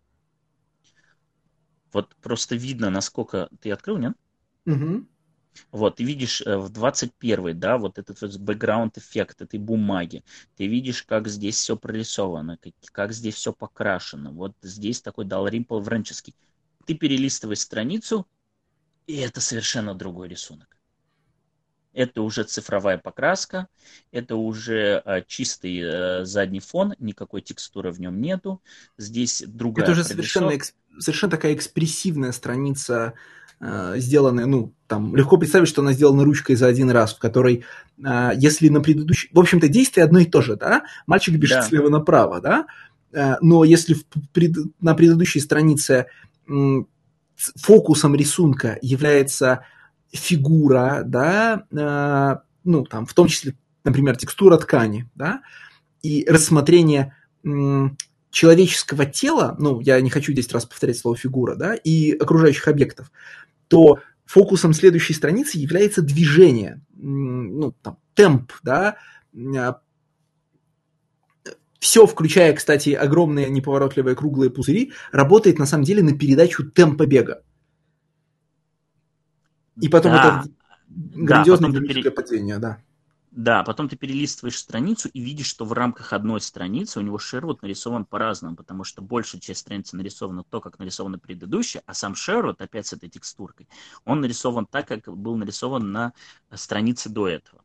Вот просто видно, насколько... Ты открыл, нет? Угу. Вот, ты видишь в 21, да, вот этот вот бэкграунд-эффект этой бумаги. Ты видишь, как здесь все прорисовано, как здесь все покрашено. Вот здесь такой Далримпл вренческий. Ты перелистываешь страницу, и это совершенно другой рисунок. Это уже цифровая покраска, это уже чистый задний фон, никакой текстуры в нем нету. Здесь другая Это уже совершенно такая экспрессивная страница, сделанная, ну, там, легко представить, что она сделана ручкой за один раз, в которой, если на предыдущей... В общем-то, действие одно и то же, да? Мальчик бежит слева направо, да? Но если на предыдущей странице фокусом рисунка является фигура, да, ну, там, в том числе, например, текстура ткани, да, и рассмотрение человеческого тела, ну, я не хочу 10 раз повторять слово фигура, да, и окружающих объектов, то фокусом следующей страницы является движение, темп, да, все, включая, кстати, огромные неповоротливые круглые пузыри, работает на самом деле на передачу темпа бега. И потом это грандиозное динамическое падение, да. Да, потом ты перелистываешь страницу и видишь, что в рамках одной страницы у него Шервуд нарисован по-разному, потому что большая часть страницы нарисована то, как нарисована предыдущая, а сам Шервуд, опять с этой текстуркой, он нарисован так, как был нарисован на странице до этого.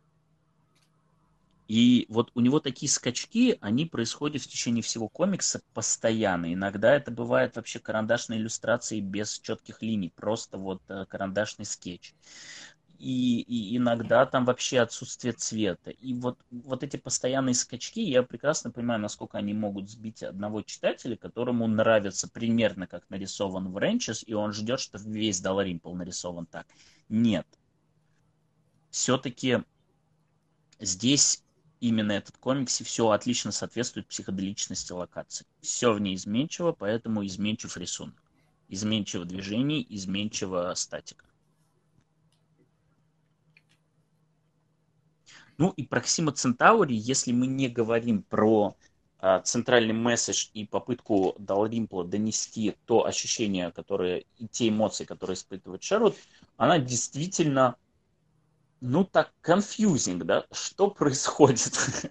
И вот у него такие скачки, они происходят в течение всего комикса постоянно. Иногда это бывает вообще карандашные иллюстрации без четких линий, просто вот карандашный скетч. И иногда там вообще отсутствие цвета. И вот эти постоянные скачки, я прекрасно понимаю, насколько они могут сбить одного читателя, которому нравится примерно как нарисован в Ренчес, и он ждет, что весь Далримпл нарисован так. Нет. Все-таки здесь именно этот комикс, и все отлично соответствует психоделичности локации. Все в ней изменчиво, поэтому изменчив рисунок. Изменчиво движение, изменчиво статика. Ну и Проксима Центаури, если мы не говорим про центральный месседж и попытку Далримпла донести то ощущение, и те эмоции, которые испытывает Шервуд, она действительно, так, confusing, да? Что происходит?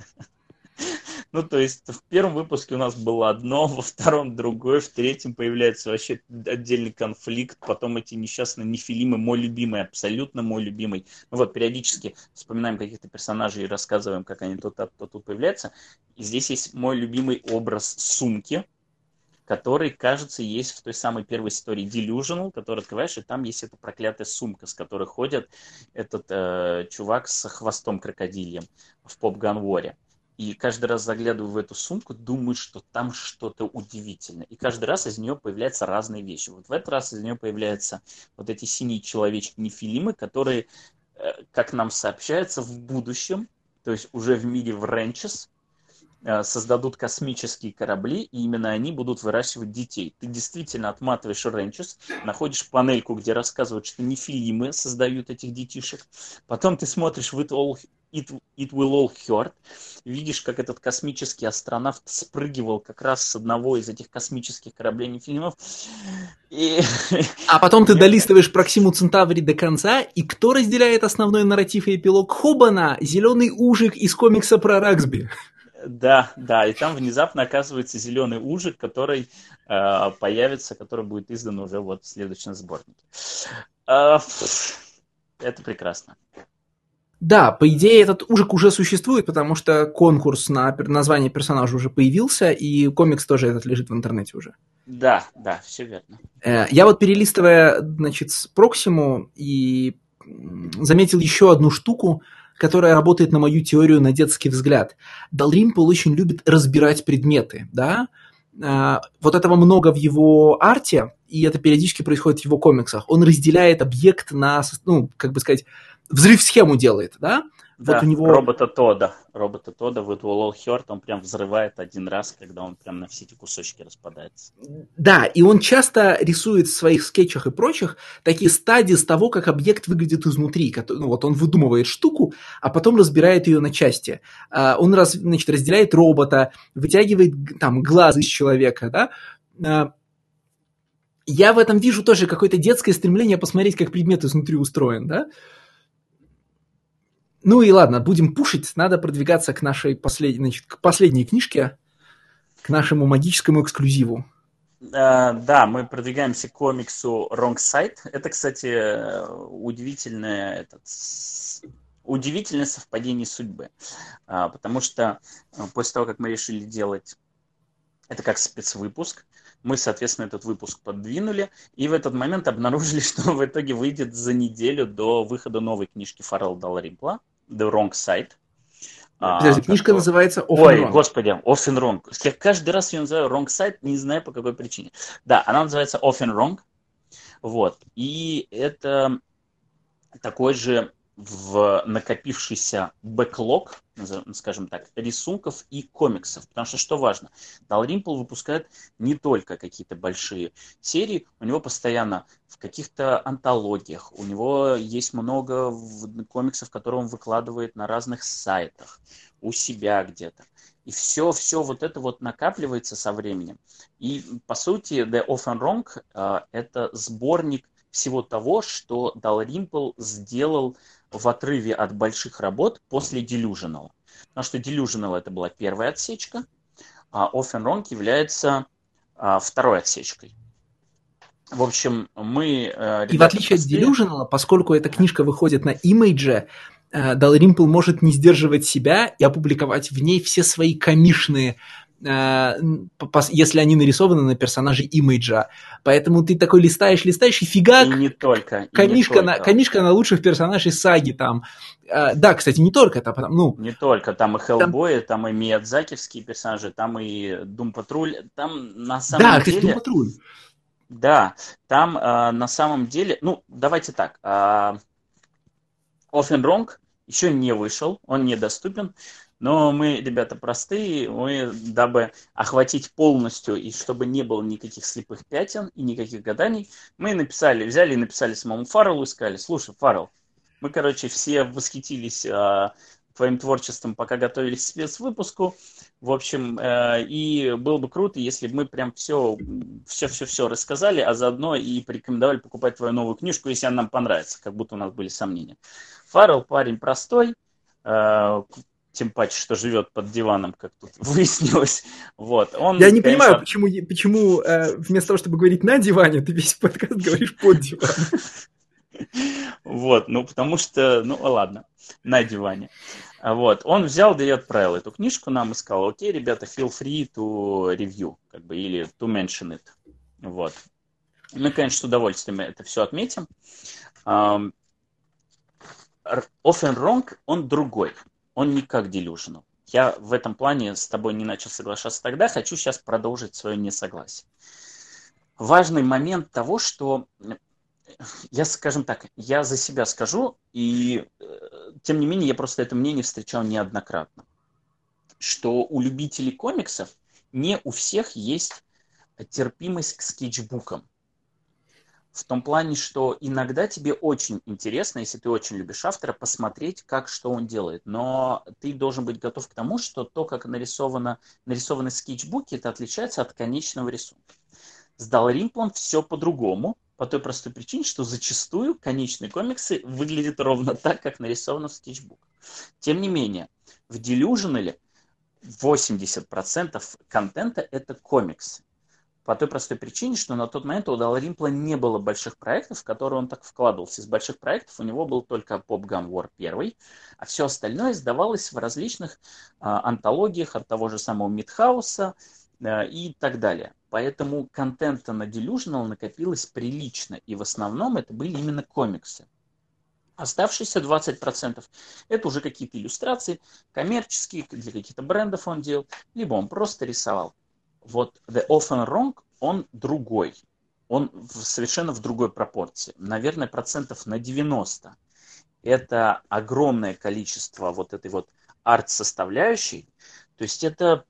То есть в первом выпуске у нас было одно, во втором другое, в третьем появляется вообще отдельный конфликт, потом эти несчастные нефилимы, мой любимый, абсолютно мой любимый. Периодически вспоминаем каких-то персонажей и рассказываем, как они то тут появляются. И здесь есть мой любимый образ сумки, который, кажется, есть в той самой первой истории Delusional, которую открываешь, и там есть эта проклятая сумка, с которой ходит этот чувак с хвостом крокодильем в Поп-Ган Воре. И каждый раз заглядываю в эту сумку, думаю, что там что-то удивительное. И каждый раз из нее появляются разные вещи. Вот в этот раз из нее появляются вот эти синие человечки-нефилимы, которые, как нам сообщается, в будущем, то есть уже в мире в Ренчес, создадут космические корабли, и именно они будут выращивать детей. Ты действительно отматываешь Ренчес, находишь панельку, где рассказывают, что нефилимы создают этих детишек. Потом ты смотришь в It Will All Hurt, видишь, как этот космический астронавт спрыгивал как раз с одного из этих космических кораблей нефилимов. А потом ты долистываешь Проксиму Центаври до конца, и кто разделяет основной нарратив и эпилог? Хобана, зеленый ужик из комикса про Раксби. Да, и там внезапно оказывается зеленый ужик, который появится, который будет издан уже в следующем сборнике. Это прекрасно. Да, по идее, этот ужик уже существует, потому что конкурс на название персонажа уже появился, и комикс тоже этот лежит в интернете уже. Да, все верно. Я перелистывая, Проксиму, и заметил еще одну штуку, которая работает на мою теорию на детский взгляд. Далримпл очень любит разбирать предметы, да? Вот этого много в его арте, и это периодически происходит в его комиксах. Он разделяет объект на, взрыв-схему делает, да? Да, у него... робота Тодда в It Will All Hurt, он прям взрывает один раз, когда он прям на все эти кусочки распадается. Да, и он часто рисует в своих скетчах и прочих такие стадии с того, как объект выглядит изнутри. Он выдумывает штуку, а потом разбирает ее на части. Он разделяет робота, вытягивает глаз из человека, да? Я в этом вижу тоже какое-то детское стремление посмотреть, как предмет изнутри устроен, да? Ну и ладно, будем пушить, надо продвигаться к нашей последней книжке, к нашему магическому эксклюзиву. Да, мы продвигаемся к комиксу Wrong Side. Это, кстати, удивительное совпадение судьбы. Потому что после того, как мы решили делать это как спецвыпуск, мы, соответственно, этот выпуск подвинули, и в этот момент обнаружили, что в итоге выйдет за неделю до выхода новой книжки Фаррелла Далримпла The Wrong Side. Книжка называется Off and Wrong. Ой, господи, Off and Wrong. Я каждый раз ее называю Wrong Side, не знаю по какой причине. Да, она называется Off and Wrong. И это такой же в накопившийся бэклог, скажем так, рисунков и комиксов. Потому что что важно, Dalrymple выпускает не только какие-то большие серии, у него постоянно в каких-то антологиях, у него есть много комиксов, которые он выкладывает на разных сайтах, у себя где-то. И все вот это вот накапливается со временем. И, по сути, The Often Wrong это сборник всего того, что Dalrymple сделал в отрыве от больших работ после Delusional. Потому что Delusional это была первая отсечка, а Often Wrong является второй отсечкой. В общем, мы, ребята, и в отличие от Delusional, поскольку эта книжка выходит на Image, Dalrymple может не сдерживать себя и опубликовать в ней все свои комишные, если они нарисованы на персонаже Имейджа. Поэтому ты такой листаешь, и фигак. И не только. Комишка на лучших персонажей саги там. Да, кстати, не только это. Не только. Там и Хеллбой, там и Миядзакивские персонажи, там и Doom Patrol. Там на самом деле... Да, кстати, Doom Patrol. Да, там на самом деле... Ну, давайте так. Often Wrong еще не вышел, он недоступен. Но мы, ребята, простые, мы, дабы охватить полностью, и чтобы не было никаких слепых пятен и никаких гаданий, мы взяли и написали самому Фарреллу и сказали: слушай, Фаррелл, мы, короче, все восхитились твоим творчеством, пока готовились к спецвыпуску. В общем, и было бы круто, если бы мы прям все рассказали, а заодно и порекомендовали покупать твою новую книжку, если она нам понравится, как будто у нас были сомнения. Фаррелл парень простой, тем паче, что живет под диваном, как тут выяснилось. Вот. Я не понимаю, почему вместо того, чтобы говорить на диване, ты весь подкаст говоришь под диваном. Вот, потому что, ладно, на диване. Вот, он взял, да и отправил эту книжку нам и сказал: окей, ребята, feel free to review, или to mention it. Вот. Мы, конечно, с удовольствием это все отметим. Often Wrong, он другой. Он не как Delusional. Я в этом плане с тобой не начал соглашаться тогда, хочу сейчас продолжить свое несогласие. Важный момент того, что я, скажем так, я за себя скажу, и тем не менее я просто это мнение встречал неоднократно, что у любителей комиксов не у всех есть терпимость к скетчбукам. В том плане, что иногда тебе очень интересно, если ты очень любишь автора, посмотреть, что он делает. Но ты должен быть готов к тому, что то, как нарисованы скетчбуки, это отличается от конечного рисунка. С Dalrymple все по-другому, по той простой причине, что зачастую конечные комиксы выглядят ровно так, как нарисовано в скетчбуках. Тем не менее, в Delusional 80% контента это комиксы. По той простой причине, что на тот момент у Dalrymple не было больших проектов, в которые он так вкладывался. Из больших проектов у него был только Pop Gun War 1, а все остальное издавалось в различных антологиях от того же самого Мидхауса и так далее. Поэтому контента на Delusional накопилось прилично, и в основном это были именно комиксы. Оставшиеся 20% это уже какие-то иллюстрации коммерческие, для каких-то брендов он делал, либо он просто рисовал. Вот The Often Wrong, он другой. Он совершенно в другой пропорции. Наверное, процентов на 90. Это огромное количество вот этой вот арт-составляющей. То есть это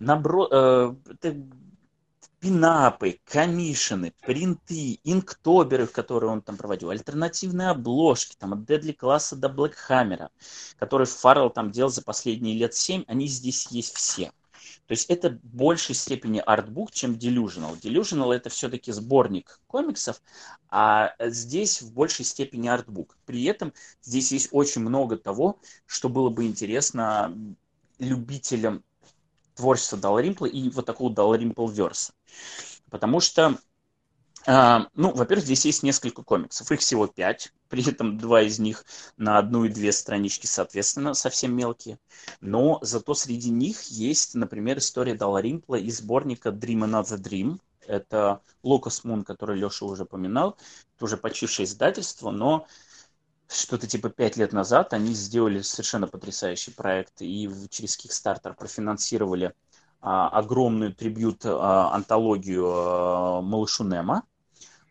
пинапы, коммишины, принты, инктоберы, которые он там проводил, альтернативные обложки, там от Deadly класса до Black Hammer, которые Фаррелл там делал за последние лет 7, они здесь есть все. То есть это в большей степени артбук, чем Delusional. Delusional это все-таки сборник комиксов, а здесь в большей степени артбук. При этом здесь есть очень много того, что было бы интересно любителям творчества Dalrymple и вот такого Dalrymple-верса. Потому что, во-первых, здесь есть несколько комиксов. Их всего 5. При этом 2 из них на 1 и 2 странички, соответственно, совсем мелкие. Но зато среди них есть, например, история Dalrymple из сборника Dream Another Dream. Это Locust Moon, который Леша уже упоминал. Это уже почившее издательство, но что-то типа 5 лет назад они сделали совершенно потрясающий проект и через Kickstarter профинансировали огромную трибют-антологию малышу Немо.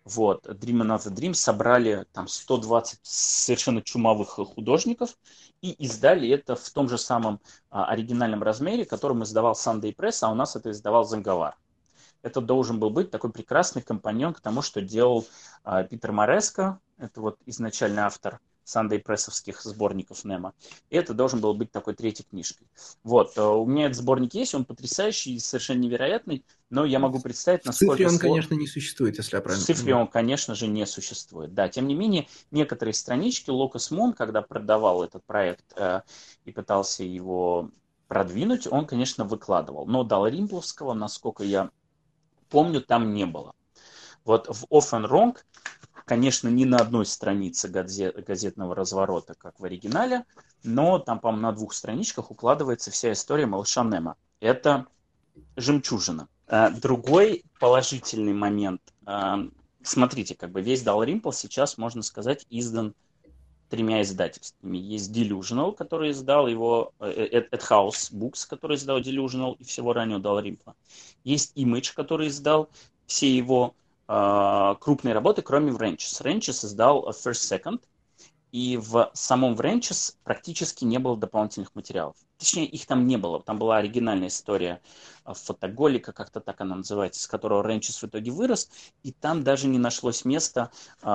Вот, Dream Another Dream собрали там 120 совершенно чумовых художников и издали это в том же самом оригинальном размере, которым издавал Sunday Press, а у нас это издавал Занговар. Это должен был быть такой прекрасный компаньон к тому, что делал Питер Мореско, это вот изначальный автор Sunday Прессовских сборников Немо. И это должен был быть такой третьей книжкой. Вот, у меня этот сборник есть, он потрясающий и совершенно невероятный, но я могу представить, В цифре насколько он, конечно, не существует, если я в правильно цифре понимаю. он, конечно же, не существует. Да, тем не менее, некоторые странички Локас Мун, когда продавал этот проект и пытался его продвинуть, он, конечно, выкладывал. Но Далримпловского, насколько я помню, там не было. Вот в Off and Wrong, конечно, не на одной странице газетного разворота, как в оригинале, но там, по-моему, на 2 страничках укладывается вся история малыша Немо. Это жемчужина. Другой положительный момент. Смотрите, как бы весь Dalrymple сейчас, можно сказать, издан 3 издательствами. Есть Delusional, который издал его, At House Books, который издал Delusional и всего раннего Dalrymple. Есть Image, который издал все его крупные работы, кроме Вренчес. Вренчес издал First Second, и в самом Вренчес практически не было дополнительных материалов. Точнее, их там не было. Там была оригинальная история фотоголика, как-то так она называется, с которого Вренчес в итоге вырос, и там даже не нашлось места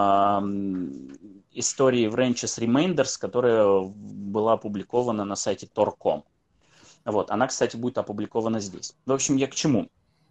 истории Вренчес Remainders, которая была опубликована на сайте Tor.com. Вот. Она, кстати, будет опубликована здесь. В общем, я к чему?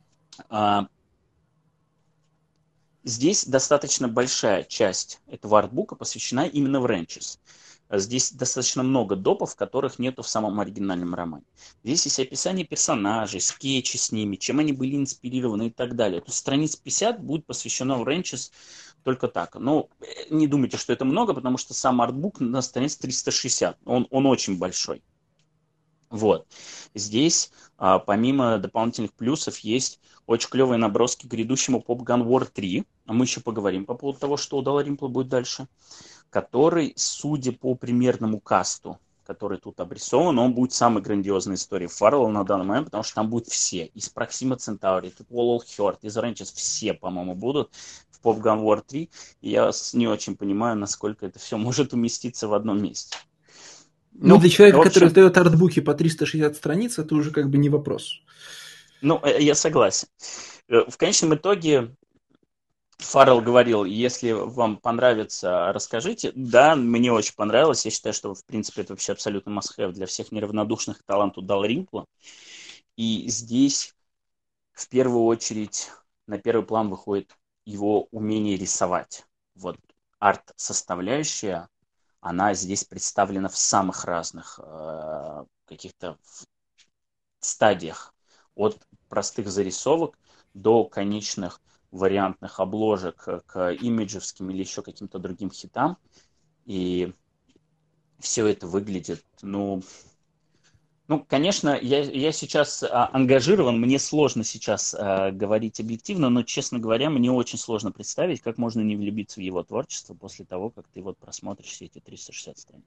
Здесь достаточно большая часть этого артбука посвящена именно Вренчес. Здесь достаточно много допов, которых нету в самом оригинальном романе. Здесь есть описание персонажей, скетчи с ними, чем они были инспирированы и так далее. То есть страниц 50 будет посвящено Вренчес только так. Но не думайте, что это много, потому что сам артбук на страниц 360. Он очень большой. Вот. Здесь, помимо дополнительных плюсов, есть очень клевые наброски к грядущему Pop Gun War 3. А мы еще поговорим по поводу того, что у Dalrymple будет дальше. Который, судя по примерному касту, который тут обрисован, он будет самой грандиозной историей Фаррелла на данный момент, потому что там будут все. Из Proxima Centauri, тут Wall Heart, из Ranches все, по-моему, будут в Pop Gun War 3. И я не очень понимаю, насколько это все может уместиться в одном месте. Ну, для человека, который издает артбуки по 360 страниц, это уже как бы не вопрос. Ну, я согласен. В конечном итоге Фаррелл говорил, если вам понравится, расскажите. Да, мне очень понравилось. Я считаю, что, в принципе, это вообще абсолютно must-have для всех неравнодушных к таланту Далримпла. И здесь, в первую очередь, на первый план выходит его умение рисовать. Вот арт-составляющая, она здесь представлена в самых разных каких-то стадиях. От простых зарисовок до конечных вариантных обложек к имиджевским или еще каким-то другим хитам. И все это выглядит, ну, конечно, я сейчас ангажирован, мне сложно сейчас говорить объективно, но, честно говоря, мне очень сложно представить, как можно не влюбиться в его творчество после того, как ты вот просмотришь все эти 360 страниц.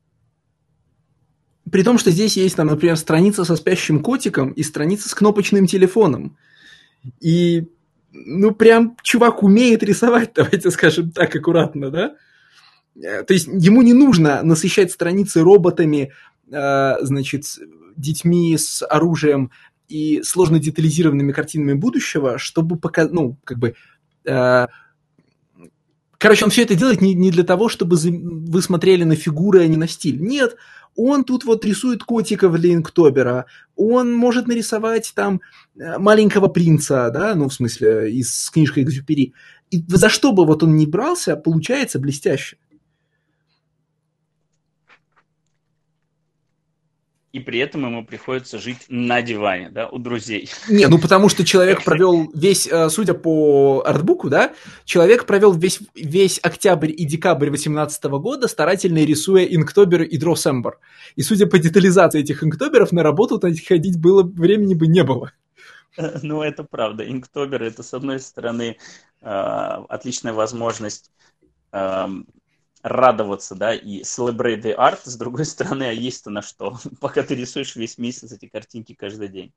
При том, что здесь есть, там, например, страница со спящим котиком и страница с кнопочным телефоном. И, ну, прям чувак умеет рисовать, давайте скажем так аккуратно, да? То есть ему не нужно насыщать страницы роботами, значит, детьми с оружием и сложно детализированными картинами будущего, чтобы показать, ну, как бы... Короче, он все это делает не для того, чтобы вы смотрели на фигуры, а не на стиль. Нет, он тут вот рисует котиков для Инктобера, он может нарисовать там маленького принца, да, ну, в смысле, из книжки Экзюпери. И за что бы вот он ни брался, получается блестяще. И при этом ему приходится жить на диване, да, у друзей. Не, ну потому что человек провел весь, судя по артбуку, да, человек провел весь октябрь и декабрь 2018 года, старательно рисуя Инктобер и Дроссембер. И судя по детализации этих Инктоберов, на работу ходить было времени бы не было. Ну, это правда. Инктобер — это, с одной стороны, отличная возможность радоваться, да, и celebrate the art, с другой стороны, а есть-то на что, пока ты рисуешь весь месяц эти картинки каждый день.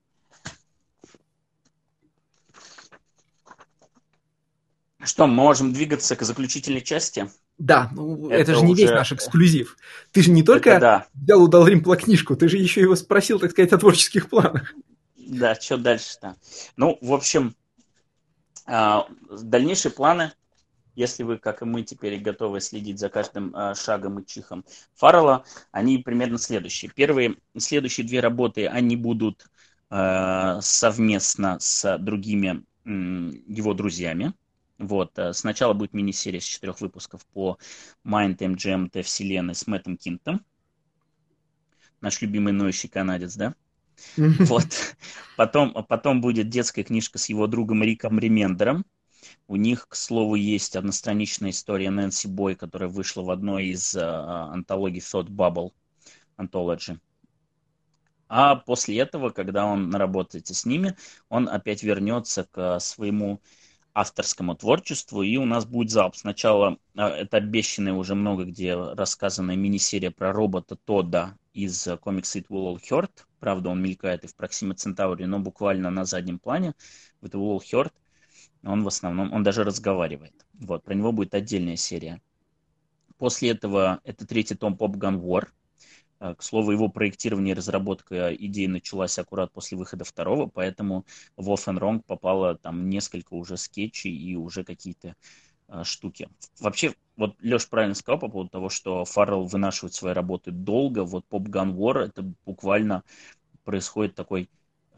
Что, мы можем двигаться к заключительной части? Да, ну это Это же не весь уже... наш эксклюзив. Ты же не Это только да. взял у Далримпла книжку, ты же еще его спросил, так сказать, о творческих планах. Да, что дальше-то? Ну, в общем, дальнейшие планы, если вы, как и мы, теперь готовы следить за каждым шагом и чихом Фаррелла, они примерно следующие. Следующие две работы, они будут совместно с другими его друзьями. Вот. Сначала будет мини-серия с 4 выпусков по Mind MGMT вселенной с Мэттом Кинтом. Наш любимый ноющий канадец, да? Вот. Потом будет детская книжка с его другом Риком Ремендером. У них, к слову, есть одностраничная история Нэнси Бой, которая вышла в одной из антологий Thought Bubble Anthology. А после этого, когда он наработается с ними, он опять вернется к своему авторскому творчеству, и у нас будет залп. Сначала это обещанная уже много где рассказанная мини-серия про робота Тодда из комикса It Will All Hurt. Правда, он мелькает и в Proxima Centauri, но буквально на заднем плане. В It Will All Hurt он в основном, он даже разговаривает. Вот, про него будет отдельная серия. После этого это 3-й том Pop Gun War. К слову, его проектирование и разработка идеи началась аккурат после выхода 2-го, поэтому в Off and Wrong попало там несколько уже скетчей и уже какие-то штуки. Вообще, вот Леш правильно сказал по поводу того, что Фаррелл вынашивает свои работы долго. Вот Pop Gun War, это буквально происходит такой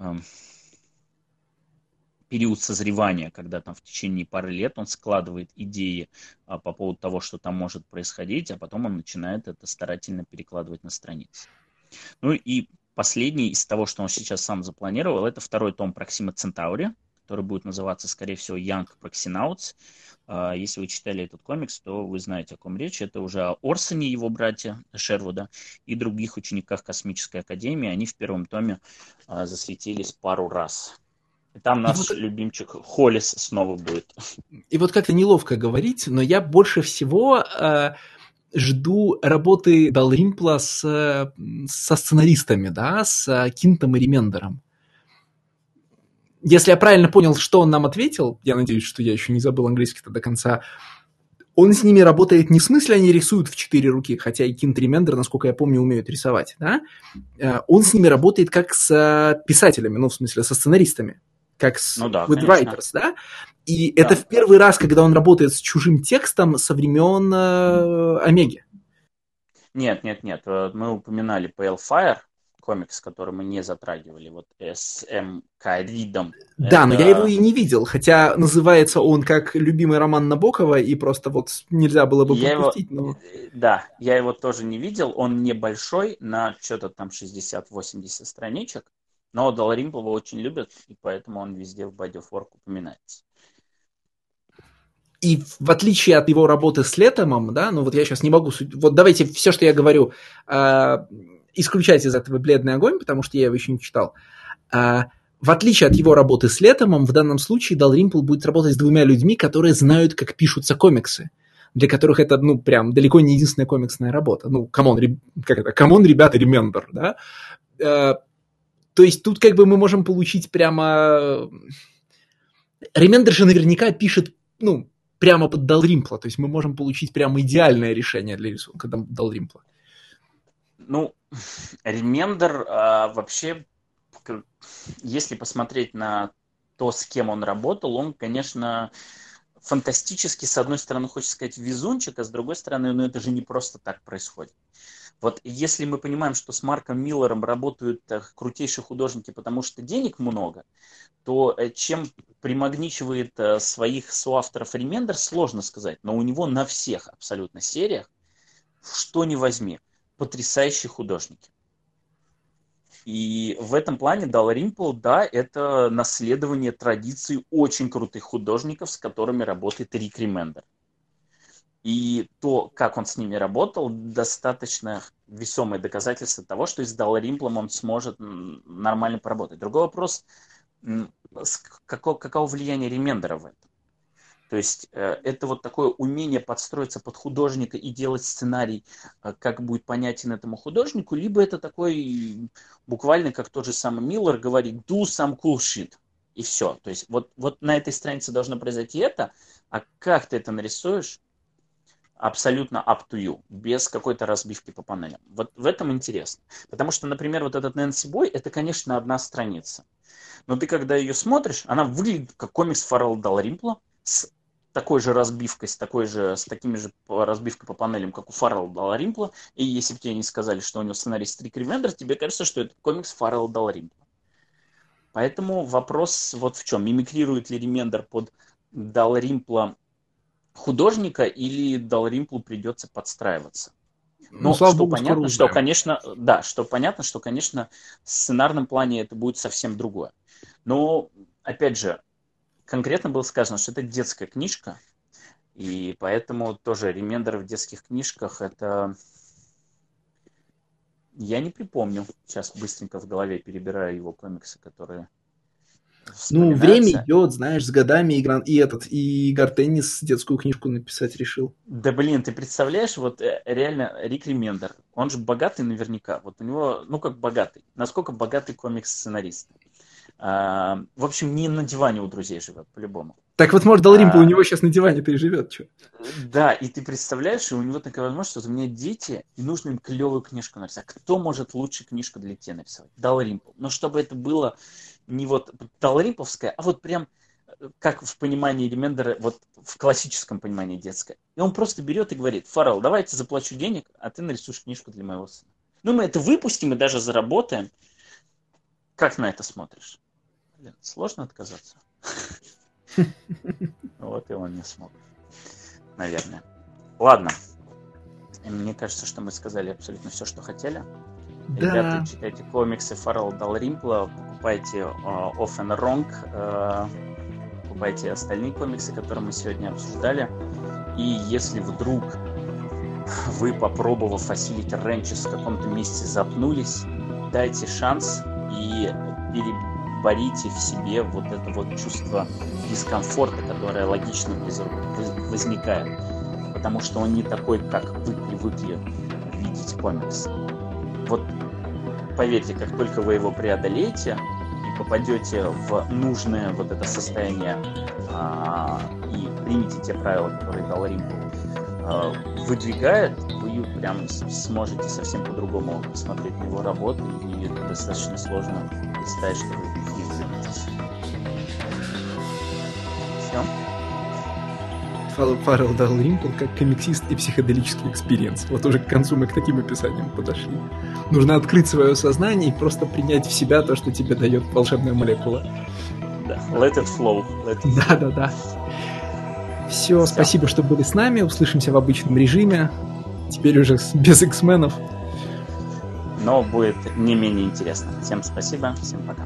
период созревания, когда там в течение пары лет он складывает идеи по поводу того, что там может происходить, а потом он начинает это старательно перекладывать на страницы. Ну и последний из того, что он сейчас сам запланировал, это 2-й том Proxima Centauri, который будет называться, скорее всего, Young Proxinauts. Если вы читали этот комикс, то вы знаете, о ком речь. Это уже о Орсоне, его братья Шервуда, и других учениках Космической Академии. Они в 1-м томе засветились пару раз. И там наш любимчик Холлис снова будет. И вот как-то неловко говорить, но я больше всего жду работы Далримпла со сценаристами, да, с Кинтом и Ремендером. Если я правильно понял, что он нам ответил, я надеюсь, что я еще не забыл английский-то до конца, он с ними работает не в смысле, они рисуют в 4 руки, хотя и Кинт и Ремендер, насколько я помню, умеют рисовать, да? Он с ними работает как с писателями, ну, в смысле, со сценаристами. Как с with writers, да? И это в первый раз, когда он работает с чужим текстом со времен Омеги. Нет. Мы упоминали Pale Fire, комикс, который мы не затрагивали, вот S.M.K. Ридом. Да, но я его и не видел, хотя называется он как любимый роман Набокова, и просто вот нельзя было бы пропустить. Да, я его тоже не видел, он небольшой, на что-то там 60-80 страничек. Но Далримпл его очень любят, и поэтому он везде в Body of Work упоминается. И в отличие от его работы с Летомом, да, ну вот я сейчас не могу... Вот давайте все, что я говорю, исключать из этого «Бледный огонь», потому что я его еще не читал. В отличие от его работы с Летомом, в данном случае Далримпл будет работать с 2 людьми, которые знают, как пишутся комиксы. Для которых это, ну, прям далеко не единственная комиксная работа. Ну, камон, ребята, Ремендер, да? То есть тут как бы мы можем получить прямо... Ремендер же наверняка пишет, ну, прямо под Далримпла. То есть мы можем получить прямо идеальное решение для рисунка Далримпла. Ну, Ремендер вообще, если посмотреть на то, с кем он работал, он, конечно, фантастически, с одной стороны, хочется сказать, везунчик, а с другой стороны, ну, это же не просто так происходит. Вот если мы понимаем, что с Марком Миллером работают крутейшие художники, потому что денег много, то чем примагничивает своих соавторов Ремендер, сложно сказать. Но у него на всех абсолютно сериях, что ни возьми, потрясающие художники. И в этом плане Далримпл, да, это наследование традиций очень крутых художников, с которыми работает Рик Ремендер. И то, как он с ними работал, достаточно весомое доказательство того, что и с Далримплом он сможет нормально поработать. Другой вопрос, каково влияние Ремендера в этом. То есть это вот такое умение подстроиться под художника и делать сценарий, как будет понятен этому художнику, либо это такой, буквально как тот же самый Миллер говорит, do some cool shit. И все. То есть вот на этой странице должно произойти это, а как ты это нарисуешь, абсолютно up to you, без какой-то разбивки по панелям. Вот в этом интересно. Потому что, например, вот этот Нэнси Бой, это, конечно, одна страница. Но ты, когда ее смотришь, она выглядит как комикс Фаррелла Далримпла с такой же разбивкой, с такими же разбивкой по панелям, как у Фаррелла Далримпла. И если бы тебе не сказали, что у него сценарист Рик Ремендер, тебе кажется, что это комикс Фаррелла Далримпла. Поэтому вопрос вот в чем. Мимикрирует ли Ремендер под Далримпла художника или Далримплу придется подстраиваться? Ну, Но слава что богу, скоро понятно, что, узнаем. конечно, да, что понятно, что, конечно, в сценарном плане это будет совсем другое. Но, опять же, конкретно было сказано, что это детская книжка, и поэтому тоже ремендер в детских книжках это... Я не припомню, сейчас быстренько в голове перебираю его комиксы, которые Ну, время вспоминаются. идет, знаешь, с годами и Игорь Теннис детскую книжку написать решил. Да блин, ты представляешь, вот реально Рик Ремендер, он же богатый наверняка, вот у него, ну как богатый, насколько богатый комикс-сценарист. В общем, не на диване у друзей живет, по-любому. Так вот, может, Далримпл у А, него сейчас на диване-то и живет, что? да, и ты представляешь, и у него такая возможность, что у меня дети, и нужно им клевую книжку написать. А кто может лучше книжку для детей написать? Далримпл. Но чтобы это было не вот далримпловское, а вот прям как в понимании Ремендера, вот в классическом понимании детское. И он просто берет и говорит: Фаррелл, давай я тебе заплачу денег, а ты нарисуешь книжку для моего сына. Ну, мы это выпустим и даже заработаем. Как на это смотришь? Блин, сложно отказаться. Вот и он не смог, наверное. Ладно. Мне кажется, что мы сказали абсолютно все, что хотели. Да. Ребята, читайте комиксы Фаррелла Далримпла, покупайте Off and Wrong, покупайте остальные комиксы, которые мы сегодня обсуждали. И если вдруг вы, попробовав осилить Ренчес, в каком-то месте запнулись, дайте шанс и переборите в себе вот это вот чувство дискомфорта, которое логично возникает. Потому что он не такой, как вы привыкли видеть комикс. Вот поверьте, как только вы его преодолеете и попадете в нужное вот это состояние и примете те правила, которые Далримпл выдвигает, вы прям сможете совсем по-другому смотреть на его работу, и это достаточно сложно представить, что вы в них влюбитесь. Все. Фаррелл Далримпл как комиксист и психоделический экспириенс. Вот уже к концу мы к таким описаниям подошли. Нужно открыть свое сознание и просто принять в себя то, что тебе дает волшебная молекула. Да, let it flow. Да. Все, спасибо, что были с нами. Услышимся в обычном режиме. Теперь уже без X-менов. Но будет не менее интересно. Всем спасибо, всем пока.